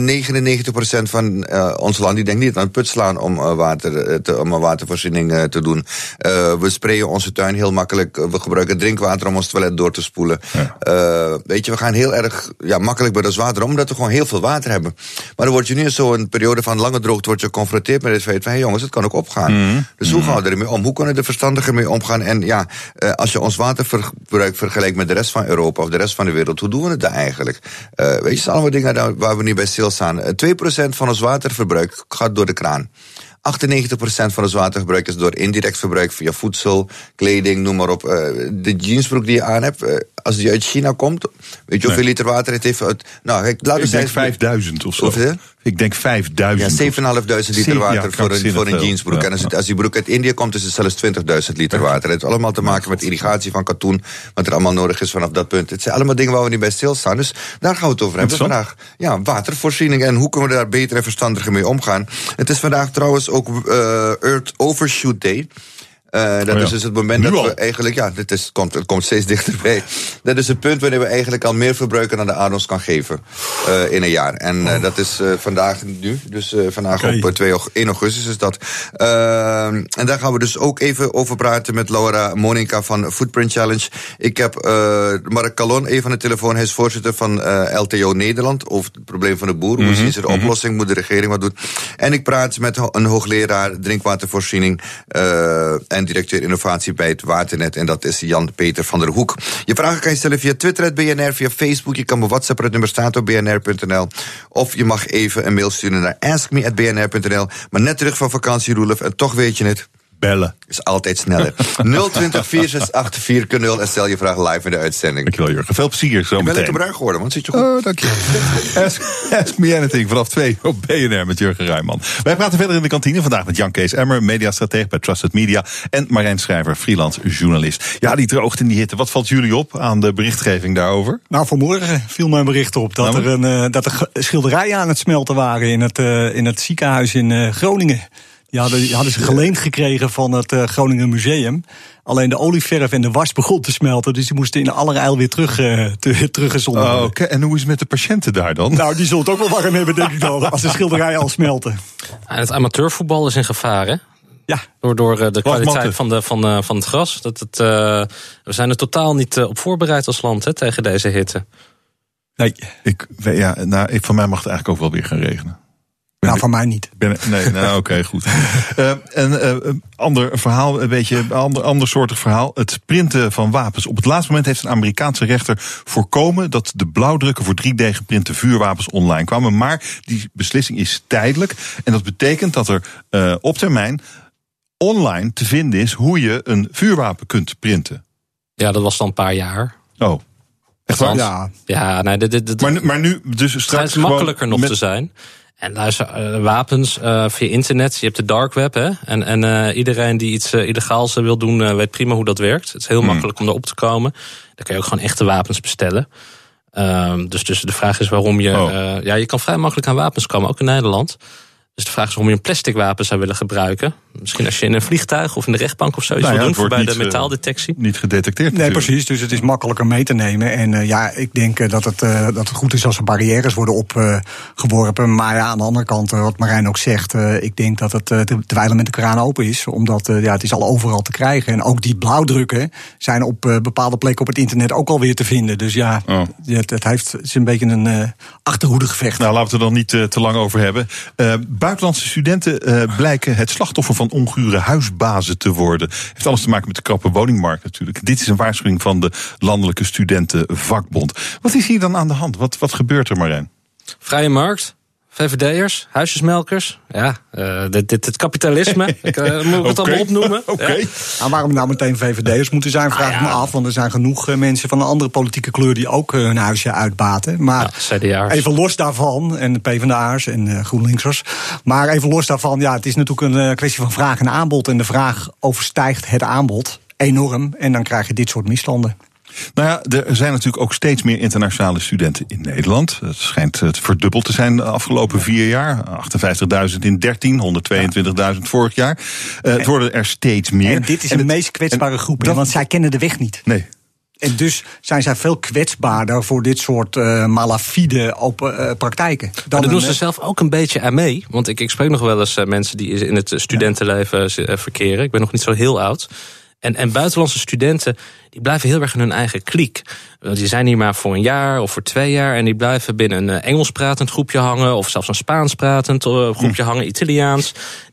[SPEAKER 14] 99% van ons land die denkt niet aan een put slaan om een watervoorziening te doen. We sprayen onze tuin heel makkelijk. We gebruiken drinkwater om ons toilet door te spoelen. Ja. We gaan heel erg makkelijk bij dat water om, omdat we gewoon heel veel water hebben. Maar dan word je nu in zo'n periode van lange droogte wordt je geconfronteerd met het feit van, hey jongens, het kan ook opgaan. Dus hoe gaan we ermee om? Hoe kunnen we er verstandiger mee omgaan? En als je ons waterverbruik vergelijkt met de rest van Europa of de rest van de wereld, hoe doen we het daar eigenlijk? Weet je, het zijn allemaal dingen waar we niet bij stilstaan. 2% van ons waterverbruik gaat door de kraan. 98% van ons watergebruik is door indirect verbruik via voedsel, kleding, noem maar op. De jeansbroek die je aan hebt, als die uit China komt, weet je hoeveel liter water het heeft? Ik
[SPEAKER 2] denk 5000 of zo.
[SPEAKER 14] Hoeveel?
[SPEAKER 2] Ik denk 5000.
[SPEAKER 14] Ja, 7.500 liter water voor een jeansbroek. Ja. En als die broek uit India komt, is het zelfs 20.000 liter water. Het heeft allemaal te maken met irrigatie van katoen, wat er allemaal nodig is vanaf dat punt. Het zijn allemaal dingen waar we niet bij stilstaan. Dus daar gaan we het over hebben vandaag. Ja, watervoorziening en hoe kunnen we daar beter en verstandiger mee omgaan. Het is vandaag trouwens ook Earth Overshoot Day. Dat is dus het moment dat we eigenlijk, het komt steeds dichterbij. Dat is het punt wanneer we eigenlijk al meer verbruiken dan de aarde ons kan geven in een jaar. En dat is vandaag nu, dus vandaag op 1 augustus is dat. En daar gaan we dus ook even over praten met Laura Monica van Footprint Challenge. Ik heb Mark Calon even aan de telefoon. Hij is voorzitter van LTO Nederland over het probleem van de boer. Hoe zien ze de oplossing? Moet de regering wat doen? En ik praat met een hoogleraar drinkwatervoorziening en directeur innovatie bij het Waternet. En dat is Jan-Peter van der Hoek. Je vragen kan je stellen via Twitter, BNR, via Facebook. Je kan mijn WhatsApp, het nummer staat op bnr.nl. Of je mag even een mail sturen naar askme@bnr.nl. Maar net terug van vakantie, Roelof, en toch weet je het.
[SPEAKER 2] Bellen.
[SPEAKER 14] Is altijd sneller. 020-4684-0 en stel je vraag live in de uitzending.
[SPEAKER 2] Dankjewel, Jurgen. Veel plezier zo meteen.
[SPEAKER 14] Ik ben lekker bruin geworden, want zit je goed.
[SPEAKER 2] Oh, dankjewel. Ask me anything vanaf 2 op BNR met Jurgen Rijman. Wij praten verder in de kantine vandaag met Jan Kees Emmer, mediastrateeg bij Trusted Media, en Marijn Schrijver, freelance journalist. Ja, die droogte en die hitte. Wat valt jullie op aan de berichtgeving daarover?
[SPEAKER 12] Nou, vanmorgen viel mijn bericht op dat er schilderijen aan het smelten waren in het ziekenhuis in Groningen. Die hadden ze geleend gekregen van het Groningen Museum. Alleen de olieverf en de was begon te smelten. Dus die moesten in allerijl weer teruggezonden worden.
[SPEAKER 2] Oké. En hoe is het met de patiënten daar dan?
[SPEAKER 12] Nou, die zullen het ook wel warm hebben, denk ik dan. Als de schilderijen al smelten.
[SPEAKER 13] En het amateurvoetbal is in gevaar, hè?
[SPEAKER 12] Ja.
[SPEAKER 13] Door de kwaliteit van het gras. We zijn er totaal niet op voorbereid als land tegen deze hitte.
[SPEAKER 12] Nee.
[SPEAKER 2] Van mij mag het eigenlijk ook wel weer gaan regenen.
[SPEAKER 12] Van mij niet.
[SPEAKER 2] Oké, goed. Ander verhaal, een beetje ander soortig verhaal. Het printen van wapens. Op het laatste moment heeft een Amerikaanse rechter voorkomen dat de blauwdrukken voor 3D geprinte vuurwapens online kwamen. Maar die beslissing is tijdelijk. En dat betekent dat er op termijn online te vinden is hoe je een vuurwapen kunt printen.
[SPEAKER 13] Ja, dat was dan een paar jaar.
[SPEAKER 2] Oh. Echt waar?
[SPEAKER 13] Ja, nee,
[SPEAKER 2] maar nu dus straks
[SPEAKER 13] het makkelijker nog te zijn. En luister, wapens via internet, je hebt de dark web, hè? En iedereen die iets illegaals wil doen, weet prima hoe dat werkt. Het is heel makkelijk om erop te komen. Dan kan je ook gewoon echte wapens bestellen. Dus de vraag is waarom je... je kan vrij makkelijk aan wapens komen, ook in Nederland. Dus de vraag is waarom je een plastic wapen zou willen gebruiken. Misschien als je in een vliegtuig of in de rechtbank of zoiets wil doen voor bij de metaaldetectie.
[SPEAKER 2] Niet gedetecteerd.
[SPEAKER 12] Nee, precies. Dus het is makkelijker mee te nemen. En ik denk dat het goed is als er barrières worden opgeworpen. Maar ja, aan de andere kant, wat Marijn ook zegt, ik denk dat het te wijlen met de kraan open is. Omdat het is al overal te krijgen. En ook die blauwdrukken zijn op bepaalde plekken op het internet ook alweer te vinden. Dus het is een beetje een achterhoedegevecht.
[SPEAKER 2] Nou, laten we het er dan niet te lang over hebben. Buitenlandse studenten blijken het slachtoffer van ongure huisbazen te worden. Heeft alles te maken met de krappe woningmarkt natuurlijk. Dit is een waarschuwing van de Landelijke Studentenvakbond. Wat is hier dan aan de hand? Wat gebeurt er, Marijn?
[SPEAKER 13] Vrije markt, VVD'ers, huisjesmelkers. Ja, dit kapitalisme. Moet ik het allemaal opnoemen?
[SPEAKER 2] Oké.
[SPEAKER 13] Ja.
[SPEAKER 12] En waarom nou meteen VVD'ers moeten zijn, vraag ik me af. Want er zijn genoeg mensen van een andere politieke kleur die ook hun huisje uitbaten. Maar
[SPEAKER 13] CDA'ers.
[SPEAKER 12] Even los daarvan, en de PvdA'ers en GroenLinksers. Maar even los daarvan, het is natuurlijk een kwestie van vraag en aanbod. En de vraag overstijgt het aanbod enorm. En dan krijg je dit soort misstanden.
[SPEAKER 2] Nou ja, er zijn natuurlijk ook steeds meer internationale studenten in Nederland. Het schijnt verdubbeld te zijn de afgelopen 4 jaar. 58.000 in 13, 122.000 vorig jaar. Het worden er steeds meer.
[SPEAKER 12] En dit is de meest kwetsbare groep, want zij kennen de weg niet.
[SPEAKER 2] Nee.
[SPEAKER 12] En dus zijn zij veel kwetsbaarder voor dit soort malafide praktijken.
[SPEAKER 13] Maar daar doen ze zelf ook een beetje aan mee. Want ik spreek nog wel eens mensen die in het studentenleven verkeren. Ik ben nog niet zo heel oud. En buitenlandse studenten, die blijven heel erg in hun eigen kliek. Die zijn hier maar voor 1 jaar of voor 2 jaar. En die blijven binnen een Engels pratend groepje hangen. Of zelfs een Spaans pratend groepje hangen, Italiaans.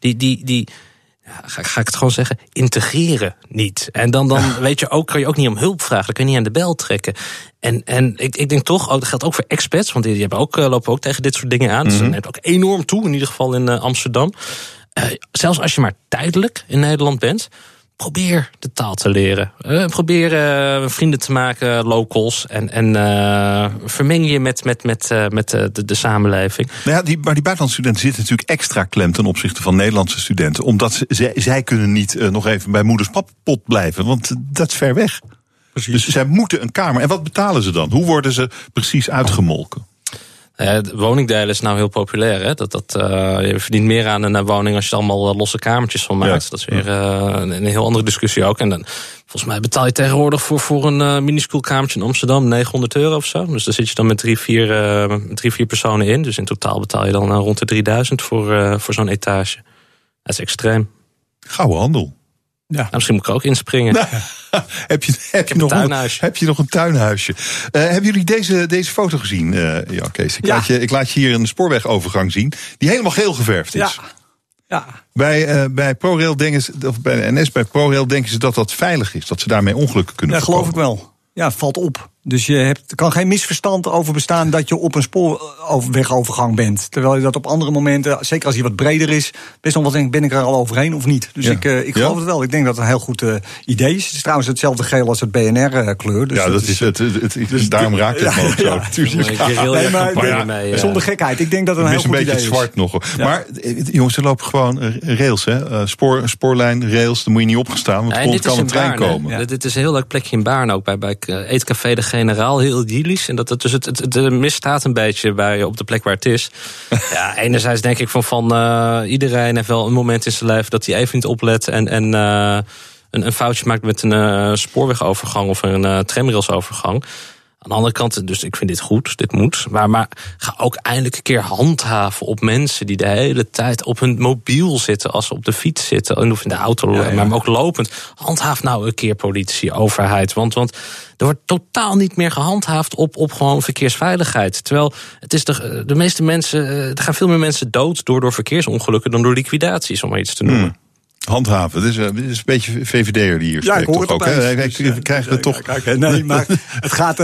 [SPEAKER 13] Ga ik het gewoon zeggen, integreren niet. En dan weet je ook, kan je ook niet om hulp vragen. Dan kan je niet aan de bel trekken. En ik denk toch, dat geldt ook voor expats. Want die lopen ook tegen dit soort dingen aan. Dus dat neemt ook enorm toe, in ieder geval in Amsterdam. Zelfs als je maar tijdelijk in Nederland bent, probeer de taal te leren. Probeer vrienden te maken, locals. En vermeng je met de samenleving.
[SPEAKER 2] Nou ja, maar die buitenlandse studenten zitten natuurlijk extra klem ten opzichte van Nederlandse studenten. Omdat zij kunnen niet nog even bij moeders pot blijven. Want dat is ver weg. Precies. Dus zij moeten een kamer. En wat betalen ze dan? Hoe worden ze precies uitgemolken?
[SPEAKER 13] Woningdelen is nou heel populair. Hè? Je verdient meer aan een woning als je er allemaal losse kamertjes van maakt. Ja. Dat is weer een heel andere discussie ook. En dan, volgens mij betaal je tegenwoordig voor een minuscuul kamertje in Amsterdam €900 of zo. Dus daar zit je dan met 3-4 personen in. Dus in totaal betaal je dan rond de 3000 voor zo'n etage. Dat is extreem.
[SPEAKER 2] Gouden handel.
[SPEAKER 13] Ja. Nou, misschien moet ik ook inspringen.
[SPEAKER 2] Nou, heb je nog een tuinhuisje? Hebben jullie deze foto gezien, Kees? Ik laat je hier een spoorwegovergang zien die helemaal geel geverfd is.
[SPEAKER 12] Ja.
[SPEAKER 2] Bij ProRail denken ze, of bij de NS, bij ProRail denken ze dat veilig is. Dat ze daarmee ongelukken kunnen voorkomen.
[SPEAKER 12] Ja, geloof ik wel. Ja, het valt op. Dus er kan geen misverstand over bestaan dat je op een spoorwegovergang bent. Terwijl je dat op andere momenten, zeker als hij wat breder is, best nog wel denkt, ben ik er al overheen of niet? Dus ik geloof het wel. Ik denk dat het een heel goed idee is. Het is trouwens hetzelfde geel als het BNR-kleur. Dus
[SPEAKER 2] ja, dat is het. Daarom raakt het me ook zo.
[SPEAKER 12] Zonder gekheid. Ik denk dat het een heel goed idee is.
[SPEAKER 2] Een beetje zwart nog. Ja. Maar jongens, er lopen gewoon rails, hè? Spoorlijn, rails, daar moet je niet opgestaan, want er kan een trein komen.
[SPEAKER 13] Ja. Dit is een heel leuk plekje in Baarn ook, bij Eetcafé de Generaal, heel idyllisch. En dat het misstaat een beetje op de plek waar het is. Ja, enerzijds denk ik van iedereen heeft wel een moment in zijn leven dat hij even niet oplet en een foutje maakt met een spoorwegovergang of een tramrailsovergang. Aan de andere kant, dus ik vind dit goed, dit moet. Maar ga ook eindelijk een keer handhaven op mensen die de hele tijd op hun mobiel zitten, als ze op de fiets zitten, of in de auto, maar ook lopend. Handhaaf nou een keer politie, overheid. Want er wordt totaal niet meer gehandhaafd op gewoon verkeersveiligheid. Terwijl het is de meeste mensen, er gaan veel meer mensen dood door verkeersongelukken dan door liquidaties, om maar iets te noemen.
[SPEAKER 2] Handhaven. Dit is een beetje VVD'er die hier spreekt.
[SPEAKER 12] Ja, ik hoor het
[SPEAKER 2] ook. We krijgen het toch.
[SPEAKER 12] Nee, maar het gaat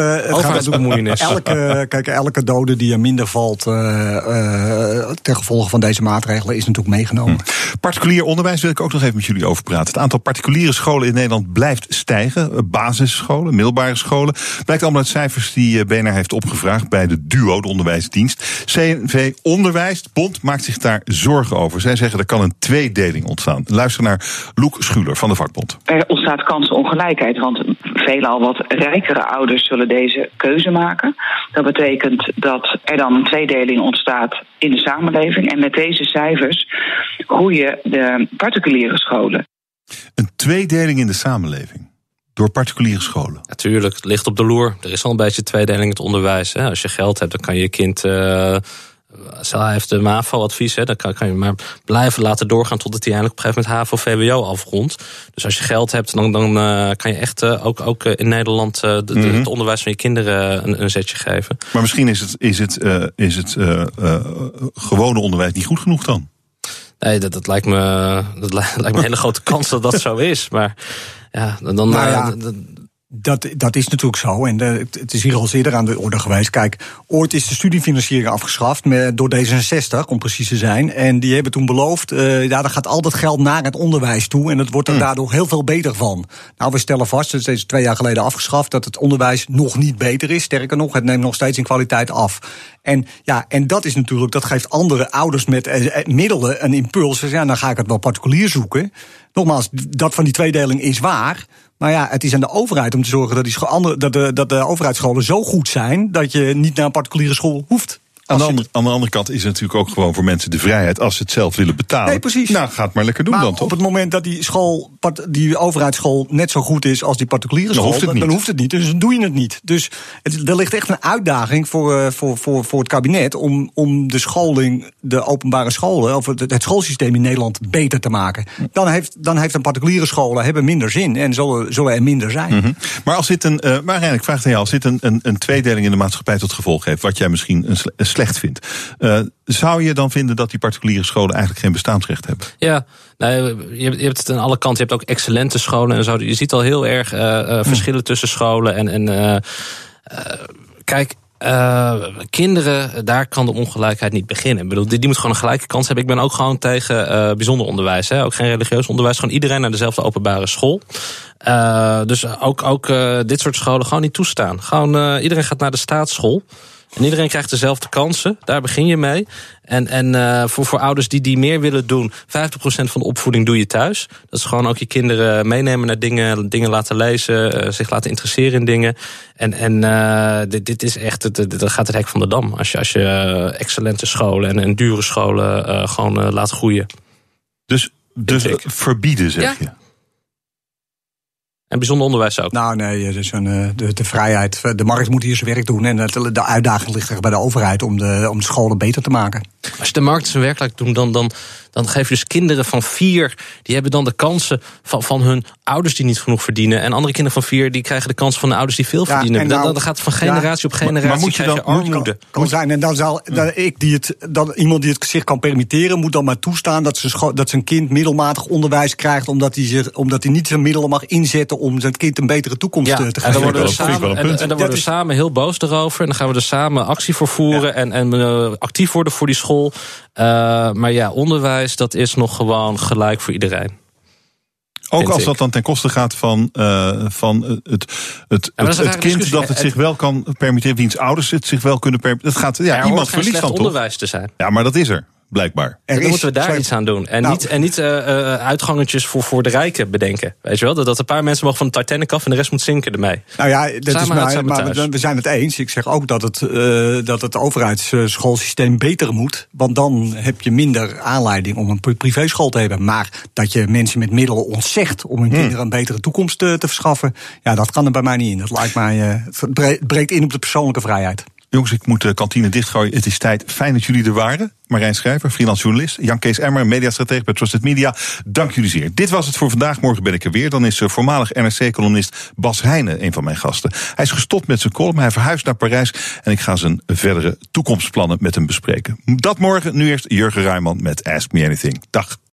[SPEAKER 12] elke dode die er minder valt ten gevolge van deze maatregelen is natuurlijk meegenomen.
[SPEAKER 2] Particulier onderwijs wil ik ook nog even met jullie over praten. Het aantal particuliere scholen in Nederland blijft stijgen. Basisscholen, middelbare scholen. Blijkt allemaal uit cijfers die BNR heeft opgevraagd bij de DUO, de onderwijsdienst. CNV Onderwijs, Bond, maakt zich daar zorgen over. Zij zeggen er kan een tweedeling ontstaan. Luister luisteren naar Loek Schuler van de vakbond.
[SPEAKER 15] Er ontstaat kansenongelijkheid, want veelal wat rijkere ouders zullen deze keuze maken. Dat betekent dat er dan een tweedeling ontstaat in de samenleving. En met deze cijfers groeien de particuliere scholen.
[SPEAKER 2] Een tweedeling in de samenleving? Door particuliere scholen?
[SPEAKER 13] Natuurlijk, het ligt op de loer. Er is al een beetje tweedeling in het onderwijs. Hè. Als je geld hebt, dan kan je kind... hij heeft de MAVO-advies, dan kan je maar blijven laten doorgaan totdat hij eindelijk op een gegeven moment HAVO-VWO afrondt. Dus als je geld hebt, dan kan je echt ook in Nederland het onderwijs van je kinderen een zetje geven.
[SPEAKER 2] Maar misschien is het gewone onderwijs niet goed genoeg dan?
[SPEAKER 13] Nee, dat lijkt me een hele grote kans dat dat zo is. Maar ja,
[SPEAKER 12] Dat is natuurlijk zo. En het is hier al eerder aan de orde geweest. Kijk, ooit is de studiefinanciering afgeschaft door D66, om precies te zijn. En die hebben toen beloofd, dan gaat al dat geld naar het onderwijs toe. En het wordt er daardoor heel veel beter van. Nou, we stellen vast, het is 2 jaar geleden afgeschaft, dat het onderwijs nog niet beter is. Sterker nog, het neemt nog steeds in kwaliteit af. En dat is natuurlijk, dat geeft andere ouders met middelen een impuls. Dus dan ga ik het wel particulier zoeken. Nogmaals, dat van die tweedeling is waar. Maar ja, het is aan de overheid om te zorgen dat de overheidsscholen zo goed zijn dat je niet naar een particuliere school hoeft.
[SPEAKER 2] Aan de andere kant is het natuurlijk ook gewoon voor mensen de vrijheid als ze het zelf willen betalen.
[SPEAKER 12] Nee, precies.
[SPEAKER 2] Nou, ga het maar lekker doen
[SPEAKER 12] maar
[SPEAKER 2] dan toch?
[SPEAKER 12] Op het moment dat die overheidsschool net zo goed is als die particuliere school, dan hoeft het niet. Dus dan doe je het niet. Dus er ligt echt een uitdaging voor het kabinet om de scholing, de openbare scholen, of het schoolsysteem in Nederland beter te maken. Dan heeft een particuliere scholen minder zin en zullen er minder zijn.
[SPEAKER 2] Mm-hmm. Maar als dit maar ik vraag het aan jou, als dit een tweedeling in de maatschappij tot gevolg heeft, wat jij misschien een slecht vindt, zou je dan vinden dat die particuliere scholen eigenlijk geen bestaansrecht hebben?
[SPEAKER 13] Ja, je hebt het aan alle kanten. Je hebt ook excellente scholen en zo. Je ziet al heel erg verschillen tussen scholen. Kijk, kinderen, daar kan de ongelijkheid niet beginnen. Ik bedoel, die moet gewoon een gelijke kans hebben. Ik ben ook gewoon tegen bijzonder onderwijs. Hè. Ook geen religieus onderwijs. Gewoon iedereen naar dezelfde openbare school. Dus ook dit soort scholen gewoon niet toestaan. Gewoon iedereen gaat naar de staatsschool. En iedereen krijgt dezelfde kansen, daar begin je mee. En voor ouders die meer willen doen, 50% van de opvoeding doe je thuis. Dat is gewoon ook je kinderen meenemen naar dingen laten lezen, zich laten interesseren in dingen. Dit is echt, dat gaat het hek van de dam. Als je excellente scholen en dure scholen gewoon laat groeien.
[SPEAKER 2] Dus verbieden, zeg je?
[SPEAKER 13] En bijzonder onderwijs ook.
[SPEAKER 12] Nou nee, dus de vrijheid. De markt moet hier zijn werk doen. En de uitdaging ligt echt bij de overheid om de scholen beter te maken.
[SPEAKER 13] Als je de markt zijn werk laat doen, dan geef je dus kinderen van 4... die hebben dan de kansen van hun ouders die niet genoeg verdienen. En andere kinderen van 4 die krijgen de kansen van de ouders die veel verdienen. Dan gaat het van generatie op generatie. Maar moet je dan armoede?
[SPEAKER 12] Kan zijn. En dan zal iemand die het zich kan permitteren, moet dan maar toestaan dat zijn kind middelmatig onderwijs krijgt, omdat hij niet zijn middelen mag inzetten om zijn kind een betere toekomst te geven.
[SPEAKER 13] En dan worden we samen heel boos erover. En dan gaan we er samen actie voor voeren en actief worden voor die school. Maar ja, onderwijs, dat is nog gewoon gelijk voor iedereen.
[SPEAKER 2] Ook als dat dan ten koste gaat van het kind dat het zich wel kan permitteren, wiens ouders het zich wel kunnen permitteren. Dat gaat, iemand verliest dan toch?
[SPEAKER 13] Onderwijs te zijn.
[SPEAKER 2] Ja, maar dat is er. Blijkbaar.
[SPEAKER 13] Dan moeten we daar iets aan doen. En niet uitgangetjes voor de rijken bedenken. Weet je wel? Dat een paar mensen mogen van de Titanic af en de rest moet zinken ermee.
[SPEAKER 12] Nou ja, we zijn het eens. Ik zeg ook dat het overheidsschoolsysteem beter moet. Want dan heb je minder aanleiding om een privéschool te hebben. Maar dat je mensen met middelen ontzegt om hun kinderen een betere toekomst te verschaffen, ja, dat kan er bij mij niet in. Dat lijkt mij, het breekt in op de persoonlijke vrijheid.
[SPEAKER 2] Jongens, ik moet de kantine dichtgooien. Het is tijd. Fijn dat jullie er waren. Marijn Schrijver, freelance journalist. Jan Kees Emmer, mediastratege bij Trusted Media. Dank jullie zeer. Dit was het voor vandaag. Morgen ben ik er weer. Dan is voormalig NRC-columnist Bas Heijnen een van mijn gasten. Hij is gestopt met zijn column. Hij verhuist naar Parijs. En ik ga zijn verdere toekomstplannen met hem bespreken. Dat morgen. Nu eerst Jurgen Rijman met Ask Me Anything. Dag.